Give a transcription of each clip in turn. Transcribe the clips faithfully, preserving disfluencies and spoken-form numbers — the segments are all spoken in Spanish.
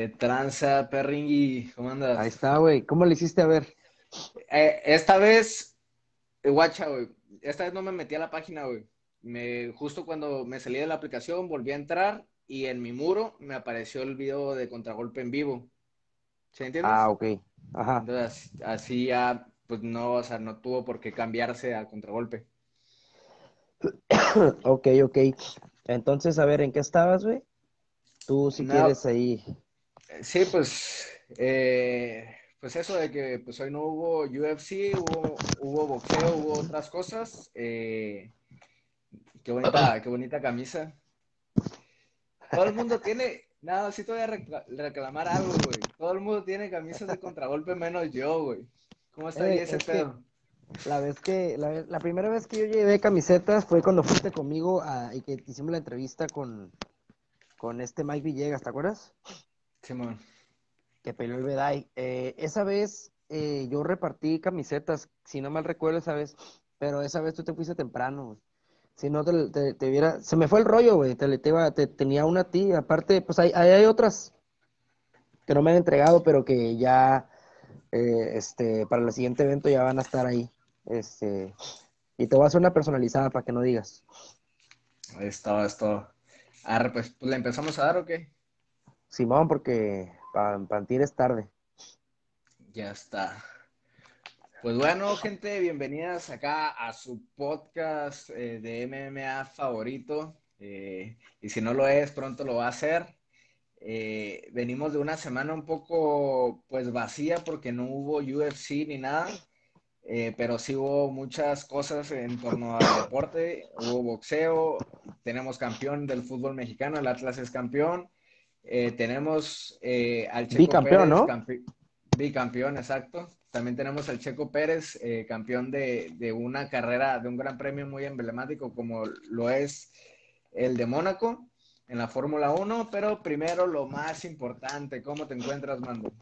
Eh, tranza, Perringui, ¿cómo Ahí andas? está, güey. ¿Cómo le hiciste a ver? Eh, esta vez, eh, guacha, güey. Esta vez no me metí a la página, güey. Me, justo cuando me salí de la aplicación, volví a entrar y en mi muro me apareció el video de Contragolpe en vivo. ¿Sí Ah, entiendes? ok. Ajá. Entonces, así ya, pues no, o sea, no tuvo por qué cambiarse a Contragolpe. Ok, ok. Entonces, a ver, ¿en qué estabas, güey? Tú, si No, quieres, ahí. sí, pues, eh, pues eso de que pues hoy no hubo U F C, hubo, hubo boxeo, hubo otras cosas. Eh, Qué bonita, qué bonita camisa. Todo el mundo tiene, nada, sí te voy a recla- reclamar algo, güey. Todo el mundo tiene camisas de contragolpe menos yo, güey. ¿Cómo está ahí Eh, ese es que pedo? la vez que, la, vez- la primera vez que yo llevé camisetas fue cuando fuiste conmigo a, y que hicimos la entrevista con, con este Mike Villegas, ¿te acuerdas? Simón. Que peleó el Vedai. Eh, esa vez eh, yo repartí camisetas, si no mal recuerdo esa vez, pero esa vez tú te fuiste temprano, güey. Si no te, te, te hubiera, se me fue el rollo, güey. Te, te, iba- te- tenía una a ti. Aparte, pues hay, hay, hay otras que no me han entregado, pero que ya, eh, este, para el siguiente evento ya van a estar ahí. Este, y te voy a hacer una personalizada para que no digas. Ahí está, esto. Arre, pues, pues, ¿le empezamos a dar o qué? Simón, porque para Pantir es tarde. Ya está. Pues bueno, gente, bienvenidas acá a su podcast eh, de M M A favorito. Eh, y si no lo es, pronto lo va a hacer. Eh, venimos de una semana un poco pues vacía porque no hubo U F C ni nada, eh, pero sí hubo muchas cosas en torno al deporte. Hubo boxeo, tenemos campeón del fútbol mexicano, el Atlas es campeón. Eh, tenemos eh, al Checo Bicampeón, Pérez, ¿no? campe- bicampeón, exacto. También tenemos al Checo Pérez, eh, campeón de, de una carrera, de un gran premio muy emblemático como lo es el de Mónaco en la Fórmula Uno. Pero primero lo más importante, ¿cómo te encuentras, Mando?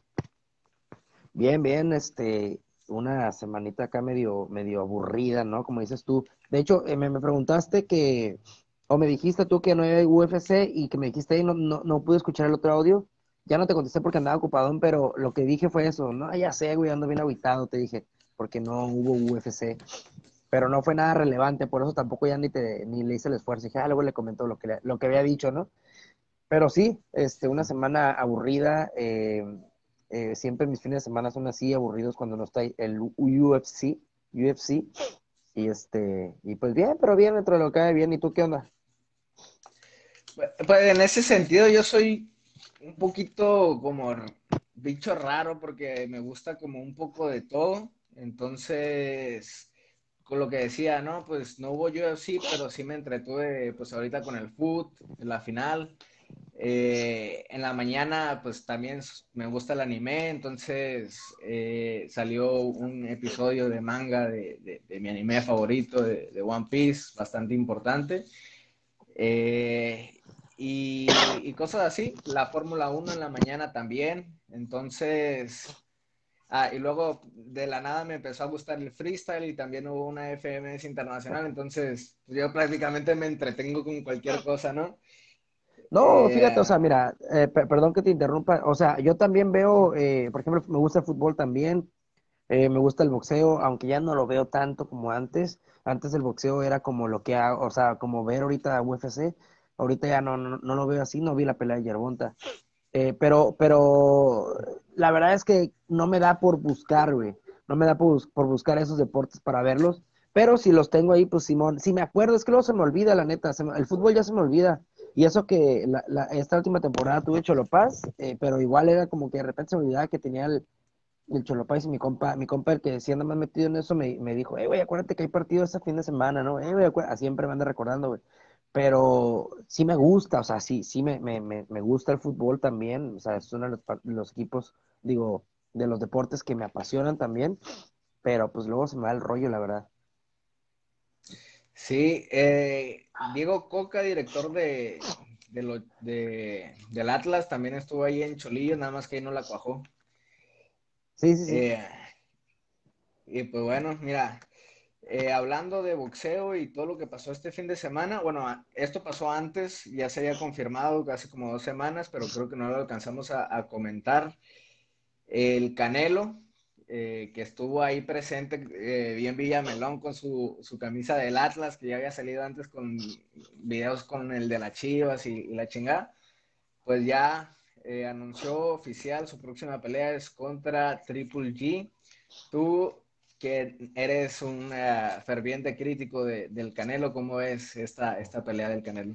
Bien, bien, este, una semanita acá medio, medio aburrida, ¿no? Como dices tú. De hecho, eh, me, me preguntaste que, o me dijiste tú que no hay U F C y que me dijiste, "Ey, no, no, no pude escuchar el otro audio. Ya no te contesté porque andaba ocupado, pero lo que dije fue eso, no, ya sé, güey, ando bien aguitado, te dije, porque no hubo U F C, pero no fue nada relevante, por eso tampoco ya ni te, ni le hice el esfuerzo. Dije, ah, luego le comento lo que, le- lo que había dicho, ¿no? Pero sí, este, una semana aburrida. Eh, eh, siempre mis fines de semana son así aburridos cuando no está el U F C, U F C. Y este, y pues bien, pero bien dentro de lo que cae bien. ¿Y tú qué onda? Pues en ese sentido yo soy un poquito como bicho raro porque me gusta como un poco de todo. Entonces, con lo que decía, ¿no? Pues no hubo U F C, pero sí me entretuve pues ahorita con el foot, en la final. Eh, en la mañana pues también s- me gusta el anime, entonces eh, salió un episodio de manga de, de- de mi anime favorito, de, de One Piece, bastante importante. Eh, y, y cosas así. La Fórmula Uno en la mañana también. Entonces, ah, y luego de la nada me empezó a gustar el freestyle y también hubo una F M S internacional. Entonces, pues, yo prácticamente me entretengo con cualquier cosa, ¿no? No, fíjate, o Eh, sea, mira, eh, per- perdón que te interrumpa. O sea, yo también veo, eh, por ejemplo, me gusta el fútbol también. Eh, me gusta el boxeo, aunque ya no lo veo tanto como antes. Antes el boxeo era como lo que hago, o sea, como ver ahorita U F C. Ahorita ya no, no, no lo veo así, no vi la pelea de Yerbonta. Eh, pero, pero la verdad es que no me da por buscar, güey. No me da por, bus- por buscar esos deportes para verlos. Pero si los tengo ahí, pues Simón, si me acuerdo, es que luego se me olvida, la neta. se me- el fútbol ya se me olvida. Y eso que la, la- esta última temporada tuve Cholopaz, eh, pero igual era como que de repente se me olvidaba que tenía el, el Cholopaz y mi compa, mi compa, el que decía anda más metido en eso, me, me dijo, eh, güey, acuérdate que hay partido este fin de semana, ¿no? Eh, güey, acuérdate", siempre me anda recordando, güey. Pero sí me gusta, o sea, sí, sí me, me, me, me gusta el fútbol también, o sea, es uno de los, par- los equipos, digo, de los deportes que me apasionan también, pero pues luego se me va el rollo, la verdad. sí, eh, Diego Coca, director de, de lo- de- del Atlas, también estuvo ahí en Cholillo, nada más que ahí no la cuajó. Sí, sí, sí. Eh, y pues bueno, mira. Eh, hablando de boxeo y todo lo que pasó este fin de semana, bueno, a- esto pasó antes, ya se había confirmado hace como dos semanas, pero creo que no lo alcanzamos a, a comentar. El Canelo, eh, que estuvo ahí presente, eh, bien Villamelón con su, su camisa del Atlas, que ya había salido antes con videos con el de las Chivas y, y la chingada, pues ya eh, anunció oficial su próxima pelea es contra Triple G. Tú, que eres un uh, ferviente crítico de, del Canelo, ¿cómo es esta, esta pelea del Canelo?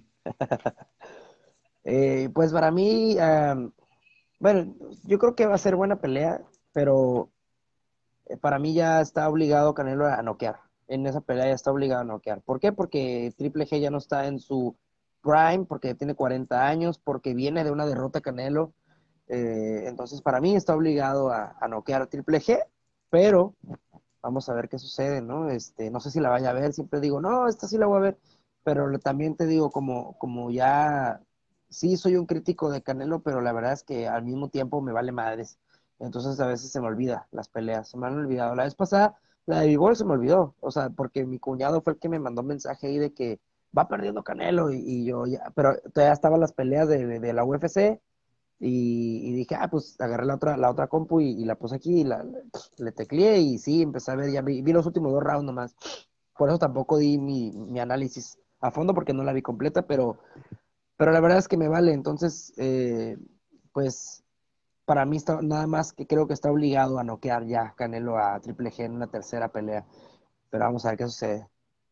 Eh, pues para mí, am, bueno, yo creo que va a ser buena pelea, pero eh, para mí ya está obligado Canelo a noquear. En esa pelea ya está obligado a noquear. ¿Por qué? Porque Triple G ya no está en su prime, porque tiene cuarenta años, porque viene de una derrota Canelo. Eh, entonces, para mí está obligado a, a noquear a Triple G, pero vamos a ver qué sucede, ¿no? Este, no sé si la vaya a ver, siempre digo, no, esta sí la voy a ver, pero también te digo, como, como ya, sí soy un crítico de Canelo, pero la verdad es que al mismo tiempo me vale madres. Entonces a veces se me olvida las peleas, se me han olvidado. La vez pasada, la de Bivol se me olvidó, o sea, porque mi cuñado fue el que me mandó un mensaje ahí de que va perdiendo Canelo y, y yo ya, pero todavía estaban las peleas de, de, de la U F C y, y dije, ah, pues agarré la otra, la otra compu y, y la puse aquí, y la, la- le tecleé y sí, empecé a ver, ya vi, vi los últimos dos rounds nomás. Por eso tampoco di mi, mi análisis a fondo porque no la vi completa, pero, pero la verdad es que me vale. Entonces, eh, pues para mí está, nada más que creo que está obligado a noquear ya Canelo a Triple G en una tercera pelea. Pero vamos a ver qué sucede.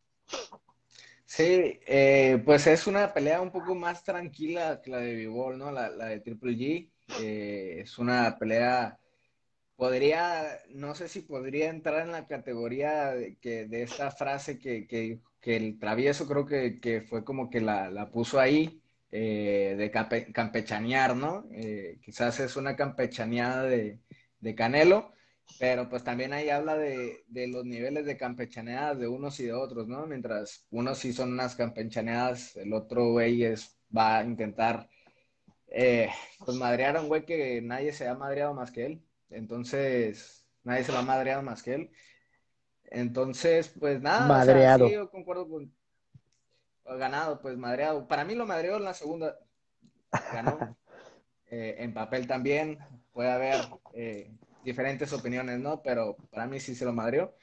Sí, eh, pues es una pelea un poco más tranquila que la de Bivol, ¿no? La, la de Triple G. Eh, es una pelea, podría, no sé si podría entrar en la categoría de, que, de esta frase que, que, que el travieso creo que, que fue como que la, la puso ahí, eh, de campe- campechanear, ¿no? Eh, quizás es una campechaneada de, de Canelo, pero pues también ahí habla de, de los niveles de campechaneadas de unos y de otros, ¿no? Mientras unos sí son unas campechaneadas, el otro güey es, va a intentar, eh, pues madrear a un güey que nadie se ha madreado más que él. Entonces, nadie se lo ha madreado más que él. Entonces, pues nada, o sea, sí, Madreado. yo concuerdo con ganado, pues madreado. Para mí lo madreó en la segunda, ganó. Eh, en papel también puede haber eh, diferentes opiniones, ¿no? Pero para mí sí se lo madreó.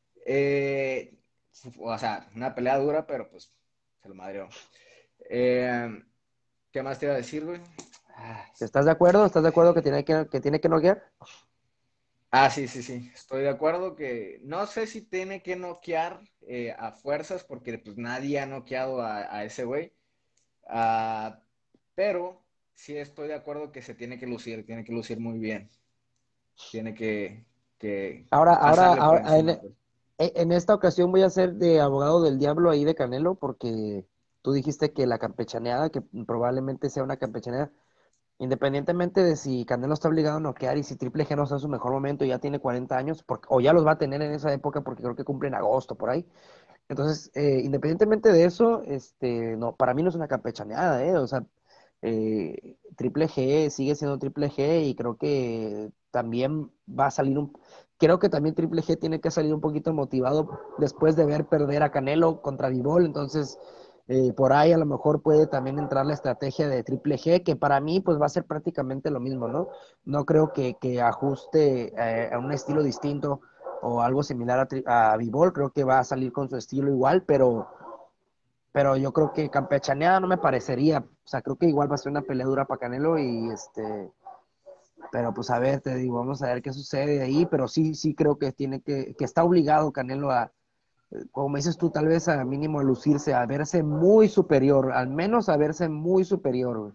Eh, o sea, una pelea dura, pero pues se lo madreó. Eh, ¿Qué más te iba a decir, güey? Ah, ¿Estás de acuerdo? ¿Estás de acuerdo que tiene que, que tiene que noquear? Ah, sí, sí, sí. Estoy de acuerdo que no sé si tiene que noquear eh, a fuerzas porque pues nadie ha noqueado a, a ese güey. Ah, pero sí estoy de acuerdo que se tiene que lucir, tiene que lucir muy bien. Tiene que, que Ahora, ahora, pasarle por ahora en, encima, e- pues. en esta ocasión voy a ser de abogado del diablo ahí de Canelo, porque tú dijiste que la campechaneada, que probablemente sea una campechaneada, independientemente de si Canelo está obligado a noquear y si Triple G no está en su mejor momento, ya tiene cuarenta años, porque, o ya los va a tener en esa época, porque creo que cumple en agosto, por ahí. Entonces, eh, independientemente de eso, este, no, para mí no es una campechaneada, ¿eh? O sea, eh, Triple G sigue siendo Triple G y creo que también va a salir un, creo que también Triple G tiene que salir un poquito motivado después de ver perder a Canelo contra Bivol, entonces eh, por ahí a lo mejor puede también entrar la estrategia de Triple G, que para mí pues va a ser prácticamente lo mismo, ¿no? No creo que, que ajuste eh, a un estilo distinto o algo similar a, tri- a Bivol, creo que va a salir con su estilo igual, pero, pero yo creo que campechaneada no me parecería, o sea, creo que igual va a ser una pelea dura para Canelo y este, pero pues a ver, te digo, vamos a ver qué sucede ahí, pero sí, sí creo que tiene que, que está obligado Canelo a, eh, como dices tú, tal vez a mínimo a lucirse, a verse muy superior, al menos a verse muy superior, güey.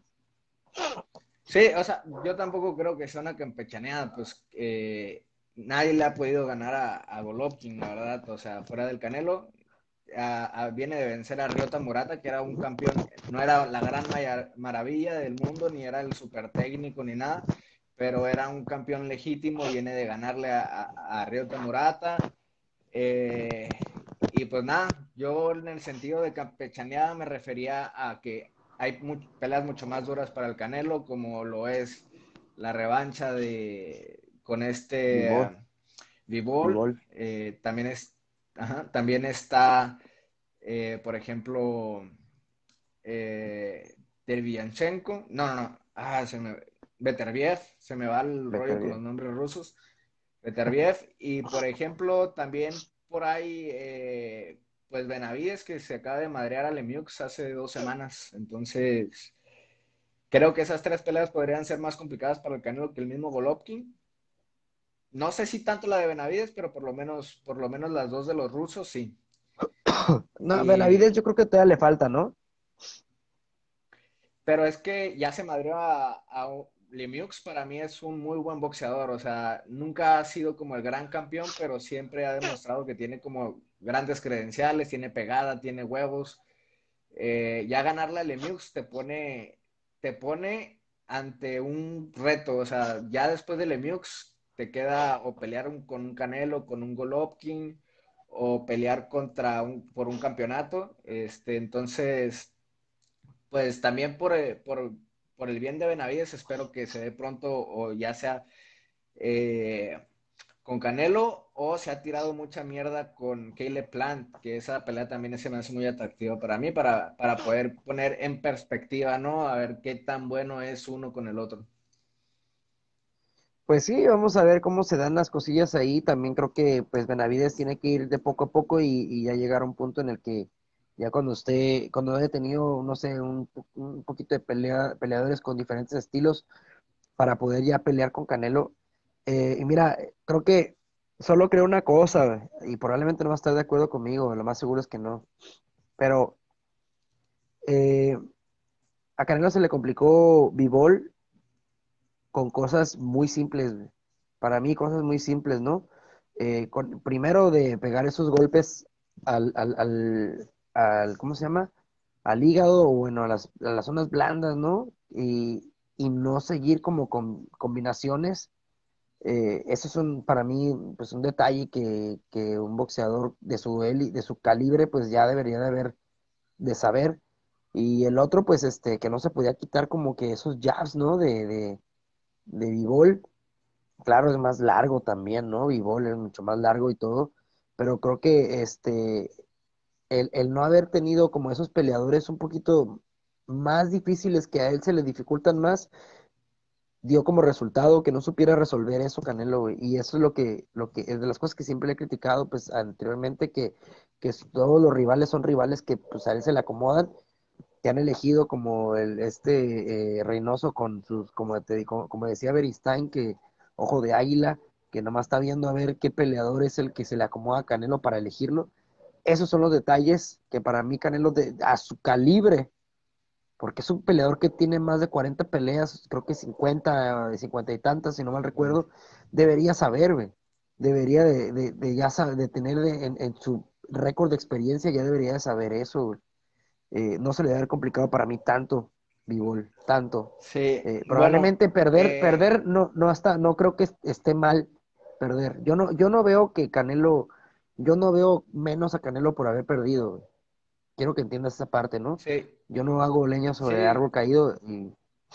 Sí, o sea, yo tampoco creo que sea una campechaneada, pues eh, nadie le ha podido ganar a, a Golovkin, la verdad, o sea, fuera del Canelo, a- a- viene de vencer a Ryota Murata, que era un campeón, no era la gran maya- maravilla del mundo, ni era el super técnico, ni nada, pero era un campeón legítimo, viene de ganarle a, a, a Ryota Murata, eh, y pues nada, yo en el sentido de campechaneada me refería a que hay mu peleas mucho más duras para el Canelo, como lo es la revancha de con este Bivol, uh, Bivol. Bivol. Eh, también es, ajá, también está, eh, por ejemplo, eh, Derevyanchenko. No, no, no. Ah, se me... Beterbiev. Se me va el Vete rollo con los bien. nombres rusos. Beterbiev. Y, por ejemplo, también por ahí, eh, pues Benavides, que se acaba de madrear a Lemieux hace dos semanas. Entonces, creo que esas tres peleas podrían ser más complicadas para el Canelo que el mismo Golovkin. No sé si tanto la de Benavides, pero por lo menos, por lo menos las dos de los rusos, sí. No, Benavides Y, yo creo que todavía le falta, ¿no? pero es que ya se madrió a, a Lemieux, para mí es un muy buen boxeador. O sea, nunca ha sido como el gran campeón, pero siempre ha demostrado que tiene como grandes credenciales, tiene pegada, tiene huevos. Eh, ya ganarle a Lemieux te pone, te pone ante un reto. O sea, ya después de Lemieux te queda o pelear un, con un Canelo, con un Golovkin, o pelear contra un, por un campeonato. Este, entonces, pues también por, eh, por, por el bien de Benavides, espero que se dé pronto, o ya sea eh, con Canelo, o se ha tirado mucha mierda con Caleb Plant, que esa pelea también se me hace muy atractiva para mí, para, para poder poner en perspectiva, ¿no? A ver qué tan bueno es uno con el otro. Pues sí, vamos a ver cómo se dan las cosillas ahí. También creo que pues Benavides tiene que ir de poco a poco y, y ya llegar a un punto en el que ya cuando esté, cuando haya tenido, no sé, un, po- un poquito de pelea, peleadores con diferentes estilos para poder ya pelear con Canelo. Eh, y mira, creo que solo creo una cosa, y probablemente no va a estar de acuerdo conmigo, lo más seguro es que no, pero eh, a Canelo se le complicó Bivol con cosas muy simples, güey. Para mí cosas muy simples, ¿no? Eh, con- primero de pegar esos golpes al, al, al, al- ¿cómo se llama? Al hígado o bueno, a las, a las zonas blandas, ¿no? Y, y no seguir como con combinaciones. Eh, eso es un, para mí, pues un detalle que, que un boxeador de su, eli- de su calibre, pues ya debería de haber, de saber. Y el otro, pues, este, que no se podía quitar como que esos jabs, ¿no? De, de, de b claro, es más largo también, ¿no? B-Ball es mucho más largo y todo, pero creo que este, el, el no haber tenido como esos peleadores un poquito más difíciles que a él se le dificultan más, dio como resultado que no supiera resolver eso Canelo, güey. Y eso es lo que, lo que es de las cosas que siempre le he criticado, pues anteriormente, que, que todos los rivales son rivales que pues a él se le acomodan, que han elegido como el, este eh, Reynoso con sus, como te digo, como decía Beristain, que ojo de águila, que nomás está viendo a ver qué peleador es el que se le acomoda a Canelo para elegirlo. Esos son los detalles que para mí Canelo de, a su calibre, porque es un peleador que tiene más de cuarenta peleas, creo que cincuenta, cincuenta y tantas, si no mal recuerdo, debería saber, güey. Debería de, de, de ya saber, de tener de, en, en, su récord de experiencia, ya debería de saber eso, güey. Eh, no se le debe haber complicado para mí tanto, Bivol, tanto. Sí, Eh, bueno, probablemente perder, eh, perder, no, no hasta, no creo que esté mal perder. Yo no, yo no veo que Canelo, yo no veo menos a Canelo por haber perdido, güey. Quiero que entiendas esa parte, ¿no? sí, Yo no hago leña sobre sí, árbol caído y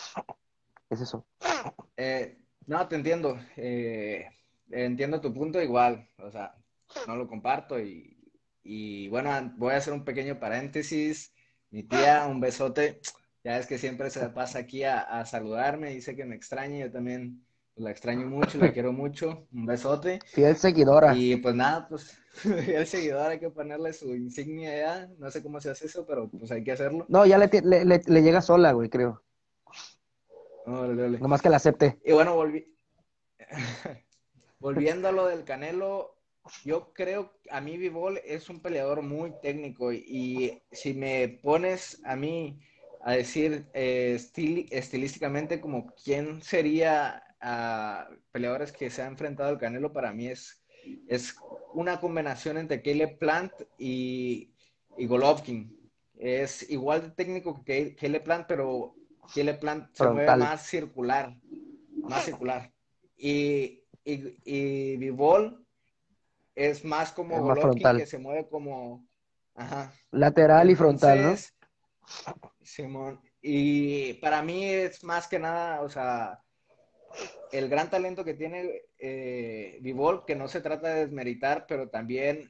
es eso. eh, no, te entiendo. Eh, entiendo tu punto igual, o sea, no lo comparto y, y bueno, voy a hacer un pequeño paréntesis. Mi tía, un besote. Ya es que siempre se pasa aquí a, a saludarme, dice que me extraña, yo también pues, la extraño mucho, la quiero mucho. Un besote. Fiel seguidora. Y pues nada, pues el seguidor hay que ponerle su insignia ya. No sé cómo se hace eso, pero pues hay que hacerlo. No, ya le, ti- le, le- le llega sola, güey, creo. Órale, órale. Nomás que la acepte. Y bueno, volví, volviendo a lo del Canelo, yo creo que a mí Bivol es un peleador muy técnico y, y si me pones a mí a decir eh, estil, estilísticamente como quién sería uh, peleadores que se ha enfrentado al Canelo, para mí es, es una combinación entre Caleb Plant y, y Golovkin. Es igual de técnico que Caleb Plant, pero Caleb Plant se mueve Frontal. más circular, más circular. Y, y, y Bivol es más como Es más Golovkin que frontal. se mueve como, ajá. Lateral y frontal, ¿no? Entonces, Simón, y para mí es más que nada, o sea, el gran talento que tiene eh, Bivol, que no se trata de desmeritar, pero también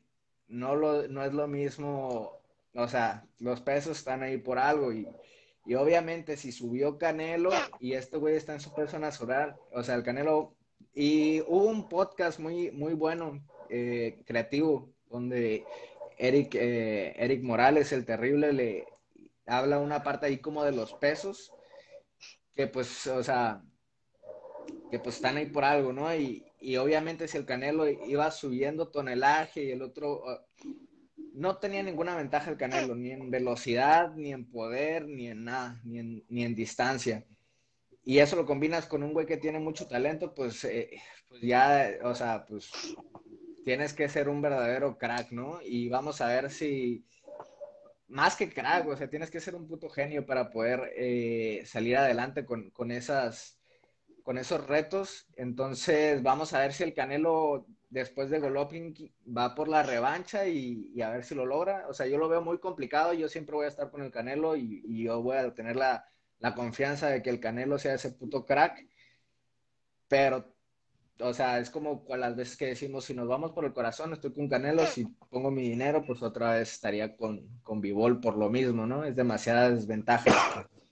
no, lo, no es lo mismo, o sea, los pesos están ahí por algo y, y obviamente si subió Canelo y este güey está en su peso natural, o sea, el Canelo, y hubo un podcast muy, muy bueno, eh, creativo, donde Eric, eh, Eric Morales, el terrible, le habla una parte ahí como de los pesos, que pues, o sea, que pues están ahí por algo, ¿no? Y, y obviamente si el Canelo iba subiendo tonelaje y el otro uh, no tenía ninguna ventaja el Canelo, ni en velocidad, ni en poder, ni en nada, ni en, ni en distancia. Y eso lo combinas con un güey que tiene mucho talento, pues, eh, pues ya, o sea, pues tienes que ser un verdadero crack, ¿no? Y vamos a ver si, más que crack, o sea, tienes que ser un puto genio para poder eh, salir adelante con, con esas con esos retos. Entonces, vamos a ver si el Canelo, después de Golovkin, va por la revancha y, y, a ver si lo logra. O sea, yo lo veo muy complicado. Yo siempre voy a estar con el Canelo y, y yo voy a tener la, la, confianza de que el Canelo sea ese puto crack. Pero, o sea, es como las veces que decimos, si nos vamos por el corazón, estoy con Canelo. Si pongo mi dinero, pues otra vez estaría con, con Bivol por lo mismo, ¿no? Es demasiada desventaja.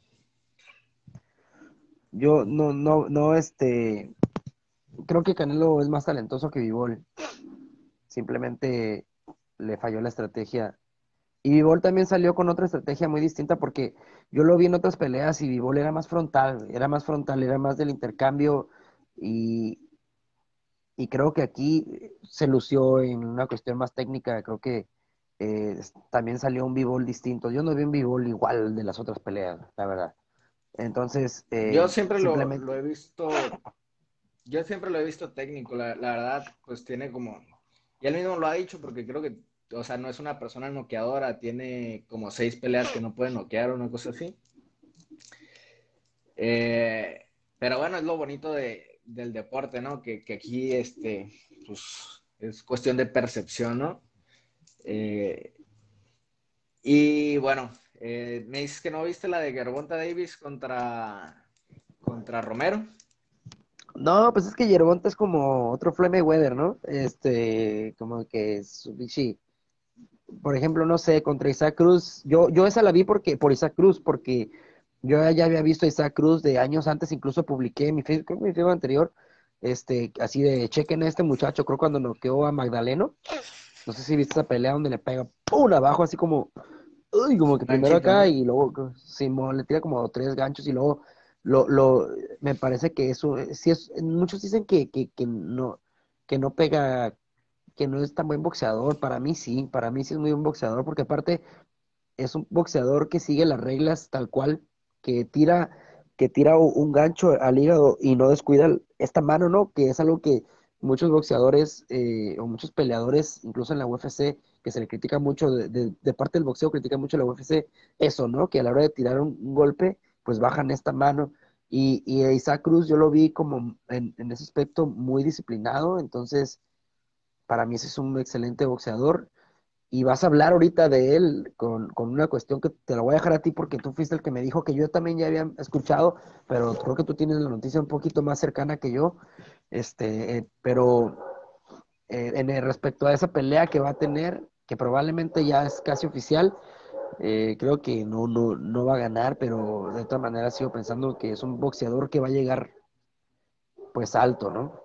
Yo no, no, no, este, creo que Canelo es más talentoso que Bivol. Simplemente le falló la estrategia. Y Bivol también salió con otra estrategia muy distinta porque yo lo vi en otras peleas y Bivol era más frontal, era más frontal, era más del intercambio y, y creo que aquí se lució en una cuestión más técnica, creo que eh, también salió un Bivol distinto. Yo no vi un Bivol igual de las otras peleas, la verdad. Entonces, Yo eh, siempre lo, lo simplemente, he visto Yo siempre lo he visto técnico, la, la verdad, pues tiene como, y él mismo lo ha dicho porque creo que, o sea, no es una persona noqueadora, tiene como seis peleas que no puede noquear o una cosa así. Eh, pero bueno, es lo bonito de, del deporte, ¿no? Que, que aquí, este, pues, es cuestión de percepción, ¿no? Eh, y bueno, eh, me dices que no viste la de Gervonta Davis contra, contra Romero. no, pues es que Yerbonta es como otro Floyd Mayweather, ¿no? Este, como que es, sí, por ejemplo, no sé, contra Isaac Cruz, yo, yo esa la vi porque, por Isaac Cruz, porque yo ya había visto a Isaac Cruz de años antes, incluso publiqué en mi Facebook, creo que mi Facebook anterior, este, así de chequen a este muchacho, creo cuando noqueó a Magdaleno, no sé si viste esa pelea donde le pega ¡pum! Abajo, así como, uy, como que primero Ganchito, acá ¿no? y luego Simón le tira como tres ganchos y luego lo, lo, me parece que eso, sí es, muchos dicen que, que, que no, que no pega, que no es tan buen boxeador, para mí sí, para mí sí es muy buen boxeador, porque aparte es un boxeador que sigue las reglas tal cual, que tira, que tira un gancho al hígado y no descuida esta mano, ¿no? Que es algo que muchos boxeadores eh, o muchos peleadores, incluso en la U F C, que se le critica mucho, de, de, de parte del boxeo, critica mucho la U F C, eso, ¿no? Que a la hora de tirar un, un golpe, pues bajan esta mano. Y, y a Isaac Cruz yo lo vi como en, en ese aspecto muy disciplinado, entonces para mí ese es un excelente boxeador y vas a hablar ahorita de él con, con, una cuestión que te la voy a dejar a ti porque tú fuiste el que me dijo que yo también ya había escuchado, pero creo que tú tienes la noticia un poquito más cercana que yo. Este, eh, pero eh, en el, respecto a esa pelea que va a tener, que probablemente ya es casi oficial, eh, creo que no, no, no va a ganar, pero de todas maneras sigo pensando que es un boxeador que va a llegar pues alto, ¿no?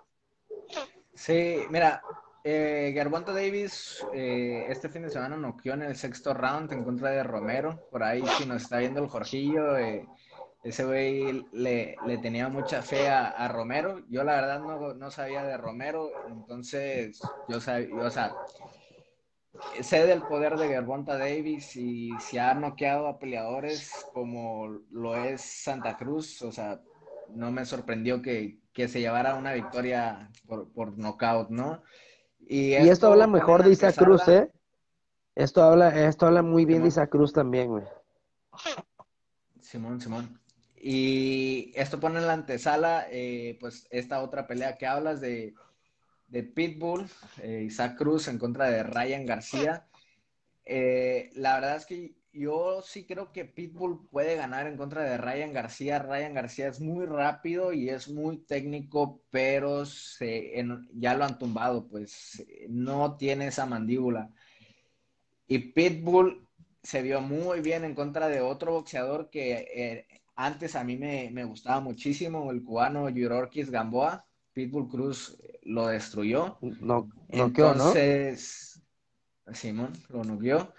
Sí, mira, eh, Gervonta Davis eh, este fin de semana noqueó en el sexto round en contra de Romero. Por ahí, si nos está viendo el Jorgillo, eh, ese güey le, le tenía mucha fe a, a Romero. Yo la verdad no, no sabía de Romero, entonces yo sabía, o sea, sé del poder de Gervonta Davis y si ha noqueado a peleadores como lo es Santa Cruz, o sea, no me sorprendió que, que se llevara una victoria por, por nocaut, ¿no? Y Y esto habla esto pone en mejor la de Isaac Cruz, antesala, ¿eh? Esto habla, esto habla muy bien de Simón, Isaac Cruz también, güey. Simón, Simón. Y esto pone en la antesala, eh, pues, esta otra pelea que hablas de, de Pitbull, eh, Isaac Cruz en contra de Ryan García. Eh, la verdad es que yo sí creo que Pitbull puede ganar en contra de Ryan García. Ryan García es muy rápido y es muy técnico, pero se, en- ya lo han tumbado, pues no tiene esa mandíbula. Y Pitbull se vio muy bien en contra de otro boxeador que eh, antes a mí me, me gustaba muchísimo, el cubano Yurorkis Gamboa. Pitbull Cruz lo destruyó. No, noqueó, ¿no? Entonces, Simón lo noqueó.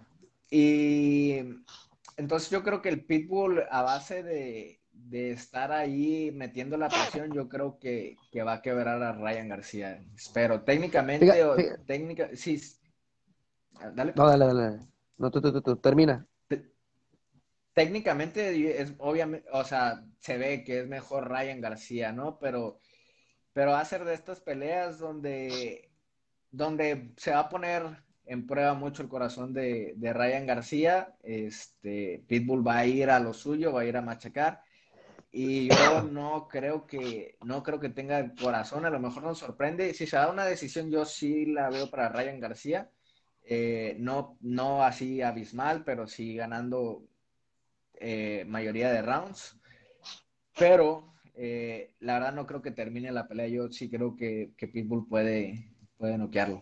Y entonces yo creo que el Pitbull, a base de, de estar ahí metiendo la presión, yo creo que, que va a quebrar a Ryan García. Espero. Técnicamente, Fíjate, o, fíjate, técnica, sí, dale. no, dale, dale, dale. No, tú, tú, tú, tú, termina. Técnicamente es obviamente, o sea, se ve que es mejor Ryan García, ¿no? Pero, pero va a ser de estas peleas donde, donde se va a poner en prueba mucho el corazón de, de Ryan García. Este, Pitbull va a ir a lo suyo, va a ir a machacar. Y yo no creo que, no creo que tenga el corazón, a lo mejor nos sorprende. Si se da una decisión, yo sí la veo para Ryan García. Eh, no, no así abismal, pero sí ganando eh, mayoría de rounds, pero eh, la verdad no creo que termine la pelea. Yo sí creo que, que Pitbull puede, puede noquearlo.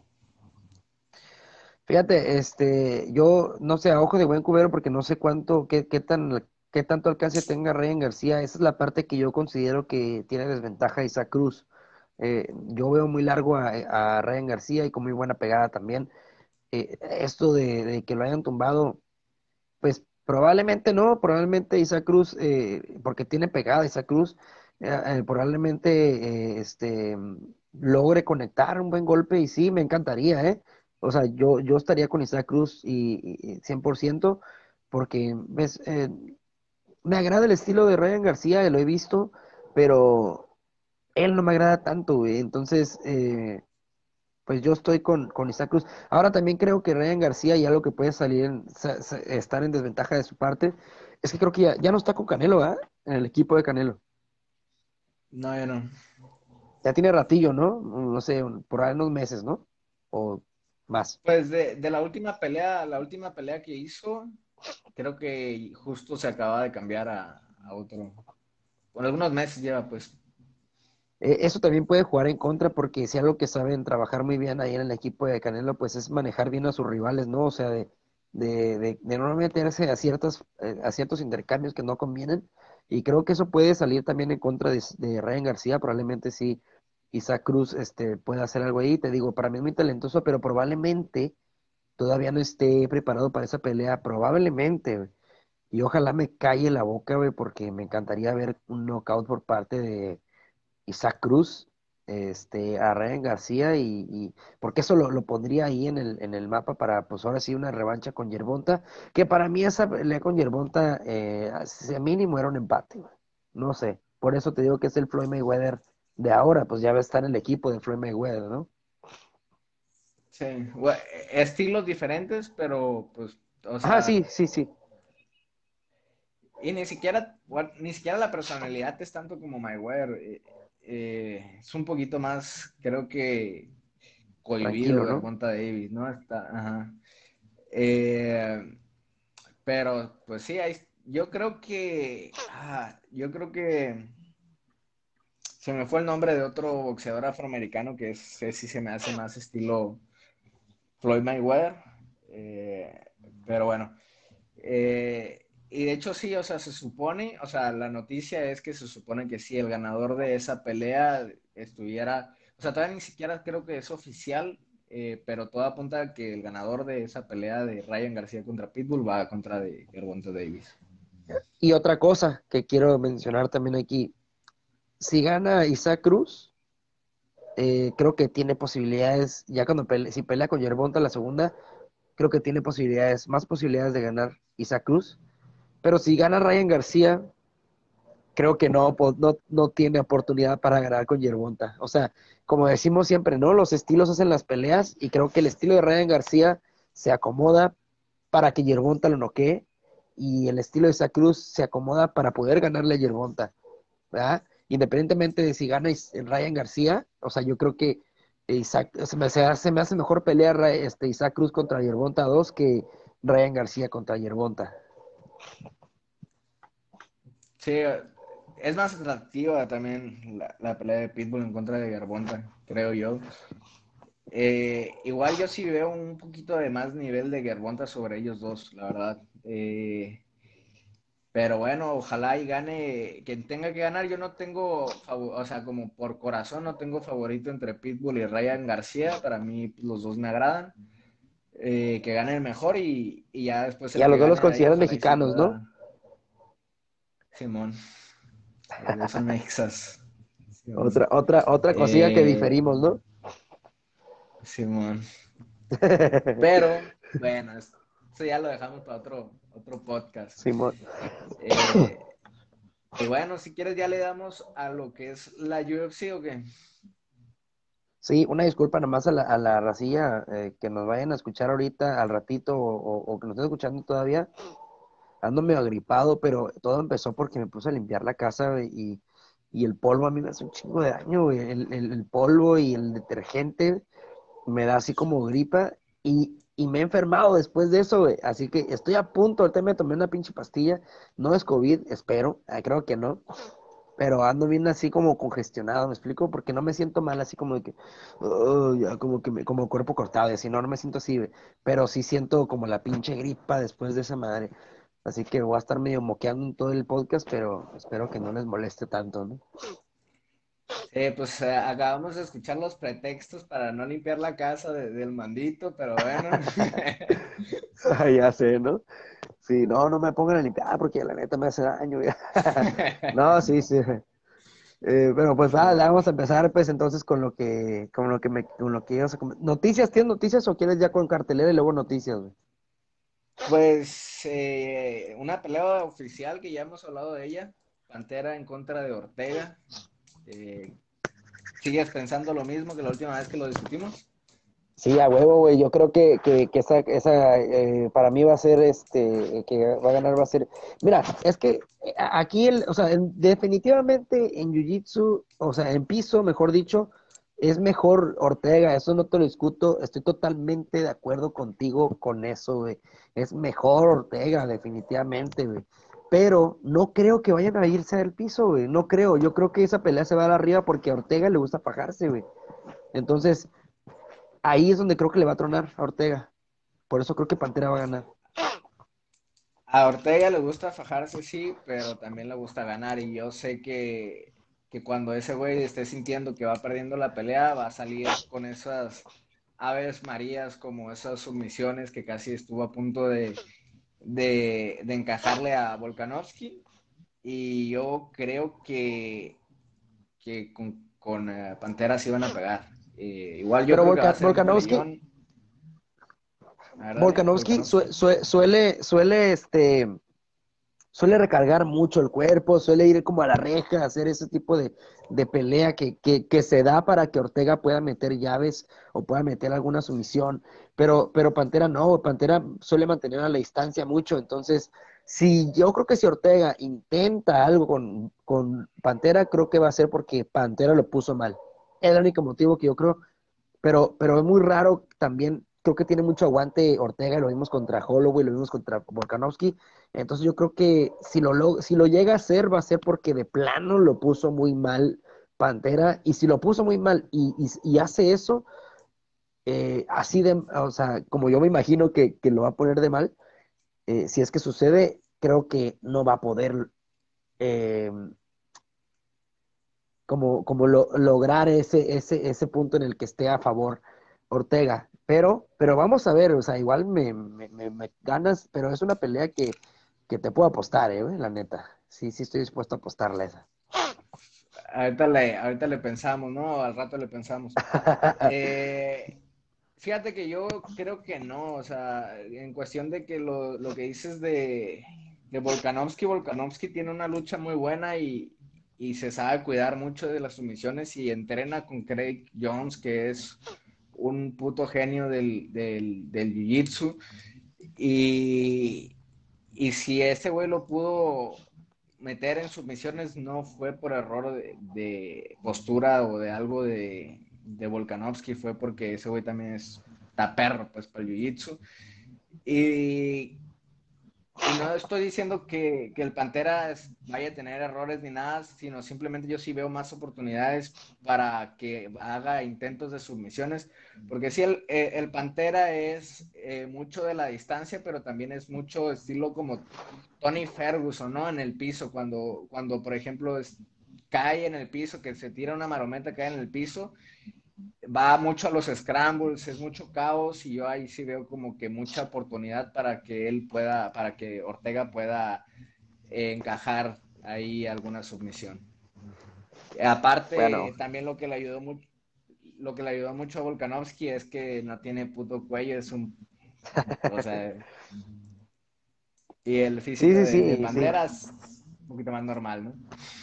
Fíjate, este, yo no sé, a ojo de buen cubero, porque no sé cuánto, qué, qué tan, qué tanto alcance tenga Ryan García. Esa es la parte que yo considero que tiene desventaja Isaac Cruz. Eh, yo veo muy largo a, a Ryan García y con muy buena pegada también. Eh, esto de, de que lo hayan tumbado, pues probablemente no, probablemente Isaac Cruz, eh, porque tiene pegada Isaac Cruz, eh, eh, probablemente eh, este, logre conectar un buen golpe y sí, me encantaría, ¿eh? O sea, yo, yo estaría con Isaac Cruz y, y cien por ciento porque ves, eh, me agrada el estilo de Ryan García, lo he visto, pero él no me agrada tanto, güey. Entonces, eh, pues yo estoy con, con Isaac Cruz. Ahora también creo que Ryan García y algo que puede salir, en- sa- sa- estar en desventaja de su parte, es que creo que ya, ya no está con Canelo, ¿ah? En el equipo de Canelo. No, yo no. Ya tiene ratillo, ¿no? No sé, un- por ahí unos meses, ¿no? O más. Pues de, de la última pelea, la última pelea que hizo, creo que justo se acaba de cambiar a, a otro. Bueno, algunos meses lleva, pues. Eh, eso también puede jugar en contra porque si algo que saben trabajar muy bien ahí en el equipo de Canelo, pues es manejar bien a sus rivales, ¿no? O sea, de, de, de, de no meterse a ciertas, eh, a ciertos intercambios que no convienen. Y creo que eso puede salir también en contra de, de Ryan García. Probablemente sí, Isaac Cruz este, pueda hacer algo ahí. Te digo, para mí es muy talentoso, pero probablemente todavía no esté preparado para esa pelea. Probablemente, güey. Y ojalá me calle la boca, güey, porque me encantaría ver un knockout por parte de Isaac Cruz, este, a Ryan García y, y porque eso lo, lo pondría ahí en el, en el mapa para, pues ahora sí, una revancha con Yerbonta, que para mí esa pelea con Yerbonta, eh, a mínimo era un empate, güey. No sé, por eso te digo que es el Floyd Mayweather de ahora, pues ya va a estar en el equipo de Floyd Mayweather, ¿no? Sí, Bue- estilos diferentes, pero pues, o Ah, sea, sí, sí, sí, y ni siquiera, bueno, ni siquiera la personalidad es tanto como Mayweather. Eh, eh, es un poquito más, creo que cohibido tranquilo, ¿no? Gervonta Davis, ¿no? Está, ajá. Eh, pero, pues sí, hay, yo creo que, ah, yo creo que se me fue el nombre de otro boxeador afroamericano que es, ese sí se me hace más estilo Floyd Mayweather. Eh, pero bueno, eh, y de hecho sí, o sea, se supone, o sea, la noticia es que se supone que sí, el ganador de esa pelea estuviera, o sea, todavía ni siquiera creo que es oficial, eh, pero todo apunta a que el ganador de esa pelea de Ryan García contra Pitbull va contra de Gervonta Davis. Y otra cosa que quiero mencionar también aquí, si gana Isaac Cruz, eh, creo que tiene posibilidades, ya cuando pele- si pelea con Yerbonta la segunda, creo que tiene posibilidades, más posibilidades de ganar Isaac Cruz. Pero si gana Ryan García, creo que no, po- no, no tiene oportunidad para ganar con Yerbonta. O sea, como decimos siempre, ¿no? Los estilos hacen las peleas y creo que el estilo de Ryan García se acomoda para que Yerbonta lo noquee y el estilo de Isaac Cruz se acomoda para poder ganarle a Yerbonta, ¿verdad? Independientemente de si gana Is- Ryan García, o sea, yo creo que Isaac, se me, se hace, me hace mejor pelea Ra- este, Isaac Cruz contra Yerbonta dos que Ryan García contra Yerbonta. Sí, es más atractiva también la, la pelea de Pitbull en contra de Garbonta, creo yo. Eh, igual yo sí veo un poquito de más nivel de Garbonta sobre ellos dos, la verdad. Eh, pero bueno, ojalá y gane quien tenga que ganar. Yo no tengo, favo- o sea, como por corazón no tengo favorito entre Pitbull y Ryan García. Para mí pues, los dos me agradan. Eh, que gane el mejor y, y ya después Y el a que los dos los gane de ahí, consideran ojalá y sí mexicanos, ¿no? pueda. Simón, los dos son mexas. Simón. Otra, otra, otra cosilla que Eh, diferimos, ¿no? Simón. Pero, bueno, eso ya lo dejamos para otro, otro podcast. Simón. Eh, y bueno, si quieres ya le damos a lo que es la U F C o qué. Sí, una disculpa nomás a la, a la racilla eh, que nos vayan a escuchar ahorita al ratito o, o- o que nos estén escuchando todavía. Ando medio agripado, pero todo empezó porque me puse a limpiar la casa, güey, y, y el polvo a mí me hace un chingo de daño, güey. El, el- el polvo y el detergente me da así como gripa y, y me he enfermado después de eso, güey. Así que estoy a punto, ahorita me tomé una pinche pastilla. No es COVID, espero, ah, creo que no. Pero ando bien así como congestionado, ¿me explico? Porque no me siento mal, así como de que, "Oh, ya como que me, como cuerpo cortado", y así, no, no me siento así, güey. Pero sí siento como la pinche gripa después de esa madre. Así que voy a estar medio moqueando en todo el podcast, pero espero que no les moleste tanto, ¿no? Sí, pues eh, acabamos de escuchar los pretextos para no limpiar la casa de- del mandito, pero bueno. Ya sé, ¿no? Sí, no, no me pongan a limpiar porque la neta me hace daño, ya. No, sí, sí. Eh, pero pues va, Simón. vamos a empezar pues entonces con lo que, con lo que me, con lo que ibas a com- ¿Noticias? ¿Tienes noticias o quieres ya con cartelera y luego noticias, güey? Pues eh, una pelea oficial que ya hemos hablado de ella, Pantera en contra de Ortega. Eh, ¿Sigues pensando lo mismo que la última vez que lo discutimos? Sí, a huevo, güey. Yo creo que, que, que esa, esa eh, para mí va a ser, este, que va a ganar, va a ser. Mira, es que eh, a- aquí, el, o sea, en- definitivamente en Jiu-Jitsu, o sea, en piso, mejor dicho, es mejor Ortega. Eso no te lo discuto. Estoy totalmente de acuerdo contigo con eso, güey. Es mejor Ortega, definitivamente, güey. Pero no creo que vayan a irse del piso, güey. No creo. Yo creo que esa pelea se va a dar arriba porque a Ortega le gusta fajarse, güey. Entonces. Ahí es donde creo que le va a tronar a Ortega. Por eso creo que Pantera va a ganar. A Ortega le gusta fajarse, sí, pero también le gusta ganar. Y yo sé que, que cuando ese güey esté sintiendo que va perdiendo la pelea, va a salir con esas aves marías, como esas sumisiones que casi estuvo a punto de, de, de encajarle a Volkanovski. Y yo creo que, que con, con eh, Pantera sí van a pegar. Eh, igual yo Pero creo que va a Volka- ser en Volkanovski, peleón. A ver, dale, Volkanovski sue- Volkanovski. sue- suele, suele, este, suele recargar mucho el cuerpo, suele ir como a la reja, hacer ese tipo de, de pelea que, que, que se da para que Ortega pueda meter llaves o pueda meter alguna sumisión. Pero, pero Pantera no, Pantera suele mantener a la distancia mucho. Entonces, si yo creo que si Ortega intenta algo con, con Pantera, creo que va a ser porque Pantera lo puso mal. Es el único motivo que yo creo. Pero, pero es muy raro también, creo que tiene mucho aguante Ortega, lo vimos contra Holloway, lo vimos contra Volkanovski. Entonces yo creo que si lo, lo- si lo llega a hacer va a ser porque de plano lo puso muy mal Pantera, y si lo puso muy mal y, y- y hace eso, eh, así de, o sea, como yo me imagino que, que lo va a poner de mal, eh, si es que sucede, creo que no va a poder eh, como, como lo- lograr ese, ese, ese punto en el que esté a favor Ortega. Pero, pero vamos a ver, o sea, igual me, me, me- me ganas, pero es una pelea que, que te puedo apostar, eh, güey, la neta. Sí, sí estoy dispuesto a apostarle a esa. Ahorita le, ahorita le pensamos, ¿no? Al rato le pensamos. Eh, Fíjate que yo creo que no, o sea, en cuestión de que lo, lo que dices de, de Volkanovski, Volkanovski tiene una lucha muy buena y, y se sabe cuidar mucho de las sumisiones y entrena con Craig Jones, que es un puto genio del, del, del jiu-jitsu. Y, y si ese güey lo pudo meter en sumisiones, no fue por error de, de postura o de algo de, de Volkanovski, fue porque ese güey también es está perro, pues, para el jiu-jitsu. Y, y no estoy diciendo que, que el Pantera es- vaya a tener errores ni nada, sino simplemente yo sí veo más oportunidades para que haga intentos de submisiones, porque sí, el, eh, el Pantera es eh, mucho de la distancia, pero también es mucho estilo como Tony Ferguson, ¿no? En el piso, cuando, cuando por ejemplo, es- cae en el piso, que se tira una marometa, cae en el piso, va mucho a los scrambles, es mucho caos y yo ahí sí veo como que mucha oportunidad para que él pueda, para que Ortega pueda eh, encajar ahí alguna submisión. Bueno, Aparte, también lo que le ayudó mucho, lo que le ayudó mucho a Volkanovski es que no tiene puto cuello, es un, o sea, y el sí, físico sí, de, de sí, sí. Banderas un poquito más normal, ¿no?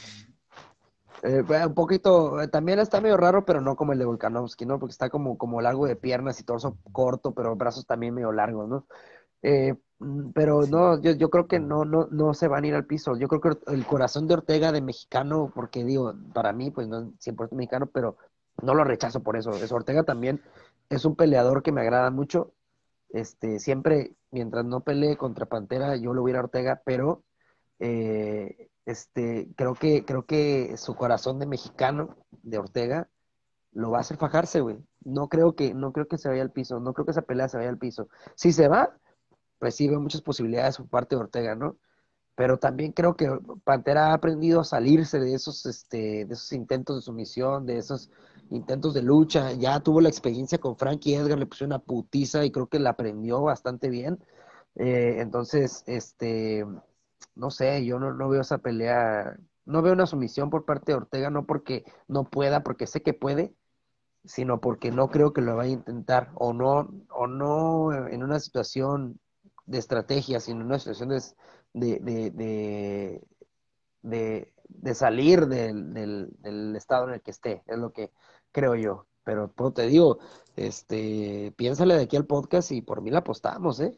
Eh, bueno, un poquito, eh, también está medio raro, pero no como el de Volkanovski, ¿no? Porque está como, como largo de piernas y torso corto, pero brazos también medio largos, ¿no? Eh, mm, pero Sí. no, yo, yo creo que no, no, no se van a ir al piso. Yo creo que el corazón de Ortega de mexicano, porque digo, para mí, pues no es cien por ciento mexicano, pero no lo rechazo por eso. Es Ortega también es un peleador que me agrada mucho. Este, siempre, mientras no pelee contra Pantera, yo lo voy a ir a Ortega, pero eh, este, creo que, creo que su corazón de mexicano, de Ortega, lo va a hacer fajarse, güey. No creo que, no creo que se vaya al piso, no creo que esa pelea se vaya al piso. Si se va, pues sí veo muchas posibilidades por parte de Ortega, ¿no? Pero también creo que Pantera ha aprendido a salirse de esos, este, de esos intentos de sumisión, de esos intentos de lucha. Ya tuvo la experiencia con Frankie Edgar, le puso una putiza y creo que la aprendió bastante bien. Eh, entonces, este, no sé, yo no, no veo esa pelea, no veo una sumisión por parte de Ortega, no porque no pueda, porque sé que puede, sino porque no creo que lo vaya a intentar, o no, o no en una situación de estrategia, sino en una situación de, de, de, de, de, de salir del, del, del estado en el que esté, es lo que creo yo. Pero pues, te digo, este, piénsale de aquí al podcast y por mí la apostamos, ¿eh?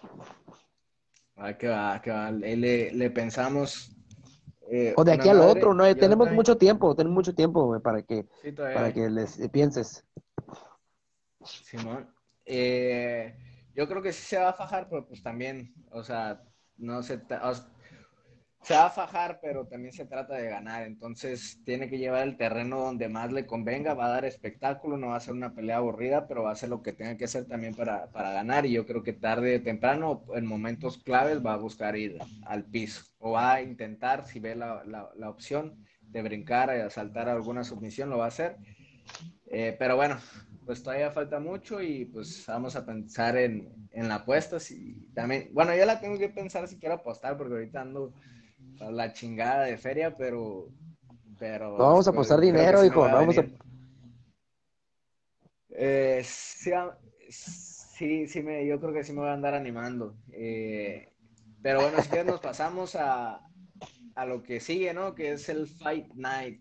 Ah, que va, que va. Le, le, le pensamos eh, O de una aquí al otro, madre. ¿no? Yo Tenemos también, mucho tiempo, tenemos mucho tiempo, güey, para que, sí, todavía para hay. que les eh, pienses. Simón. Eh, yo creo que sí se va a fajar, pero pues también, o sea, no se, ta- o s- se va a fajar, pero también se trata de ganar. Entonces tiene que llevar el terreno donde más le convenga, va a dar espectáculo, no va a ser una pelea aburrida, pero va a hacer lo que tenga que hacer también para, para ganar. Y yo creo que tarde o temprano, en momentos claves, va a buscar ir al piso o va a intentar, si ve la, la, la opción de brincar, a saltar alguna submisión, lo va a hacer. Eh, pero bueno, pues todavía falta mucho y pues vamos a pensar en, en la apuesta. Si también, bueno, yo la tengo que pensar si quiero apostar porque ahorita ando a la chingada de feria, pero, No pero vamos a apostar pues, creo que dinero, sí me hijo, voy a no vamos a... venir. Eh, sí, a- sí, sí me, yo creo que sí me voy a andar animando. Eh, pero bueno, si quieres nos pasamos a, a lo que sigue, ¿no? Que es el Fight Night.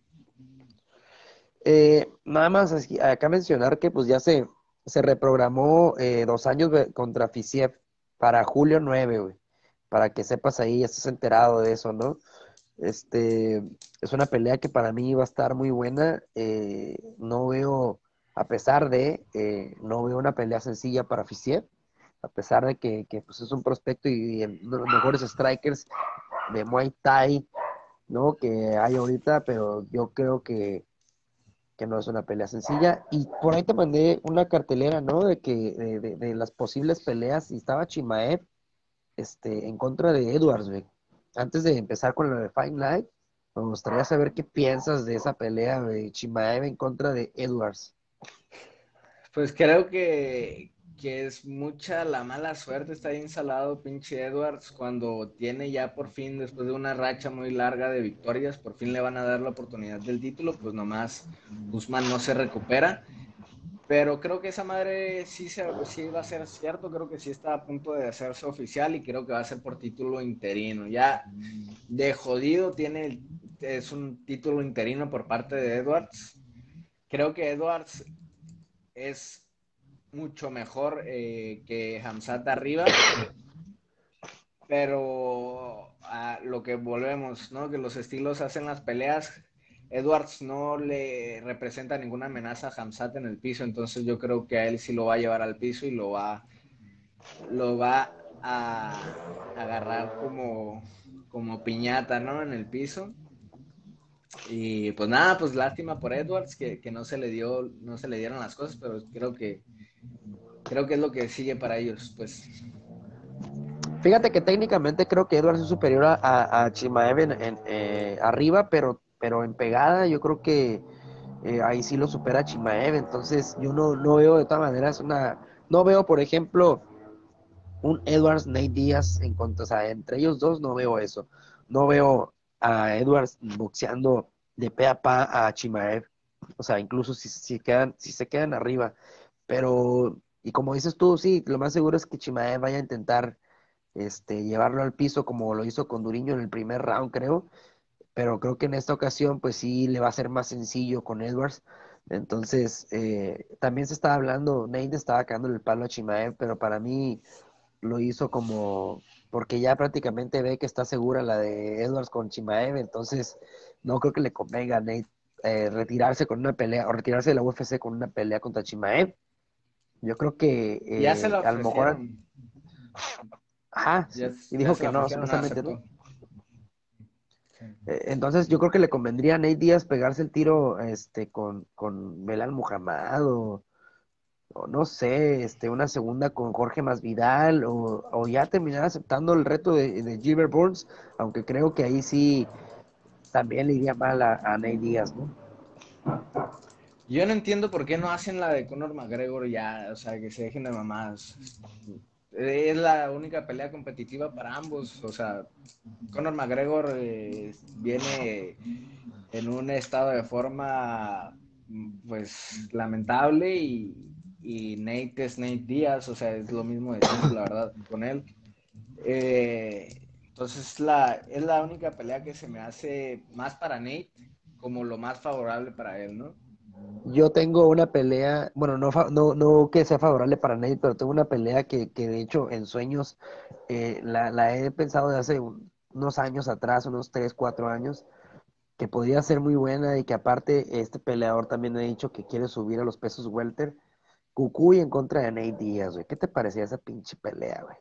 Eh, nada más así- acá mencionar que pues ya se, se reprogramó eh, dos años de- contra Fisiev para julio nueve, güey, para que sepas ahí, ya estés enterado de eso, ¿no? Este, es una pelea que para mí va a estar muy buena. Eh, no veo, a pesar de, eh, no veo una pelea sencilla para Fisiev, a pesar de que, que, pues, es un prospecto y, y uno de los mejores strikers de Muay Thai, ¿no? Que hay ahorita, pero yo creo que, que no es una pelea sencilla. Y por ahí te mandé una cartelera, ¿no? De que, de, de, de las posibles peleas, y estaba Chimaev, este, en contra de Edwards, güey. Antes de empezar con lo de Fight Night, me gustaría saber qué piensas de esa pelea de Chimaev en contra de Edwards. Pues creo que, que es mucha la mala suerte, está bien salado pinche Edwards cuando tiene ya por fin, después de una racha muy larga de victorias, por fin le van a dar la oportunidad del título, pues nomás Usman no se recupera, pero creo que esa madre sí, se, sí va a ser cierto, creo que sí está a punto de hacerse oficial y creo que va a ser por título interino, ya de jodido tiene, el- es un título interino por parte de Edwards, creo que Edwards es mucho mejor eh, que Hamzat arriba, pero a lo que volvemos, ¿no? Que los estilos hacen las peleas. Edwards no le representa ninguna amenaza a Hamzat en el piso, entonces yo creo que a él sí lo va a llevar al piso y lo va, lo va a agarrar como, como piñata, ¿no? En el piso. Y pues nada, pues lástima por Edwards, que, que no se le dio, no se le dieron las cosas, pero creo que, creo que es lo que sigue para ellos, pues. Fíjate que técnicamente creo que Edwards es superior a, a, a Chimaev en, en, eh, arriba, pero, pero en pegada yo creo que eh, ahí sí lo supera Chimaev. Entonces yo no, no veo de todas maneras una... No veo, por ejemplo, un Edwards Nate Díaz en contra, o sea, entre ellos dos no veo eso. No veo a Edwards boxeando de pe a pa a Chimaev. O sea, incluso si, si quedan, si se quedan arriba. Pero, y como dices tú, sí, lo más seguro es que Chimaev vaya a intentar este, llevarlo al piso como lo hizo con Duriño en el primer round, creo. Pero creo que en esta ocasión, pues sí, le va a ser más sencillo con Edwards. Entonces, eh, también se estaba hablando, Nate estaba cagando el palo a Chimaev, pero para mí lo hizo como porque ya prácticamente ve que está segura la de Edwards con Chimaev, entonces no creo que le convenga a Nate eh, retirarse con una pelea o retirarse de la U F C con una pelea contra Chimaev. Yo creo que Ya se eh, la a lo mejor, ofrecieron, ajá, ya, sí, y ya dijo se que la no, ofrecieron supuestamente no. aceptó. Eh, entonces yo creo que le convendría a Nate Díaz pegarse el tiro este con, con Belal Muhammad o, o no sé, este, una segunda con Jorge Masvidal o, o ya terminar aceptando el reto de, de Gilbert Burns, aunque creo que ahí sí también le iría mal a, a Nate Díaz, ¿no? Yo no entiendo por qué no hacen la de Conor McGregor ya, o sea, que se dejen de mamadas. Es la única pelea competitiva para ambos, o sea, Conor McGregor eh, viene en un estado de forma pues lamentable y, y Nate es Nate Díaz, o sea, es lo mismo de siempre, la verdad, con él. Eh, entonces la, es la única pelea que se me hace más para Nate como lo más favorable para él, ¿no? Yo tengo una pelea, bueno, no, fa- no, no que sea favorable para Nate, pero tengo una pelea que, que de hecho en sueños eh, la, la he pensado de hace un- unos años atrás, unos tres cuatro años, que podría ser muy buena y que aparte este peleador también me ha dicho que quiere subir a los pesos welter. Cucuy en contra de Nate Díaz, güey. ¿Qué te parecía esa pinche pelea, güey?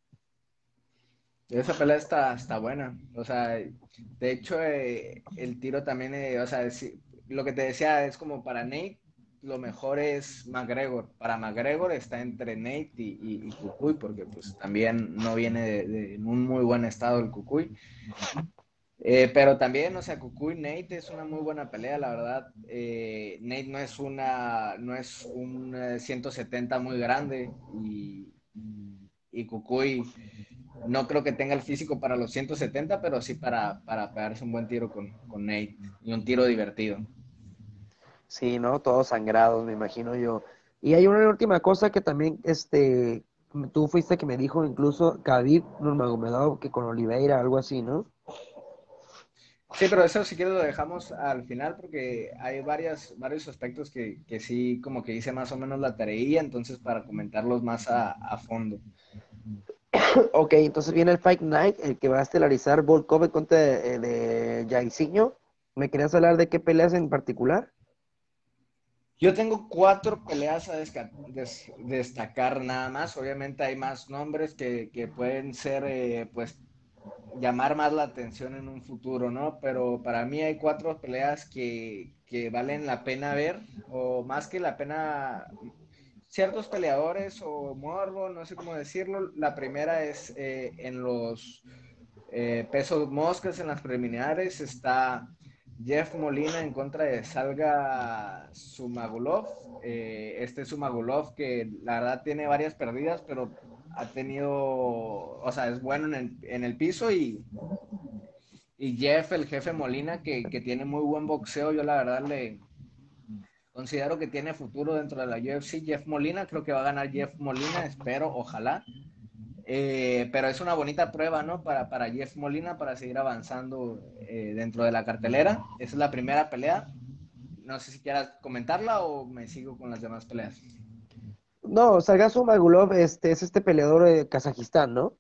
Esa pelea está, está buena. O sea, de hecho, eh, el tiro también, eh, o sea, sí, lo que te decía es como para Nate, lo mejor es McGregor. Para McGregor está entre Nate y, y, y Cucuy, porque pues también no viene de, de, en un muy buen estado el Cucuy. Eh, pero también, o sea, Cucuy Nate es una muy buena pelea, la verdad. Eh, Nate no es una, no es un eh, ciento setenta muy grande y, y Cucuy no creo que tenga el físico para los ciento setenta, pero sí para, para pegarse un buen tiro con, con Nate y un tiro divertido. Sí, ¿no? Todos sangrados, me imagino yo. Y hay una última cosa que también, este, tú fuiste que me dijo incluso Khabib Nurmagomedov que con Oliveira, algo así, ¿no? Sí, pero eso si quieres lo dejamos al final porque hay varias, varios aspectos que, que sí como que hice más o menos la tarea, entonces para comentarlos más a, a fondo. Ok, entonces viene el Fight Night, el que va a estelarizar Volkov en contra de, de Jairzinho. ¿Me querías hablar de qué peleas en particular? Yo tengo cuatro peleas a desca- des- destacar nada más. Obviamente hay más nombres que, que pueden ser, eh, pues, llamar más la atención en un futuro, ¿no? Pero para mí hay cuatro peleas que, que valen la pena ver, o más que la pena, ciertos peleadores o morbo, no sé cómo decirlo. La primera es eh, en los eh, pesos moscas, en las preliminares, está Jeff Molina en contra de Salga Sumagulov. Eh, este Sumagulov que la verdad tiene varias perdidas, pero ha tenido, o sea, es bueno en el, en el piso y, y Jeff, el jefe Molina, que, que, tiene muy buen boxeo, yo la verdad le considero que tiene futuro dentro de la U F C. Jeff Molina, creo que va a ganar Jeff Molina, espero, ojalá. Eh, pero es una bonita prueba, ¿no? Para, para Jeff Molina, para seguir avanzando eh, dentro de la cartelera. Esa es la primera pelea. No sé si quieras comentarla o me sigo con las demás peleas. No, Sargazo Magulov este, es este peleador de Kazajistán, ¿no?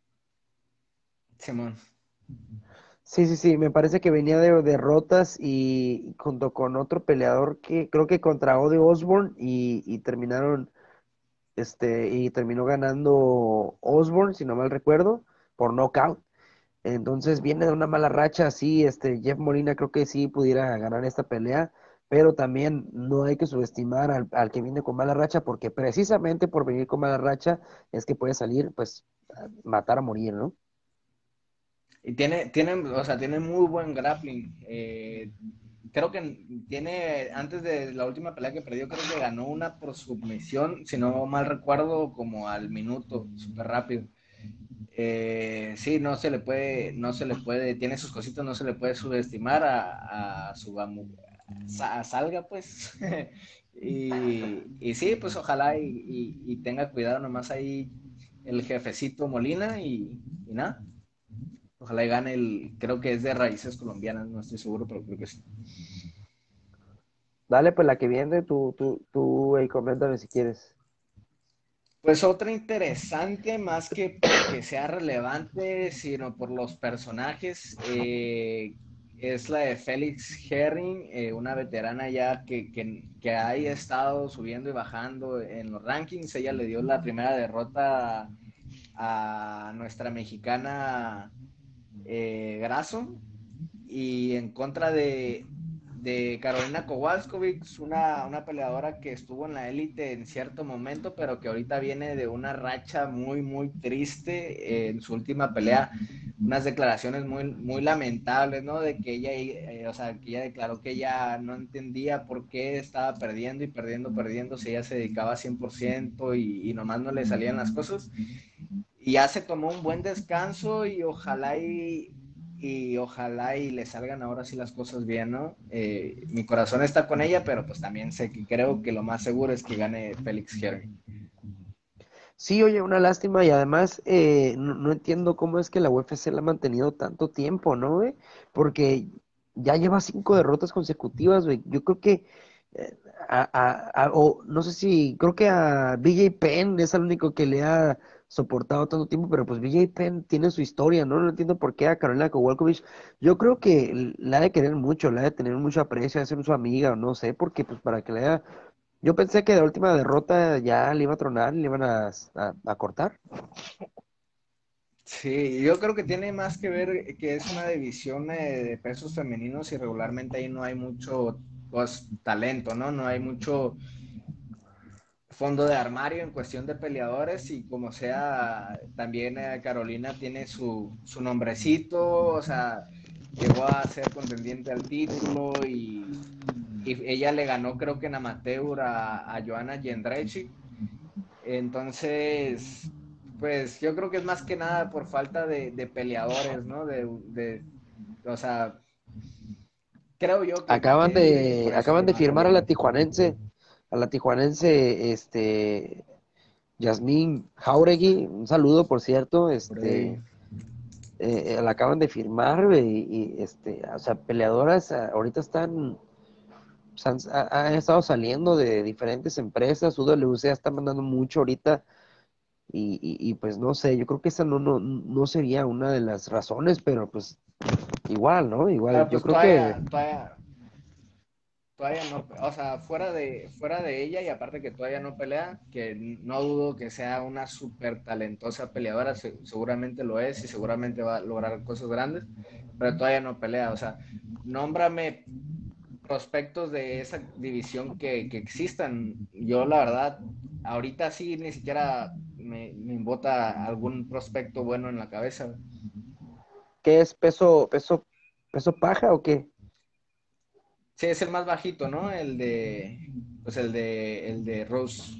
Simón. Sí, sí, sí, me parece que venía de derrotas y junto con otro peleador que creo que contra Ode Osborne y, y terminaron. este, y terminó ganando Osborne, si no mal recuerdo, por nocaut. Entonces viene de una mala racha, sí, este, Jeff Molina creo que sí pudiera ganar esta pelea, pero también no hay que subestimar al, al que viene con mala racha, porque precisamente por venir con mala racha es que puede salir, pues, a matar a morir, ¿no? Y tiene, tiene, o sea, tiene muy buen grappling. Eh, creo que tiene, antes de la última pelea que perdió, creo que ganó una por submisión, si no mal recuerdo, como al minuto, súper rápido. Eh, sí, no se le puede, no se le puede, tiene sus cositas, no se le puede subestimar a, a su gamu- sa- salga, pues. y, y sí, pues ojalá y, y- y tenga cuidado nomás ahí el jefecito Molina y, y nada. Ojalá y gane el, creo que es de raíces colombianas, no estoy seguro, pero creo que sí. Dale, pues la que viene, tú, tú, tú, ey, coméntame si quieres. Pues otra interesante, más que porque sea relevante, sino por los personajes, eh, es la de Félix Herring, eh, una veterana ya que, que, que ha estado subiendo y bajando en los rankings. Ella le dio la primera derrota a, a nuestra mexicana eh, Grasso y en contra de, de Carolina Kowalskiewicz, una, una peleadora que estuvo en la élite en cierto momento, pero que ahorita viene de una racha muy, muy triste eh, en su última pelea. Unas declaraciones muy, muy lamentables, ¿no? De que ella, eh, o sea, que ella declaró que ella no entendía por qué estaba perdiendo y perdiendo, perdiendo, si ella se dedicaba cien por ciento y, y nomás no le salían las cosas. Y ya se tomó un buen descanso y ojalá y, y ojalá y le salgan ahora sí las cosas bien, ¿no? Eh, mi corazón está con ella, pero pues también sé que creo que lo más seguro es que gane Félix Herring. Sí, oye, una lástima y además eh, no, no entiendo cómo es que la U F C la ha mantenido tanto tiempo, ¿no, güey? Porque ya lleva cinco derrotas consecutivas, güey. Yo creo que, eh, a, a- a- o no sé si, creo que a B J Penn es el único que le ha soportado tanto tiempo, pero pues B J Penn tiene su historia, ¿no? No entiendo por qué a Carolina Kowalkiewicz. Yo creo que la ha de querer mucho, la ha de tener mucho aprecio, ha de ser su amiga, o no sé, porque pues para que le haya yo pensé que de la última derrota ya le iba a tronar, le iban a, a- a cortar. Sí, yo creo que tiene más que ver que es una división eh, de pesos femeninos y regularmente ahí no hay mucho pues, talento, ¿no? No hay mucho fondo de armario en cuestión de peleadores y como sea, también eh, Carolina tiene su, su nombrecito, o sea, llegó a ser contendiente al título y, y ella le ganó creo que en amateur a, a Joanna Jędrzejczyk. Entonces, pues yo creo que es más que nada por falta de, de peleadores, ¿no? De, de, o sea, creo yo que, Acaban que, que de, por eso acaban de no ha firmar a salido. la tijuanense, a la tijuanense, este, Yasmín Jauregui, un saludo por cierto, Por ahí. este, eh, eh, la acaban de firmar, güey, y, y, este, o sea, peleadoras ah, ahorita están, pues, han, ha- han estado saliendo de diferentes empresas, U W C está mandando mucho ahorita. Y, y, y, pues no sé, yo creo que esa no, no, no sería una de las razones, pero pues igual, ¿no? Igual, Pero yo pues creo que todavía, todavía, todavía no, o sea, fuera de, fuera de ella y aparte que todavía no pelea, que no dudo que sea una súper talentosa peleadora, se- seguramente lo es y seguramente va a lograr cosas grandes, pero todavía no pelea, o sea, nómbrame prospectos de esa división que, que existan. Yo la verdad, ahorita sí ni siquiera me, me bota algún prospecto bueno en la cabeza. ¿qué es peso, peso, peso paja o qué? Sí, es el más bajito, ¿no? El de, pues el de, el de Rose.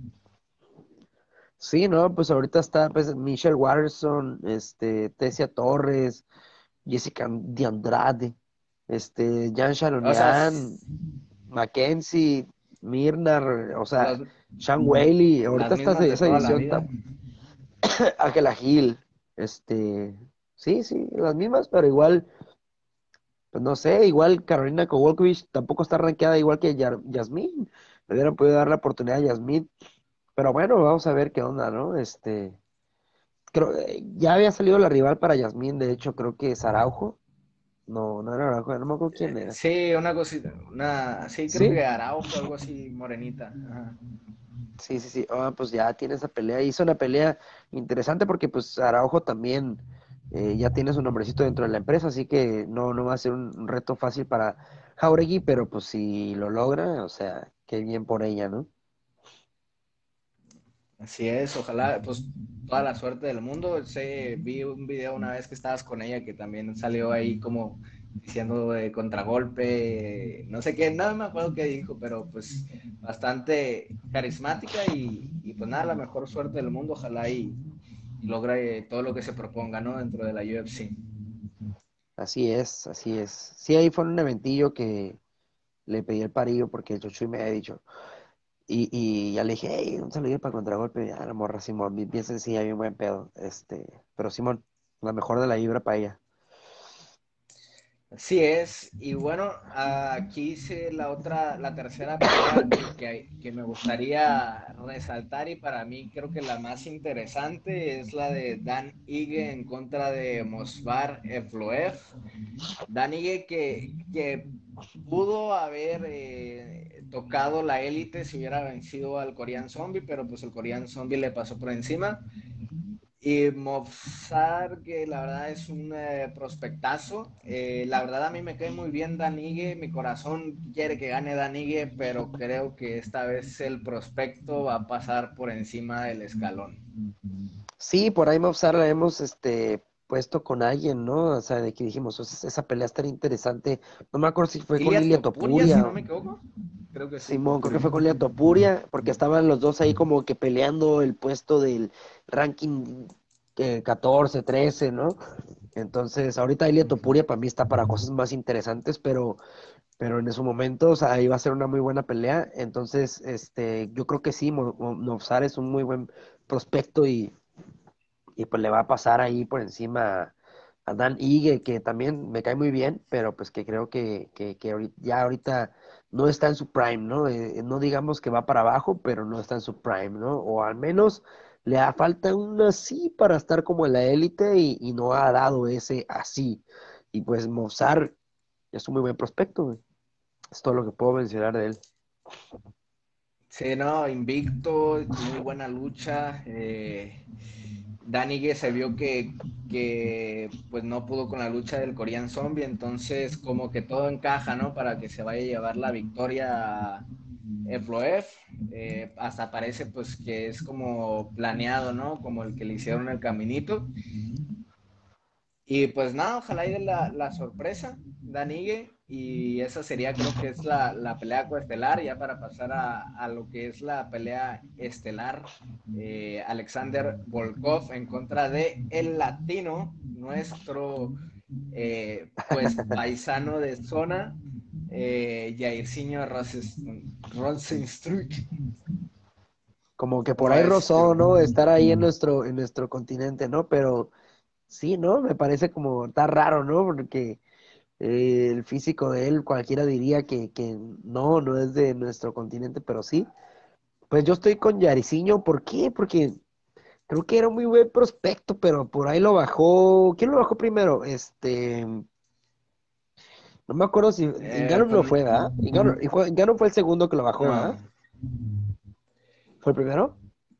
Sí, no, pues ahorita está pues, Michelle Watterson, este, Tessia Torres, Jessica de Andrade, este, Jan O sea, Sharonian, Mackenzie, Mirna, o sea, los, Sean Whaley, ahorita las está mismas esa de esa toda la división, está vida. Ángela Hill, este, sí, sí, las mismas, pero igual. Pues no sé, igual Carolina Kowalkiewicz tampoco está rankeada igual que Yar- Yasmín. Le hubieran podido dar la oportunidad a Yasmín. Pero bueno, vamos a ver qué onda, ¿no? Este, creo, eh, ya había salido la rival para Yasmín, de hecho, creo que es Araujo. No, no era Araujo, no me acuerdo quién Eh, era. sí, una cosita, una, sí, creo ¿Sí? que Araujo, algo así, morenita. Ajá. Sí, sí, sí. Ah, pues ya tiene esa pelea. Hizo una pelea interesante porque pues Araujo también eh, ya tiene su nombrecito dentro de la empresa, así que no, no va a ser un, un reto fácil para Jauregui, pero pues si lo logra, o sea, qué bien por ella, ¿no? Así es, ojalá, pues toda la suerte del mundo. Sé, vi un video una vez que estabas con ella que también salió ahí como diciendo de contragolpe, no sé qué, no me acuerdo qué dijo, pero pues bastante carismática y, y pues nada, la mejor suerte del mundo, ojalá y, y logre todo lo que se proponga, ¿no? Dentro de la U F C. Así es, así es. Sí, ahí fue un eventillo que le pedí el parillo porque el Chuchuy me había dicho. Y, y ya le dije, hey, un saludo para contragolpe. Ya la morra Simón, bien, bien sencilla, bien buen pedo. Este, pero Simón, la mejor de la vibra para ella. Así es, y bueno, aquí hice la otra, la tercera pelea que, que, que me gustaría resaltar y para mí creo que la más interesante es la de Dan Ige en contra de Mosvar Evloev. Dan Ige que, que pudo haber eh, tocado la élite si hubiera vencido al Korean Zombie, pero pues el Korean Zombie le pasó por encima. Y Mofsar, que la verdad es un eh, prospectazo. Eh, la verdad a mí me cae muy bien Danigue. Mi corazón quiere que gane Danigue, pero creo que esta vez el prospecto va a pasar por encima del escalón. Sí, por ahí Mopsar la hemos este, puesto con alguien, ¿no? O sea, de que dijimos, "Pues, esa pelea estaría interesante. No me acuerdo si fue con Ilia Ilia Topuria, si no Topuria. me equivoco. Creo que sí, Simón, creo que Topuria. fue con Ilia Topuria, porque estaban los dos ahí como que peleando el puesto del ranking eh, catorce, trece, ¿no? Entonces, ahorita Ilia Topuria para mí está para cosas más interesantes, pero, pero en su momento, o sea, iba a ser una muy buena pelea. Entonces, este, yo creo que sí, Mo- Mo- Mopsar es un muy buen prospecto y y pues le va a pasar ahí por encima a Dan Ige, que también me cae muy bien, pero pues que creo que, que, que ahorita- ya ahorita no está en su prime, ¿no? Eh, no digamos que va para abajo, pero no está en su prime, ¿no? O al menos le da falta un así para estar como en la élite y, y no ha dado ese así. Y pues Mozart es un muy buen prospecto, güey. Es todo lo que puedo mencionar de él. Sí, no, invicto, muy buena lucha. Eh, Danige se vio que, que pues no pudo con la lucha del Korean Zombie, entonces como que todo encaja, ¿no? Para que se vaya a llevar la victoria Evloev. Eh, hasta parece pues que es como planeado, ¿no? Como el que le hicieron el caminito. Y pues nada, ojalá y de la, la sorpresa, Danigue, y esa sería creo que es la, la pelea coestelar, ya para pasar a, a, lo que es la pelea estelar, eh, Alexander Volkov en contra de el latino, nuestro eh, pues paisano de zona, eh, Jairzinho Rosenstruck. Como que por ¿Cómo ahí ves, rozó, tío? ¿no? Estar ahí en nuestro, en nuestro continente, ¿no? Pero sí, ¿no? Me parece como, está raro, ¿no? Porque eh, el físico de él, cualquiera diría que, que no, no es de nuestro continente, pero sí. Pues yo estoy con Yariciño, ¿por qué? Porque creo que era un muy buen prospecto, pero por ahí lo bajó. ¿Quién lo bajó primero? Este, no me acuerdo si Eh, Ngannou pues, no fue, ¿verdad? Ngannou, y fue, Ngannou fue el segundo que lo bajó, ¿verdad? no, ¿Fue el primero?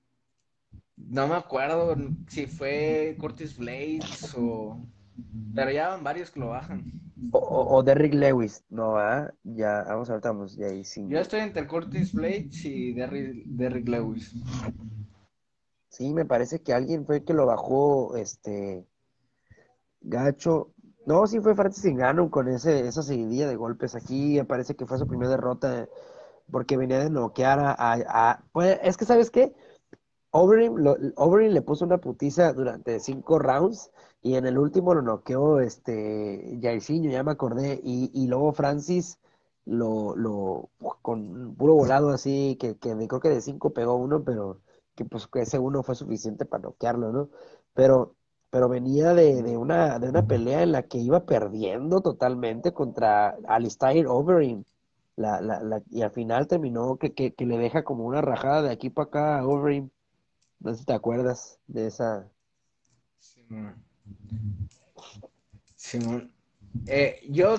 no me acuerdo si fue Curtis Blades o... Pero ya van varios que lo bajan. O, o, o Derrick Lewis, no, ¿verdad? Ya, vamos a ver, estamos, Yo Yariciño. estoy entre Curtis Blades y Derrick, Derrick Lewis. Sí, me parece que alguien fue el que lo bajó, este, gacho. No, sí fue Francis Ngannou con ese, esa seguidilla de golpes. Aquí me parece que fue su primera derrota porque venía de noquear a... a- a- pues, es que, ¿sabes qué? Overeem, lo- Overeem le puso una putiza durante cinco rounds y en el último lo noqueó este Jairzinho, ya me acordé. Y, y luego Francis lo, lo con puro volado así, que, que de- creo que de cinco pegó uno, pero que pues que ese uno fue suficiente para noquearlo, ¿no? Pero, pero venía de, de una, de una pelea en la que iba perdiendo totalmente contra Alistair Overeem. La, la, la, y al final terminó que, que, que le deja como una rajada de aquí para acá a Overeem. No sé si te acuerdas de esa. Simón. Simón. Eh, yo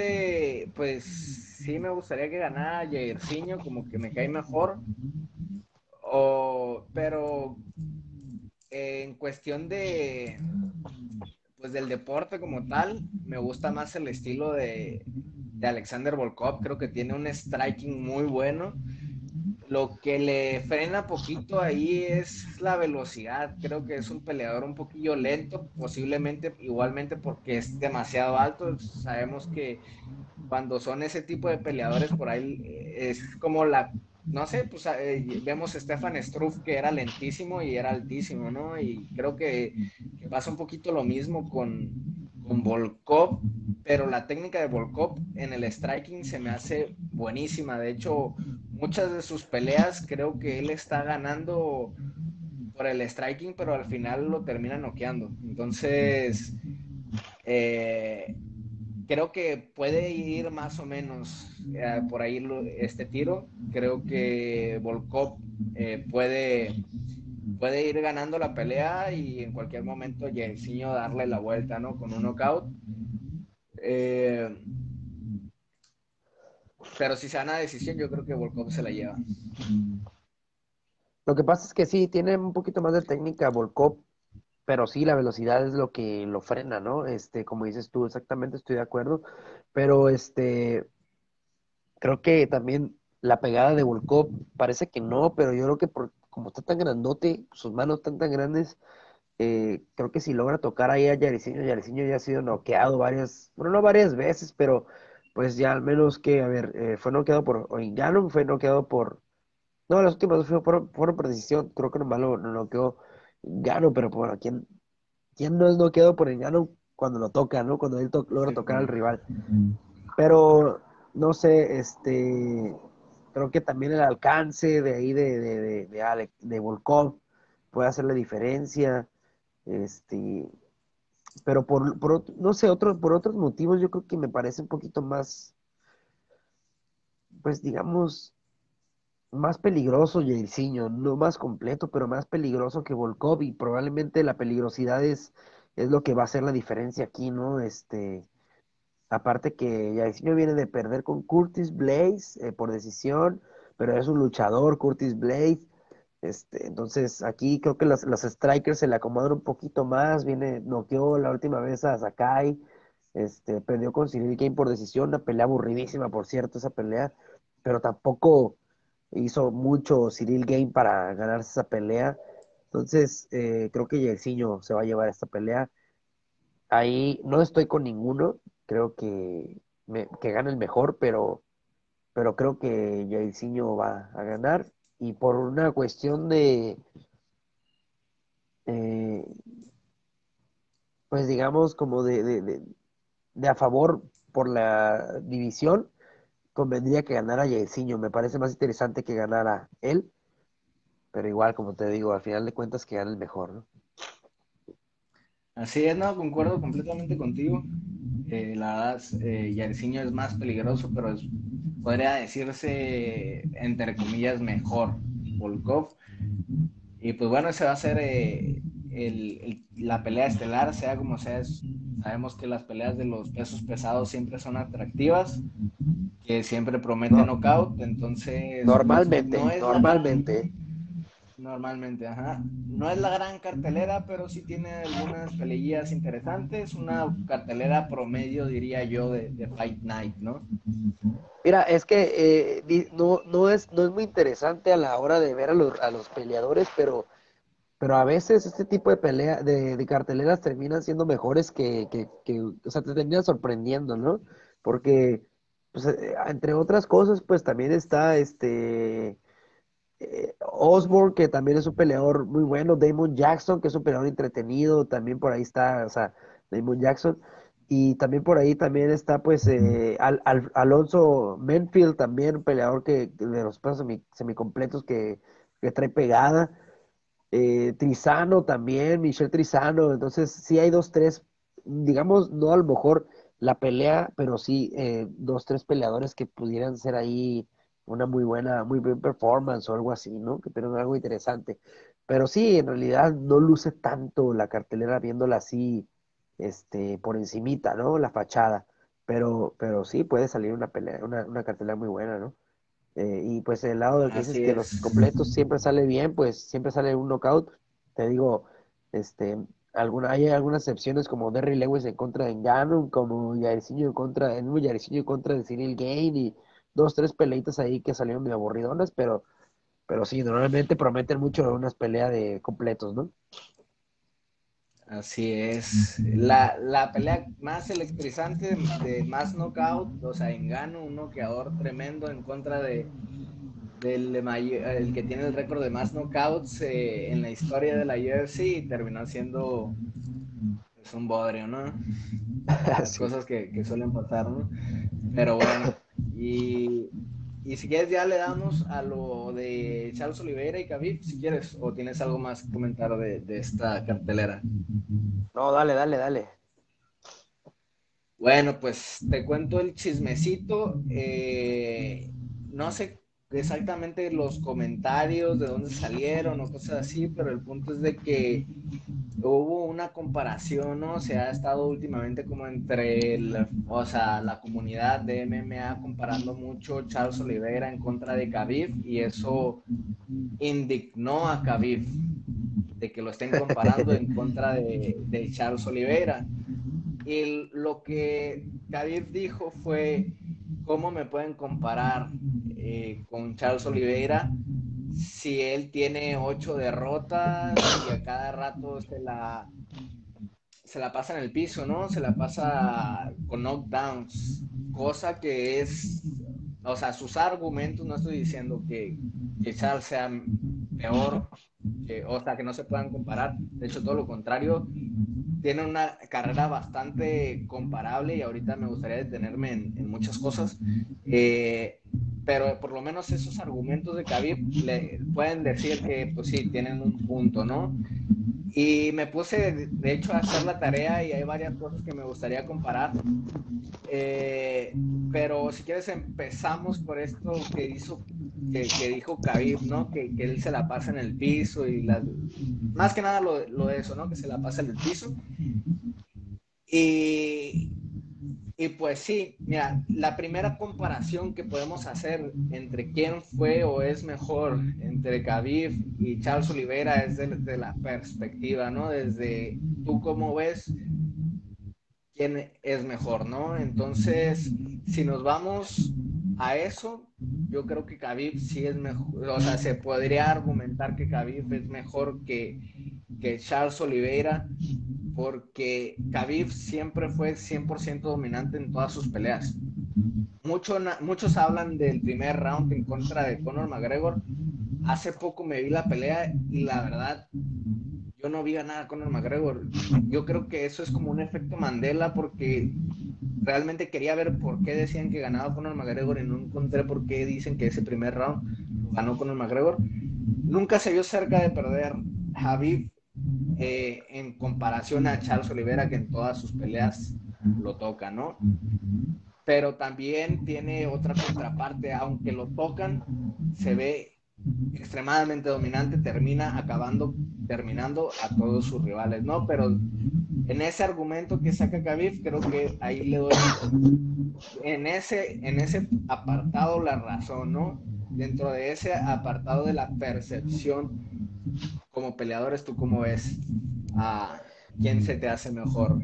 sinceramente, pues sí me gustaría que ganara Jairzinho, como que me cae mejor. O, pero eh, en cuestión de, pues del deporte como tal, me gusta más el estilo de, de Alexander Volkov. Creo que tiene un striking muy bueno. Lo que le frena poquito ahí es la velocidad. Creo que es un peleador un poquillo lento, posiblemente igualmente porque es demasiado alto. Sabemos que cuando son ese tipo de peleadores por ahí eh, es como la, no sé, pues eh, vemos a Stefan Struff que era lentísimo y era altísimo, ¿no? Y creo que, que pasa un poquito lo mismo con, con Volkov, pero la técnica de Volkov en el striking se me hace buenísima. De hecho, muchas de sus peleas creo que él está ganando por el striking, pero al final lo termina noqueando. Entonces, eh, creo que puede ir más o menos eh, por ahí lo- este tiro. Creo que Volkov eh, puede, puede ir ganando la pelea y en cualquier momento Jairzinho darle la vuelta, ¿no? Con un knockout. Eh, pero si se da una decisión, yo creo que Volkov se la lleva. Lo que pasa es que sí, tiene un poquito más de técnica Volkov, pero sí, la velocidad es lo que lo frena, ¿no? Este, como dices tú, exactamente estoy de acuerdo, pero este, creo que también la pegada de Volkov parece que no, pero yo creo que por, como está tan grandote, sus manos están tan grandes, eh, creo que si logra tocar ahí a Jairzinho, Jairzinho ya ha sido noqueado varias, bueno, no varias veces, pero pues ya al menos que, a ver, eh, fue noqueado por Oingano, fue noqueado por, no, las últimas dos fue- fueron, fueron por decisión, creo que nomás lo, lo noqueó Gano, pero bueno, ¿quién, quién no es noqueado por Gano cuando lo toca, ¿no? Cuando él to- logra Sí, tocar al como, rival. Pero, no sé, este, creo que también el alcance de ahí de, de, de, de, Ale- de Volkov puede hacer la diferencia. Este, pero por, por ot- no sé, otro, por otros motivos yo creo que me parece un poquito más, pues digamos, más peligroso Jairzinho, no más completo, pero más peligroso que Volkov y probablemente la peligrosidad es, es lo que va a hacer la diferencia aquí, ¿no? Este, aparte que Jairzinho viene de perder con Curtis Blaze eh, por decisión, pero es un luchador, Curtis Blaze. Este, entonces aquí creo que los, los strikers se le acomodan un poquito más. Viene, noqueó la última vez a Sakai, este, perdió con Cyril Gane por decisión, una pelea aburridísima, por cierto, esa pelea, pero tampoco hizo mucho Cyril Gane para ganarse esa pelea. Entonces, eh, creo que Jairzinho se va a llevar esta pelea. Ahí no estoy con ninguno, creo que, me, que gane el mejor, pero, pero creo que Jairzinho va a ganar. Y por una cuestión de, eh, pues digamos, como de, de, de, de a favor por la división, convendría que ganara Jairzinho. Me parece más interesante que ganara él, pero igual, como te digo, al final de cuentas que gane el mejor, ¿no? así es, no, concuerdo completamente contigo. Eh, la verdad, eh, Jairzinho es más peligroso, pero es, podría decirse, entre comillas, mejor Volkov. Y pues bueno, ese va a ser eh, el, el- la pelea estelar, sea como sea. es- sabemos que las peleas de los pesos pesados siempre son atractivas, que siempre prometen No, knockout. Entonces, pues no normalmente, es la gran, normalmente. normalmente, ajá. No es la gran cartelera, pero sí tiene algunas peleillas interesantes. Una cartelera promedio, diría yo, de, de Fight Night, ¿no? Mira, es que eh, di- no, no es, no es muy interesante a la hora de ver a los, a los peleadores, pero, pero a veces este tipo de pelea, de, de carteleras terminan siendo mejores que, que, que, o sea, te terminan sorprendiendo, ¿no? Porque, pues, eh, entre otras cosas, pues también está este eh, Osborne, que también es un peleador muy bueno, Damon Jackson, que es un peleador entretenido, también por ahí está, o sea, Damon Jackson, y también por ahí también está pues eh, Al- Al- Alonso Menfield, también un peleador que de los pesos semi- semicompletos que, que trae pegada, eh, Trizano también, Michelle Trizano, entonces sí hay dos, tres, digamos, no a lo mejor la pelea, pero sí eh, dos, tres peleadores que pudieran ser ahí una muy buena, muy buen performance o algo así, ¿no? Que pero algo interesante. Pero sí, en realidad no luce tanto la cartelera viéndola así, este, por encimita, ¿no? La fachada. Pero, pero sí puede salir una pelea, una, una cartelera muy buena, ¿no? Eh, y pues el lado del que dices Así que los es. completos siempre sale bien, pues siempre sale un knockout. Te digo, este, alguna, hay algunas excepciones como Derry Lewis en contra de Ngannou, como Jairzinho en contra, el mismo Jairzinho en contra de Cyril Gane y dos, tres peleitas ahí que salieron medio aburridonas, pero, pero sí, normalmente prometen mucho unas peleas de completos, ¿no? Así es. La, la pelea más electrizante de más knockout, o sea, Ngannou, un noqueador tremendo en contra de del may- el que tiene el récord de más knockouts eh, en la historia de la U F C y terminó siendo pues, un bodrio, ¿no? Las Sí. cosas que, que suelen pasar, ¿no? Pero bueno, y, y si quieres ya le damos a lo de Charles Oliveira y Khabib, si quieres, o tienes algo más que comentar de, de esta cartelera. No, dale, dale, dale. Bueno, pues te cuento el chismecito. Eh, no sé exactamente los comentarios de dónde salieron o cosas así, pero el punto es de que hubo una comparación, ¿no? Se ha estado últimamente como entre el, o sea, la comunidad de M M A comparando mucho Charles Oliveira en contra de Khabib y eso indignó a Khabib de que lo estén comparando en contra de, de Charles Oliveira. Y lo que Khabib dijo fue, ¿cómo me pueden comparar eh, con Charles Oliveira si él tiene ocho derrotas y a cada rato se la, se la pasa en el piso, ¿no? Se la pasa con knockdowns, cosa que es, o sea, sus argumentos, no estoy diciendo que, que Charles sea peor, que, o sea, que no se puedan comparar, de hecho todo lo contrario, tiene una carrera bastante comparable y ahorita me gustaría detenerme en, en muchas cosas, eh, pero por lo menos esos argumentos de Khabib le pueden decir que pues sí, tienen un punto, ¿no? Y me puse de hecho a hacer la tarea y hay varias cosas que me gustaría comparar, eh, pero si quieres empezamos por esto que hizo que, que dijo Khabib, ¿no? Que, que, él se la pasa en el piso y la, más que nada lo, lo de eso, ¿no? Que se la pasa en el piso. Y, y pues sí, mira, la primera comparación que podemos hacer entre quién fue o es mejor entre Khabib y Charles Oliveira es desde de la perspectiva, ¿no? Desde tú cómo ves quién es mejor, ¿no? Entonces, si nos vamos a eso, yo creo que Khabib sí es mejor, o sea, se podría argumentar que Khabib es mejor que, que Charles Oliveira porque Khabib siempre fue cien por ciento dominante en todas sus peleas. Mucho, muchos hablan del primer round en contra de Conor McGregor. Hace poco me vi la pelea y la verdad, yo no vi ganar a Conor McGregor. Yo creo que eso es como un efecto Mandela porque realmente quería ver por qué decían que ganaba Conor McGregor y no encontré por qué dicen que ese primer round lo ganó Conor McGregor. Nunca se vio cerca de perder Khabib eh, en comparación a Charles Oliveira, que en todas sus peleas lo toca, ¿no? Pero también tiene otra contraparte, aunque lo tocan, se ve extremadamente dominante, termina acabando, terminando a todos sus rivales, ¿no? Pero en ese argumento que saca Khabib, creo que ahí le doy en ese, en ese apartado la razón, ¿no? Dentro de ese apartado de la percepción como peleadores, ¿tú cómo ves a quién se te hace mejor?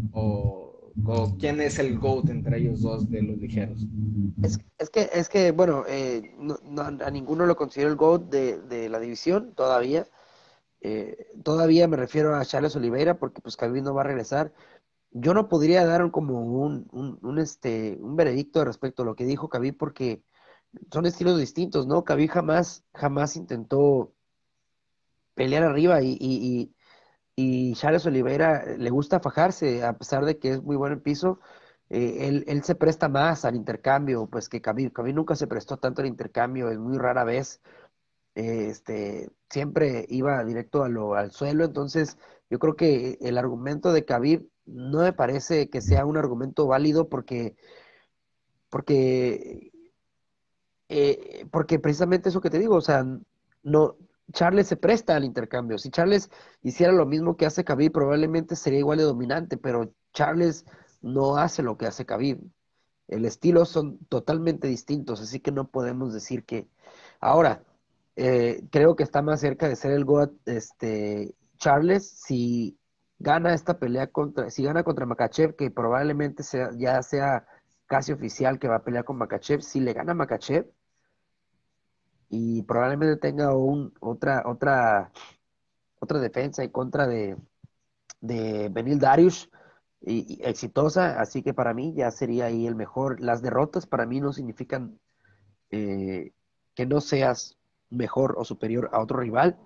O, o quién es el GOAT entre ellos dos de los ligeros. Es, es que, es que, bueno, eh, no, no, a ninguno lo considero el GOAT de, de la división todavía. Eh, todavía me refiero a Charles Oliveira porque pues Khabib no va a regresar. Yo no podría dar como un, un, un, este, un veredicto respecto a lo que dijo Khabib porque son estilos distintos, ¿no? Khabib jamás, jamás intentó pelear arriba y, y, y, y Charles Oliveira le gusta fajarse, a pesar de que es muy bueno en piso, eh, él, él se presta más al intercambio, pues que Khabib. Khabib nunca se prestó tanto al intercambio, es muy rara vez, eh, este, siempre iba directo a lo, al suelo, entonces yo creo que el argumento de Khabib no me parece que sea un argumento válido porque, porque eh, porque precisamente eso que te digo, o sea, no, Charles se presta al intercambio. Si Charles hiciera lo mismo que hace Khabib, probablemente sería igual de dominante, pero Charles no hace lo que hace Khabib. el estilo son totalmente distintos, así que no podemos decir que... Ahora, eh, creo que está más cerca de ser el GOAT, este, Charles, si gana esta pelea contra, si gana contra Makachev, que probablemente sea, ya sea casi oficial que va a pelear con Makachev, si le gana Makachev y probablemente tenga un, otra, otra, otra defensa en contra de, de Benil Dariush y, y exitosa, así que para mí ya sería ahí el mejor. Las derrotas para mí no significan eh, que no seas mejor o superior a otro rival.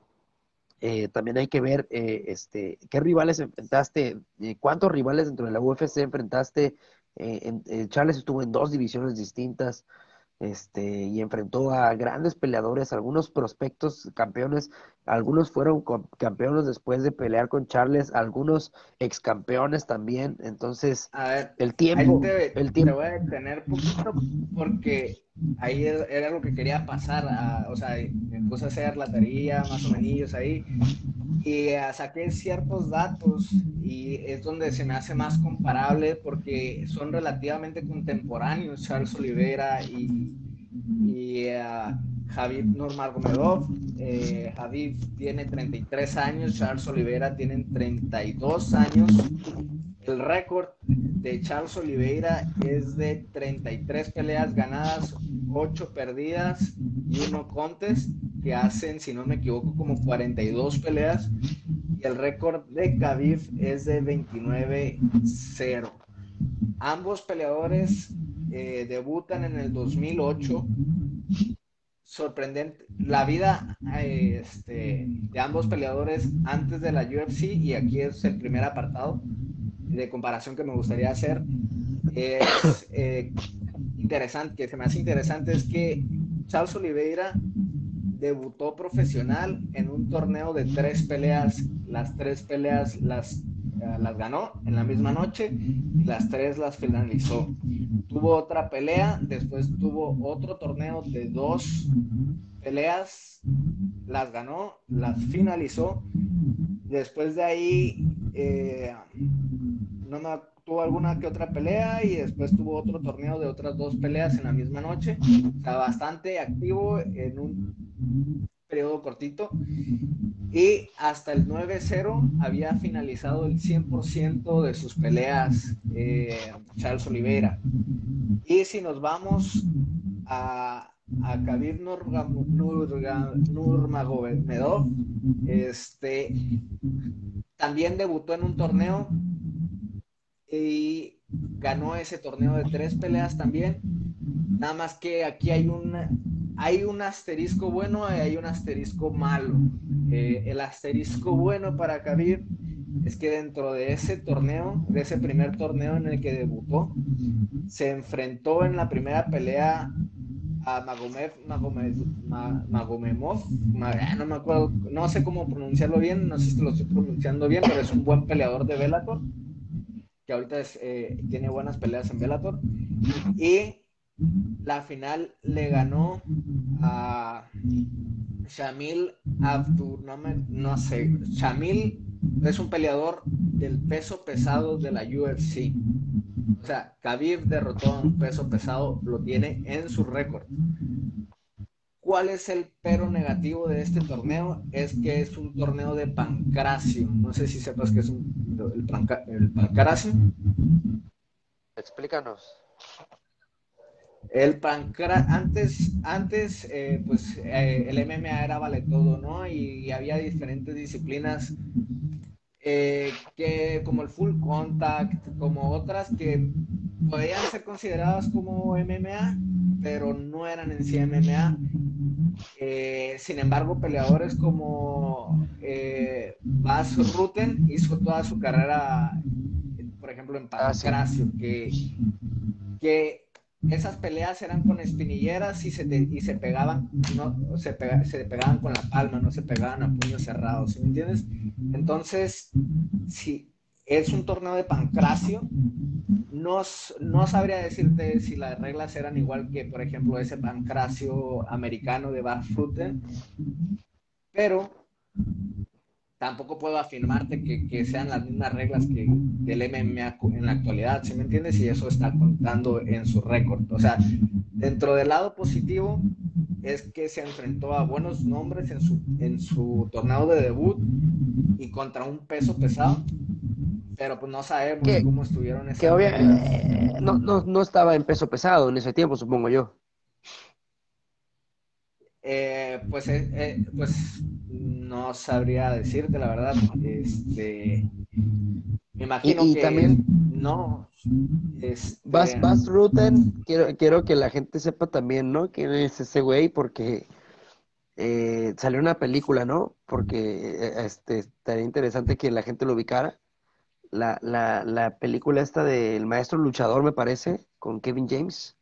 Eh, también hay que ver eh, este, qué rivales enfrentaste, eh, cuántos rivales dentro de la U F C enfrentaste. Eh, en- eh, Charles estuvo en dos divisiones distintas, este, y enfrentó a grandes peleadores, algunos prospectos campeones, algunos fueron co- campeones después de pelear con Charles, algunos ex campeones también. Entonces, A ver, el ahí tiempo, te, el te tiempo, voy a detener poquito porque ahí es- era lo que quería pasar. A- o sea, me puse a hacer la tarea más o menos ahí y eh, saqué ciertos datos y es donde se me hace más comparable porque son relativamente contemporáneos Charles Oliveira y, y uh, Khabib Nurmagomedov. Eh, Khabib tiene treinta y tres años, Charles Oliveira tiene treinta y dos años. El récord de Charles Oliveira es de treinta y tres peleas ganadas, ocho perdidas y uno contest, que hacen, si no me equivoco, como cuarenta y dos peleas. Y el récord de Khabib es de veintinueve cero. Ambos peleadores eh, debutan en el dos mil ocho. Sorprendente la vida eh, este, de ambos peleadores antes de la U F C, y aquí es el primer apartado de comparación que me gustaría hacer. Es eh, interesante, que se me hace interesante, es que Charles Oliveira debutó profesional en un torneo de tres peleas. Las tres peleas las, uh, las ganó en la misma noche y las tres las finalizó. Tuvo otra pelea, después tuvo otro torneo de dos peleas, las ganó, las finalizó. Después de ahí, eh, no me tuvo alguna que otra pelea y después tuvo otro torneo de otras dos peleas en la misma noche. O sea, bastante activo en un periodo cortito. Y hasta el nueve cero había finalizado el cien por ciento de sus peleas eh, Charles Oliveira. Y si nos vamos a, a Khabib Nurmagomedov, este, también debutó en un torneo y ganó ese torneo de tres peleas también. Nada más que aquí hay un, hay un asterisco bueno y hay un asterisco malo. Eh, el asterisco bueno para Khabib es que dentro de ese torneo, de ese primer torneo en el que debutó, se enfrentó en la primera pelea a Magomed, Magomed, Ma- Magomemov, Ma- ah, no me acuerdo, no sé cómo pronunciarlo bien, no sé si lo estoy pronunciando bien, pero es un buen peleador de Bellator, que ahorita es, eh, tiene buenas peleas en Bellator. Y la final le ganó a Shamil Abdur, no, me, no sé, Shamil es un peleador del peso pesado de la U F C. O sea, Khabib derrotó a un peso pesado, lo tiene en su récord. ¿Cuál es el pero negativo de este torneo? Es que es un torneo de pancracio. No sé si sepas qué es un, el, panca, el pancracio. explícanos. El pancra antes, antes eh, pues eh, el M M A era vale todo, ¿no? Y, y había diferentes disciplinas eh, que como el full contact, como otras que podían ser consideradas como M M A, pero no eran en sí M M A. Eh, sin embargo, peleadores como eh, Bas Rutten hizo toda su carrera, por ejemplo, en Ah, sí. Pancracio, que, que esas peleas eran con espinilleras y se, te, y se pegaban, no, se, pega, se pegaban con la palma, no se pegaban a puños cerrados, ¿sí me entiendes? Entonces, si es un torneo de Pancracio, no, no sabría decirte si las reglas eran igual que, por ejemplo, ese pancracio americano de Barfooten, pero tampoco puedo afirmarte que, que sean las mismas reglas que del M M A en la actualidad, ¿sí me entiendes? Y eso está contando en su récord. O sea, dentro del lado positivo es que se enfrentó a buenos nombres en su, en su torneo de debut y contra un peso pesado, pero pues no sabemos Que, cómo estuvieron que esas obvia- reglas. eh, no, no, no estaba en peso pesado en ese tiempo, supongo yo. Eh, pues, eh, eh, pues no sabría decirte la verdad. Este, me imagino Y, y que también no. Bas, Este, Bas Rutten, quiero, quiero que la gente sepa también, ¿no? ¿Quién es ese güey? Porque eh, salió una película, ¿no? Porque eh, este, estaría interesante que la gente lo ubicara. La, la, la película esta del maestro luchador, me parece, con Kevin James.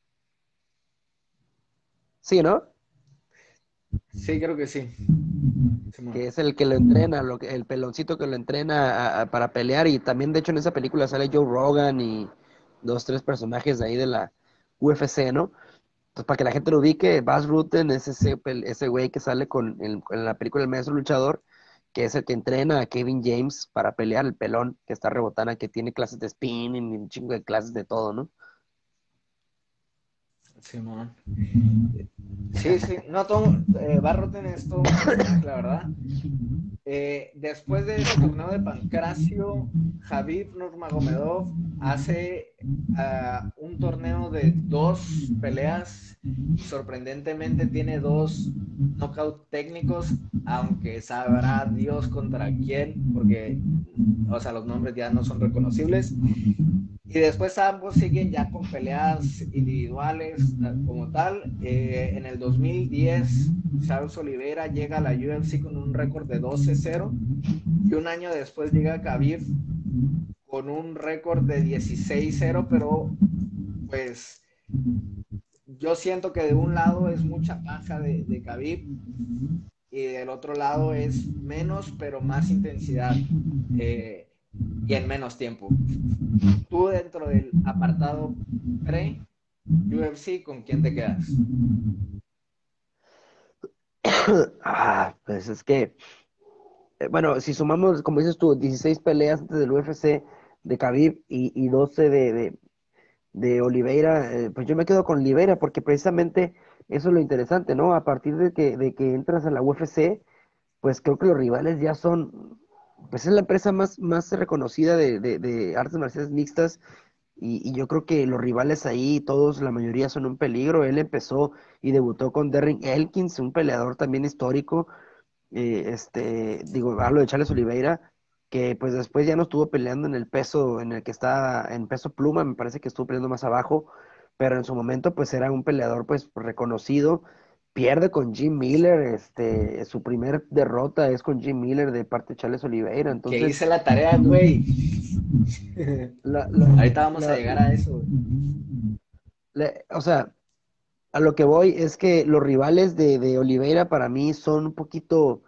Sí, ¿no? sí, creo que sí. Simón. Que es el que lo entrena, lo que, el peloncito que lo entrena a- a- para pelear. Y también, de hecho, en esa película sale Joe Rogan y dos, tres personajes de ahí de la U F C, ¿no? Entonces, para que la gente lo ubique, Bas Rutten es ese, pel- ese güey que sale con el- en la película El Maestro Luchador, que es el que entrena a Kevin James para pelear, el pelón, que está rebotana, que tiene clases de spinning y un chingo de clases de todo, ¿no? Simón. Sí, sí, no, todo, eh, Barroten es todo un personaje, la verdad. Eh, después de ese torneo de Pancracio, Javib Nurmagomedov hace uh, un torneo de dos peleas y sorprendentemente tiene dos knockout técnicos, aunque sabrá Dios contra quién, porque, o sea, los nombres ya no son reconocibles. Y después ambos siguen ya con peleas individuales como tal. Eh, en el dos mil diez, Charles Oliveira llega a la U F C con un récord de doce cero y un año después llega Khabib con un récord de dieciséis cero, pero pues yo siento que de un lado es mucha paja de, de Khabib y del otro lado es menos, pero más intensidad eh, y en menos tiempo. Tú dentro del apartado pre-U F C, ¿con quién te quedas? Ah, pues es que, eh, bueno, si sumamos, como dices tú, dieciséis peleas antes del U F C de Khabib y, y doce de, de, de Oliveira, eh, pues yo me quedo con Oliveira porque precisamente eso es lo interesante, ¿no? A partir de que, de que entras a la U F C, pues creo que los rivales ya son, pues es la empresa más, más reconocida de, de, de artes marciales mixtas y, y yo creo que los rivales ahí, todos, la mayoría son un peligro. Él empezó y debutó con Darren Elkins, un peleador también histórico, eh, este, digo, hablo de Charles Oliveira, que pues después ya no estuvo peleando en el peso en el que estaba, en peso pluma, me parece que estuvo peleando más abajo, pero en su momento pues era un peleador pues reconocido, pierde con Jim Miller, este, su primer derrota es con Jim Miller de parte de Charles Oliveira, Que entonces, hice la tarea, güey. la, la, Ahorita vamos a la, llegar a eso. la- o sea, a lo que voy es que los rivales de, de Oliveira para mí son un poquito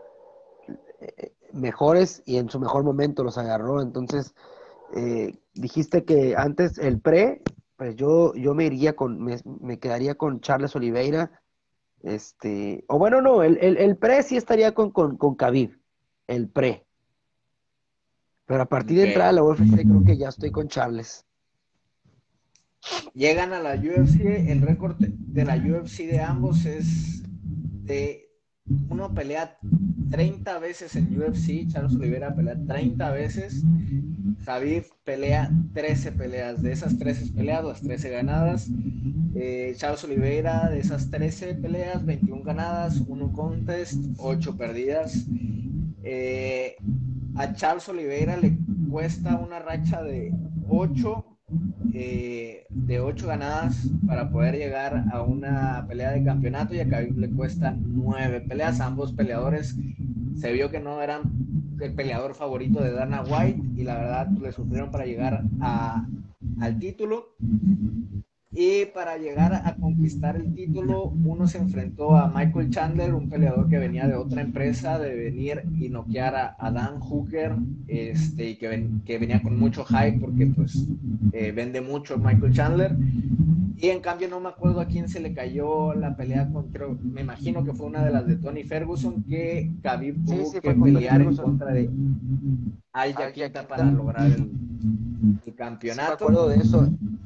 mejores y en su mejor momento los agarró. Entonces, eh, dijiste que antes el pre, pues yo, yo me iría con, me, me quedaría con Charles Oliveira. Este, o bueno, no, el, el, el pre sí estaría con, con, con Khabib, el pre. Pero a partir de Ok. entrar a la U F C creo que ya estoy con Charles. Llegan a la U F C, el récord de la U F C de ambos es de uno pelea treinta veces en U F C, Charles Oliveira pelea treinta veces, Javid pelea trece peleas, de esas trece peleas, las trece ganadas, eh, Charles Oliveira de esas trece peleas, veintiuna ganadas, uno contest, ocho perdidas. Eh, a Charles Oliveira le cuesta una racha de ocho eh, de ocho ganadas para poder llegar a una pelea de campeonato y a Khabib le cuestan nueve peleas. Ambos peleadores se vio que no eran el peleador favorito de Dana White y la verdad pues, le sufrieron para llegar a, al título. Y para llegar a conquistar el título, uno se enfrentó a Michael Chandler, un peleador que venía de otra empresa, de venir y noquear a, a Dan Hooker, este, y que, ven, que venía con mucho hype porque pues eh, vende mucho Michael Chandler. Y en cambio no me acuerdo a quién se le cayó la pelea con, creo, me imagino que fue una de las de Tony Ferguson, que Khabib Sí, tuvo sí, que fue con Tony pelear en Ferguson. contra de Al Al Quinta para Yaquinta. lograr el, el Sí, me campeonato. acuerdo de eso.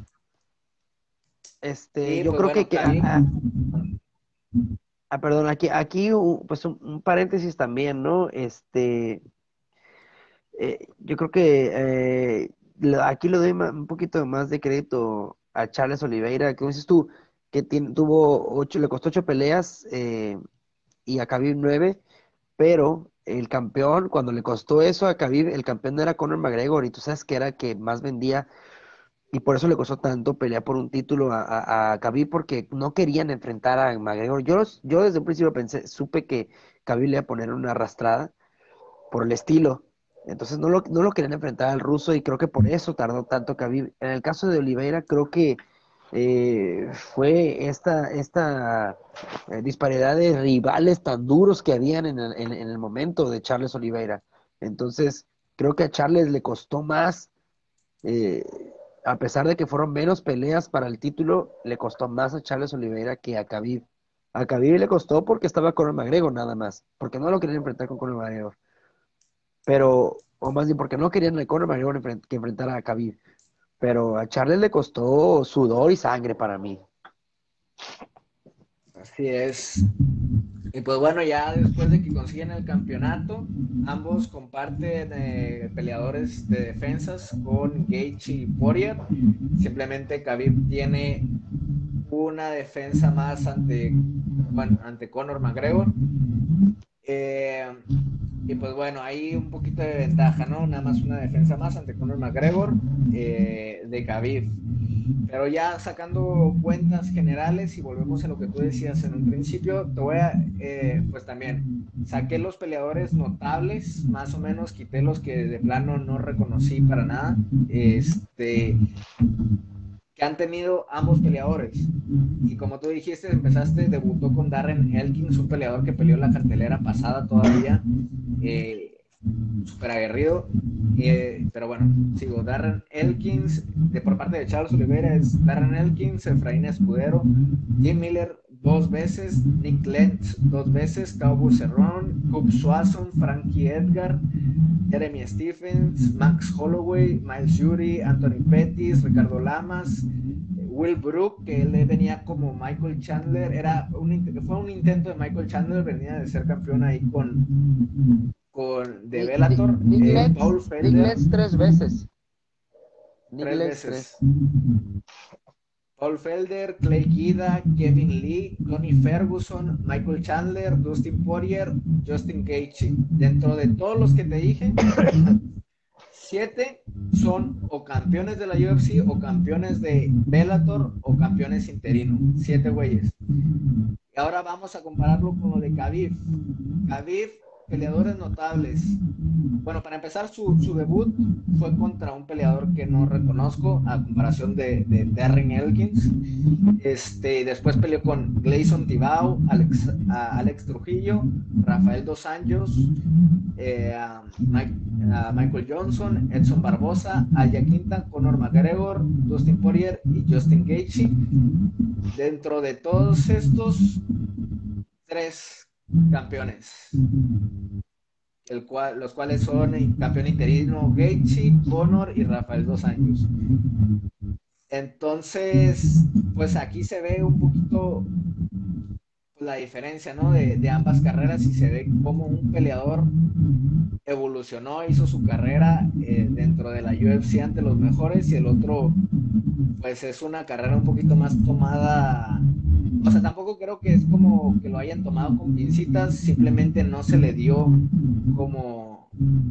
Este, Y yo pues creo que, bueno, que ah, Khabib, ah, ah, perdón, aquí, aquí uh, pues un, un paréntesis también, ¿no? Este, eh, yo creo que eh, lo- aquí le doy ma- un poquito más de crédito a Charles Oliveira, que como dices tú, que tiene, tuvo ocho, le costó ocho peleas eh, y a Khabib nueve, pero el campeón, cuando le costó eso a Khabib, el campeón no era Conor McGregor, y tú sabes que era que más vendía, y por eso le costó tanto pelear por un título a, a, a Khabib, porque no querían enfrentar a McGregor. Yo, los- yo desde un principio pensé, supe que Khabib le iba a poner una arrastrada por el estilo. Entonces no lo, no lo querían enfrentar al ruso y creo que por eso tardó tanto Khabib. En el caso de Oliveira, creo que eh, fue esta, esta eh, disparidad de rivales tan duros que habían en el, en, en el momento de Charles Oliveira. Entonces, creo que a Charles le costó más, eh, a pesar de que fueron menos peleas para el título, le costó más a Charles Oliveira que a Khabib. A Khabib le costó porque estaba Conor McGregor nada más, porque no lo querían enfrentar con Conor McGregor, pero, o más bien porque no querían a Conor McGregor enfren- que enfrentara a Khabib, pero a Charles le costó sudor y sangre para mí. así es. Y pues bueno, ya después de que consiguen el campeonato, ambos comparten eh, peleadores de defensas con Gaethje y Poirier. Simplemente Khabib tiene una defensa más ante, bueno, ante Conor McGregor. Eh, y pues bueno, ahí un poquito de ventaja, ¿no? Nada más una defensa más ante Conor McGregor eh, de Khabib. Pero ya sacando cuentas generales y volvemos a lo que tú decías en un principio, te voy a, eh, pues también, saqué los peleadores notables, más o menos, quité los que de plano no reconocí para nada, este, que han tenido ambos peleadores. Y como tú dijiste, empezaste, debutó con Darren Elkins, un peleador que peleó en la cartelera pasada todavía, eh, súper aguerrido. Eh, pero bueno, sigo. Darren Elkins, de por parte de Charles Oliveira, es Darren Elkins, Efraín Escudero, Jim Miller dos veces, Nick Lentz dos veces, Cowboy Cerrón, Cub Swanson, Frankie Edgar, Jeremy Stephens, Max Holloway, Miles Jury, Anthony Pettis, Ricardo Lamas, Will Brook, que él venía como Michael Chandler, era un, fue un intento de Michael Chandler, venía de ser campeón ahí con, con de Ni- Ni- Bellator, Nick eh, Letts, Paul Nick Felder, Letts tres veces. Nick tres Letts tres. veces, Paul Felder, Clay Guida, Kevin Lee, Tony Ferguson, Michael Chandler, Dustin Poirier, Justin Gaethje. Dentro de todos los que te dije, siete son o campeones de la U F C o campeones de Bellator o campeones interino. Siete güeyes. Y ahora vamos a compararlo con lo de Khabib. Khabib, peleadores notables. Bueno, para empezar, su, su debut fue contra un peleador que no reconozco, a comparación de, de Darren Elkins. Este, después peleó con Gleison Tibau, Alex, a Alex Trujillo, Rafael Dos Anjos, eh, a Mike, a Michael Johnson, Edson Barbosa, Aya Quinta, Conor McGregor, Dustin Poirier y Justin Gaethje. Dentro de todos estos, tres campeones, el cual, los cuales son el campeón interino Gaethje, Conor y Rafael Dos Anjos. Entonces, pues aquí se ve un poquito la diferencia, ¿no? De, de ambas carreras y se ve cómo un peleador evolucionó, hizo su carrera eh, dentro de la U F C ante los mejores y el otro, pues es una carrera un poquito más tomada. O sea, tampoco creo que es como que lo hayan tomado con pincitas, simplemente no se le dio como,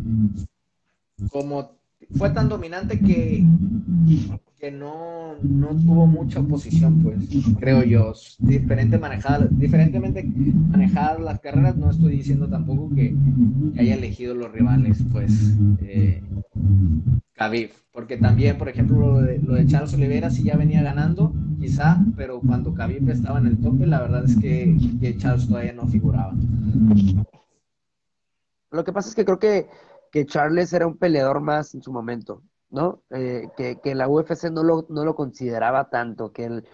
como fue tan dominante que, que no, no tuvo mucha oposición, pues, creo yo. Diferente manejada, diferentemente manejadas las carreras, no estoy diciendo tampoco que, que haya elegido los rivales, pues, eh, Khabib, porque también, por ejemplo, lo de, lo de Charles Oliveira sí ya venía ganando, quizá, pero cuando Khabib estaba en el tope, la verdad es que, que Charles todavía no figuraba. Lo que pasa es que creo que, que Charles era un peleador más en su momento, ¿no? Eh, que, que la U F C no lo, no lo consideraba tanto, que él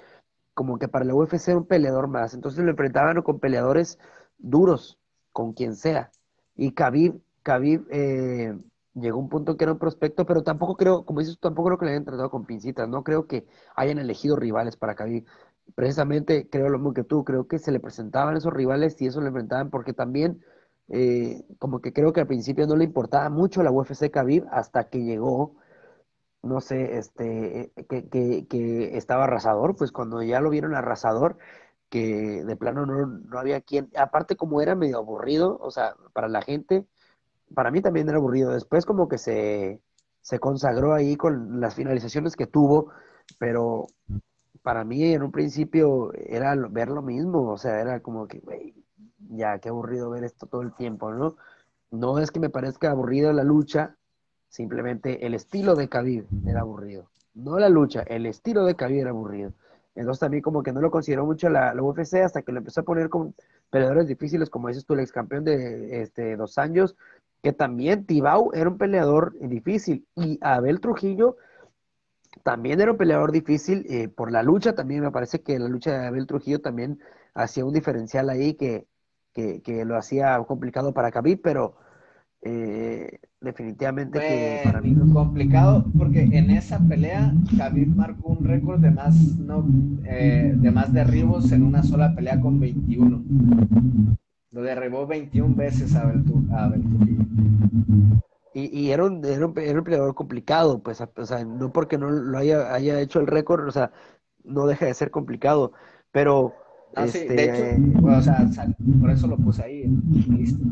como que para la U F C era un peleador más. Entonces lo enfrentaban con peleadores duros, con quien sea. Y Khabib, Khabib eh, llegó a un punto que era un prospecto, pero tampoco creo, como dices, tampoco creo que le hayan tratado con pincitas. No creo que hayan elegido rivales para Khabib. Precisamente creo lo mismo que tú, creo que se le presentaban esos rivales y eso le enfrentaban porque también eh, como que creo que al principio no le importaba mucho la U F C Khabib hasta que llegó, no sé, este, eh, que, que, que estaba arrasador, pues cuando ya lo vieron arrasador, que de plano no, no había quien, aparte como era medio aburrido, o sea, para la gente, para mí también era aburrido, después como que se, se consagró ahí con las finalizaciones que tuvo, pero para mí en un principio era lo- ver lo mismo, o sea, era como que, güey, ya, qué aburrido ver esto todo el tiempo, ¿no? No es que me parezca aburrida la lucha, simplemente el estilo de Khabib era aburrido. No la lucha, el estilo de Khabib era aburrido. Entonces también como que no lo consideró mucho la, la U F C hasta que lo empezó a poner con peleadores difíciles, como dices tú, el ex campeón de este, dos años, que también Tibau era un peleador difícil, y Abel Trujillo también era un peleador difícil eh, por la lucha, también me parece que la lucha de Abel Trujillo también hacía un diferencial ahí que, que, que lo hacía complicado para Khabib, pero eh, definitivamente que para mí Fue los... complicado porque en esa pelea Khabib marcó un récord de más, no, eh, de más derribos en una sola pelea con veintiuno. Lo derribó veintiuna veces a Abel, a Abel Trujillo. Y, y era un, era un, era un peleador complicado, pues, o sea, no porque no lo haya, haya hecho el récord, o sea, no deja de ser complicado, pero, No, sí, de hecho, este, o sea, por eso lo puse ahí en mi lista.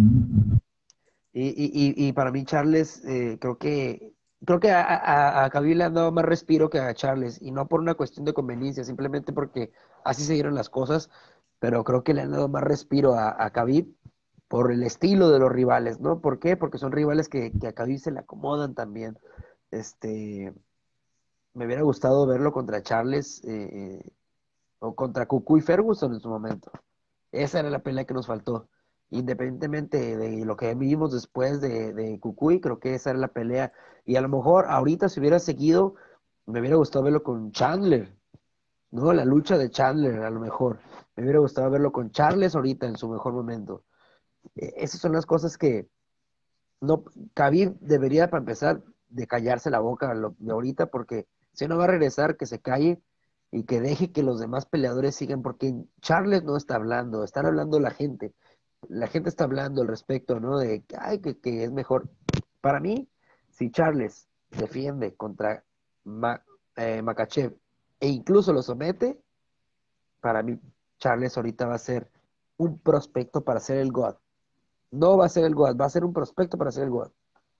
y, y, y, y para mí Charles, eh, creo que, creo que a, a, a Khabib le han dado más respiro que a Charles, y no por una cuestión de conveniencia, simplemente porque así se dieron las cosas, pero creo que le han dado más respiro a, a Khabib por el estilo de los rivales, ¿no? ¿Por qué? Porque son rivales que, que a Khabib se le acomodan también. Este, Me hubiera gustado verlo contra Charles eh, eh, o contra Cucuy Ferguson en su momento. Esa era la pelea que nos faltó. Independientemente de lo que vivimos después de, de Cucuy, creo que esa era la pelea. Y a lo mejor ahorita si hubiera seguido, me hubiera gustado verlo con Chandler, ¿no? La lucha de Chandler, a lo mejor. Me hubiera gustado verlo con Charles ahorita en su mejor momento. Eh, esas son las cosas que no, Khabib debería, para empezar, de callarse la boca lo- de ahorita, porque si no va a regresar, que se calle y que deje que los demás peleadores sigan, porque Charles no está hablando, están hablando la gente. La gente está hablando al respecto, ¿no? De que, ay, que, que es mejor. Para mí, si Charles defiende contra Ma- eh, Makachev e incluso lo somete, para mí Charles ahorita va a ser un prospecto para ser el God. No va a ser el God, va a ser un prospecto para ser el God.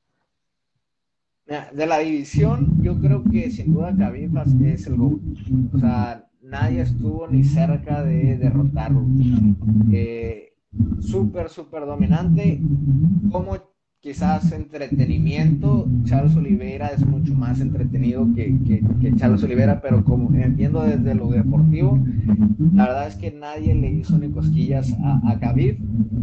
Mira, de la división, yo creo que sin duda Khabib es el GOAT. O sea, nadie estuvo ni cerca de derrotarlo. Eh, súper, súper dominante. Como quizás entretenimiento, Charles Oliveira es mucho más entretenido que, que, que Charles Oliveira, pero como viendo desde lo deportivo, la verdad es que nadie le hizo ni cosquillas a, a Khabib.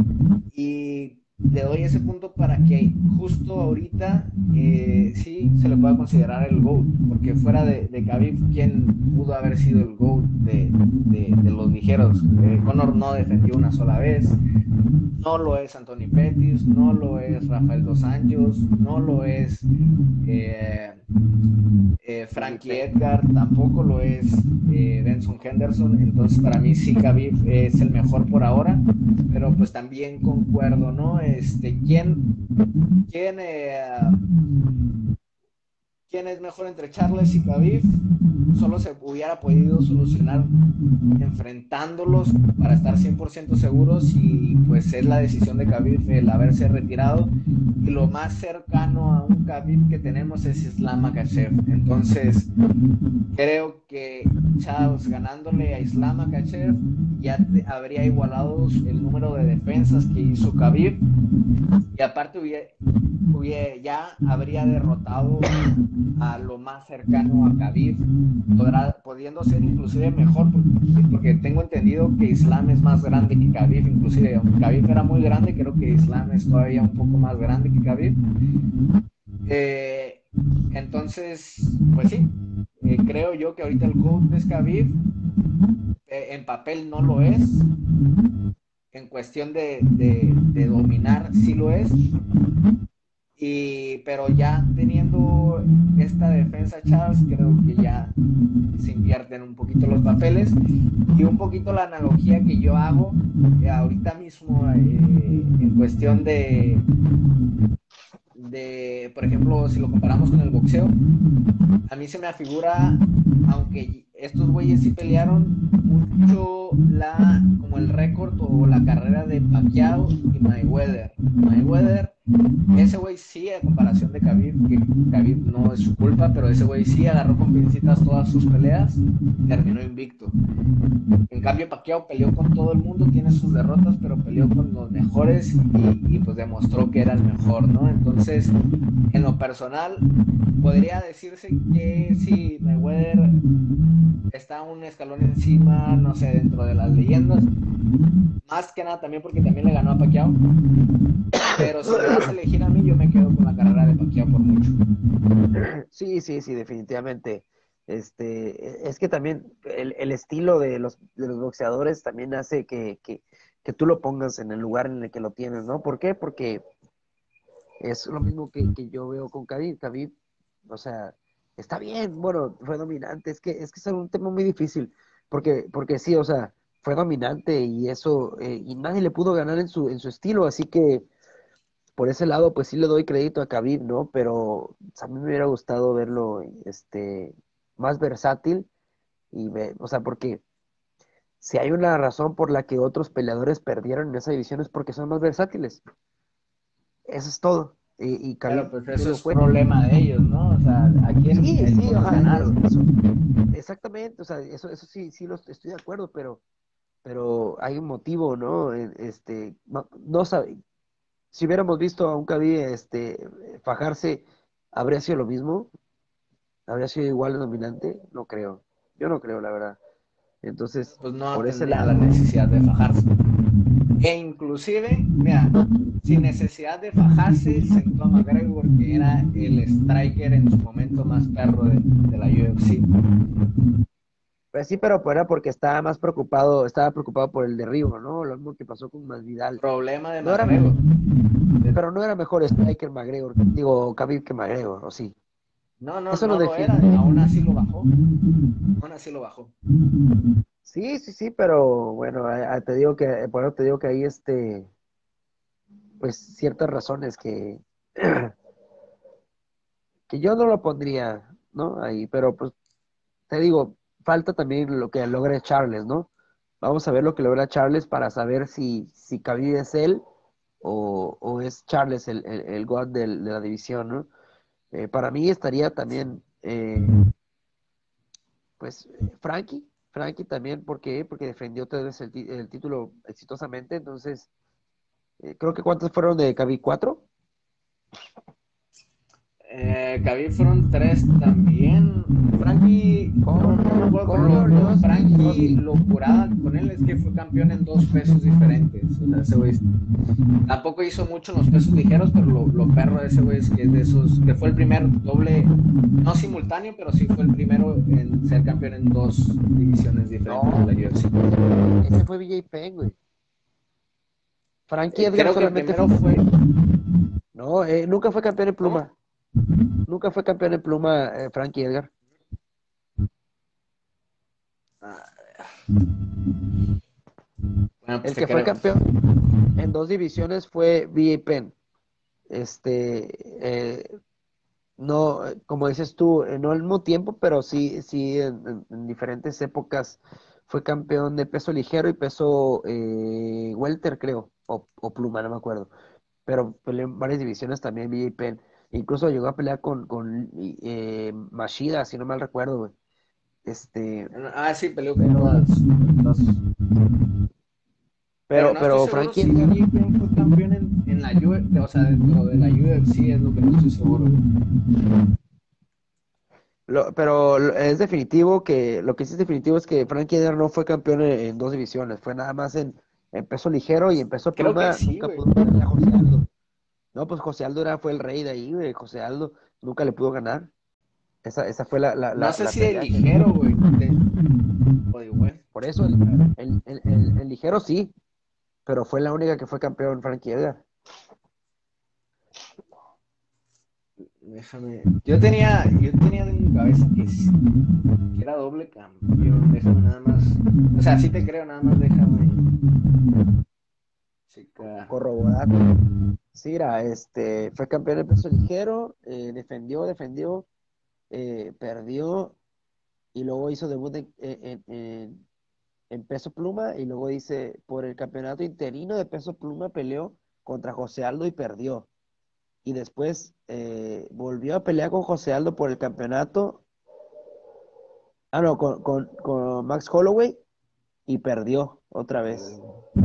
Y le doy ese punto para que justo ahorita eh, sí se le pueda considerar el GOAT, porque fuera de, de Khabib, ¿quién pudo haber sido el GOAT de, de, de los ligeros? Eh, Conor no defendió una sola vez, no lo es Anthony Pettis, no lo es Rafael Dos Anjos, no lo es eh, eh, Frankie Felipe. Edgar, tampoco lo es eh, Benson Henderson. Entonces para mí sí Khabib es el mejor por ahora, pero pues también concuerdo, ¿no? Este, ¿quién, quién, eh, quién es mejor entre Charles y Khabib? Solo se hubiera podido solucionar enfrentándolos para estar cien por ciento seguros, y pues es la decisión de Khabib el haberse retirado, y lo más cercano a un Khabib que tenemos es Islam Makhachev. Entonces creo que Charles ganándole a Islam Makhachev ya te, habría igualado el número de defensas que hizo Khabib, y aparte hubiera, hubiera, ya habría derrotado a lo más cercano a Khabib, podrá, pudiendo ser inclusive mejor, porque, porque tengo entendido que Islam es más grande que Khabib, inclusive aunque Khabib era muy grande, creo que Islam es todavía un poco más grande que Khabib. Eh, entonces, pues sí, eh, creo yo que ahorita el GOAT es Khabib, Eh, en papel no lo es, en cuestión de, de, de dominar sí lo es, y, pero ya teniendo esta defensa Chávez, creo que ya se invierten un poquito los papeles y un poquito la analogía que yo hago eh, ahorita mismo eh, en cuestión de, de, por ejemplo, si lo comparamos con el boxeo, a mí se me afigura, aunque estos güeyes sí pelearon mucho la, como el récord o la carrera de Pacquiao y Mayweather. Mayweather, ese güey sí, a comparación de Khabib, que Khabib no es su culpa, pero ese güey sí agarró con pincitas todas sus peleas, terminó invicto. En cambio, Pacquiao peleó con todo el mundo, tiene sus derrotas, pero peleó con los mejores y, y pues demostró que era el mejor, ¿no? Entonces, en lo personal, podría decirse que si Mayweather está un escalón encima, no sé, dentro de las leyendas, más que nada también porque también le ganó a Pacquiao, pero si me das a elegir a mí, yo me quedo con la carrera de Pacquiao por mucho. Sí, sí, sí, definitivamente. Este, es que también el, el estilo de los, de los boxeadores también hace que, que, que tú lo pongas en el lugar en el que lo tienes, ¿no? ¿Por qué? Porque es lo mismo que, que yo veo con Khabib. Khabib, o sea, está bien, bueno, fue dominante. Es que es que es un tema muy difícil, porque, porque sí, o sea, fue dominante y eso, eh, y nadie le pudo ganar en su, en su estilo, así que por ese lado, pues sí le doy crédito a Khabib, ¿no? Pero a mí me hubiera gustado verlo, este, más versátil y, ve- o sea, porque si hay una razón por la que otros peleadores perdieron en esa división es porque son más versátiles. Eso es todo. Y, y Pero Khabib pues no eso lo es fue. problema de ellos, ¿no? O sea, ¿a quién Sí, el sí, punto es ajá, ganar, es- güey? eso, exactamente, o sea, eso, eso sí, sí lo estoy de acuerdo, pero, pero hay un motivo, ¿no? Eh, Este, no, no sabe, si hubiéramos visto a un Khabib, este, fajarse, ¿habría sido lo mismo? ¿Habría sido igual de dominante? No creo, yo no creo, la verdad. Entonces, Pues no por ese tendría la lado, necesidad de fajarse. E inclusive, mira, sin necesidad de fajarse, sentó a McGregor, que era el striker en su momento más perro de, de la U F C. pues sí, pero era porque estaba más preocupado, estaba preocupado por el derribo, ¿no? Lo mismo que pasó con Masvidal. Problema de No era, McGregor. pero no era mejor striker McGregor, digo, Khabib que McGregor, ¿o sí? No, no, Eso no no lo era. define. Aún así lo bajó. Aún así lo bajó. Sí, sí, sí, pero bueno, a- a- te digo que, por eso te digo que hay este, pues ciertas razones que, que yo no lo pondría, ¿no? Ahí, pero pues te digo, falta también lo que logre Charles, ¿no? Vamos a ver lo que logra Charles para saber si, si Khabib es él o, o es Charles el, el, el God del- de la división, ¿no? Eh, para mí estaría también, eh, pues, eh, Frankie, Frankie también, ¿por qué? Porque defendió tres veces el, ti- el título exitosamente, entonces, eh, creo que ¿cuántos fueron de Khabib? ¿Cuatro? Eh, Khabib fueron tres también. Frankie, no, no me Con, acuerdo, pero lo, Conor, lo Justin y Frankie, Dustin. lo curada con él es que fue campeón en dos pesos diferentes. O sea, ese güey tampoco hizo mucho en los pesos ligeros, pero lo, lo perro de ese güey es que es de esos, que fue el primer doble, no simultáneo, pero sí fue el primero en ser campeón en dos divisiones diferentes de No, la U F C. ese fue B J Penn, güey. Frankie Eh, Edgar creo que el solamente primero fue... fue, No, eh, nunca fue campeón en ¿cómo? pluma. Nunca fue campeón en pluma, eh, Frankie Edgar. Ah, bueno, pues El te que fue creo. campeón en dos divisiones fue B J Penn. Este, eh, no, eh, como dices tú, eh, no al mismo tiempo, pero sí, sí, en, en- en diferentes épocas fue campeón de peso ligero y peso eh, welter, creo, o, o pluma, no me acuerdo. Pero peleó en varias divisiones también B J Penn. Incluso llegó a pelear con, con eh, Mashida, si no mal recuerdo, güey. Este, Ah, sí, peleó con pero, todas, todas. Pero pero, no estoy pero seguro Frankie si Edgar, B J Penn fue campeón en, en la U F C, o sea, dentro de la U F C es lo que no estoy seguro. lo- pero lo- es definitivo que, lo que sí es definitivo es que Frankie Edgar no fue campeón en, en dos divisiones, fue nada más en, en peso ligero y en peso Creo que pluma sí, nunca güey. pudo ganarle a José Aldo. No, pues José Aldo era, fue el rey de ahí, güey. José Aldo nunca le pudo ganar. Esa, esa fue la, la, No la, sé la si de pelea que... ligero, güey. De, o de igual. Por eso el, el, el, el, el ligero sí, pero fue la única que fue campeón Frankie Edgar. Déjame. Yo tenía, yo tenía en mi cabeza que, sí, que era doble campeón. Déjame nada más. O sea, sí te creo, nada más déjame checar. Corroborar. Sí, era, este, fue campeón de peso ligero, eh, defendió, defendió, eh, perdió y luego hizo debut en, en, en, en peso pluma y luego dice, por el campeonato interino de peso pluma peleó contra José Aldo y perdió. Y después eh, volvió a pelear con José Aldo por el campeonato, ah, no, con, con, con Max Holloway y perdió otra vez.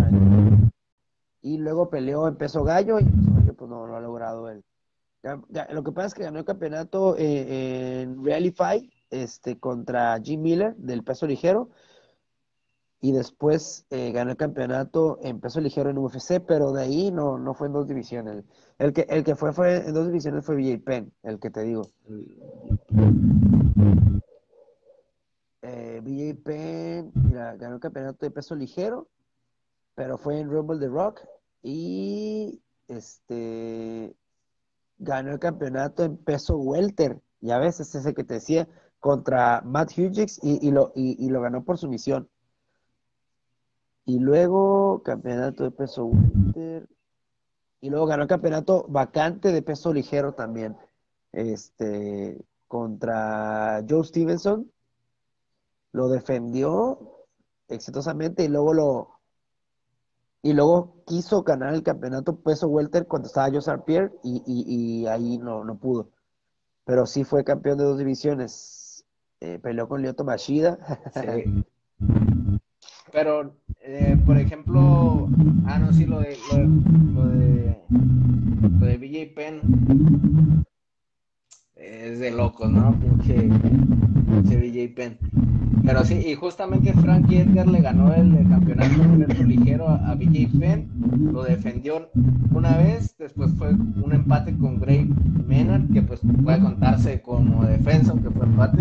Y luego peleó en peso gallo y en peso gallo pues no lo ha logrado él. Ya- ya, lo que pasa es que ganó el campeonato eh, en Rally Fight este, contra Jim Miller del peso ligero y después eh, ganó el campeonato en peso ligero en U F C, pero de ahí no, no fue en dos divisiones. El que, el que fue, fue en dos divisiones fue B J Penn, el que te digo. Eh, B J Penn, mira, ganó el campeonato de peso ligero, pero fue en Rumble the Rock y este ganó el campeonato en peso welter, ya ves, es ese que te decía, contra Matt Hughes y, y lo, y, y lo ganó por sumisión. Y luego campeonato de peso welter, y luego ganó el campeonato vacante de peso ligero también, este, contra Joe Stevenson, lo defendió exitosamente y luego lo, y luego quiso ganar el campeonato peso welter cuando estaba Joe Saint Pierre y, y, y ahí no, no pudo. Pero sí fue campeón de dos divisiones. Eh, peleó con Lyoto Machida. Sí. Pero, eh, por ejemplo, ah, no, sí, lo de, lo de, lo de, lo de B J Penn es de locos, ¿no? Pinche, pinche B J Penn. Pero sí, y justamente Frankie Edgar le ganó el, el campeonato de peso ligero a, a B J Penn, lo defendió una vez, después fue un empate con Gray Maynard, que pues puede contarse como defensa, aunque fue empate,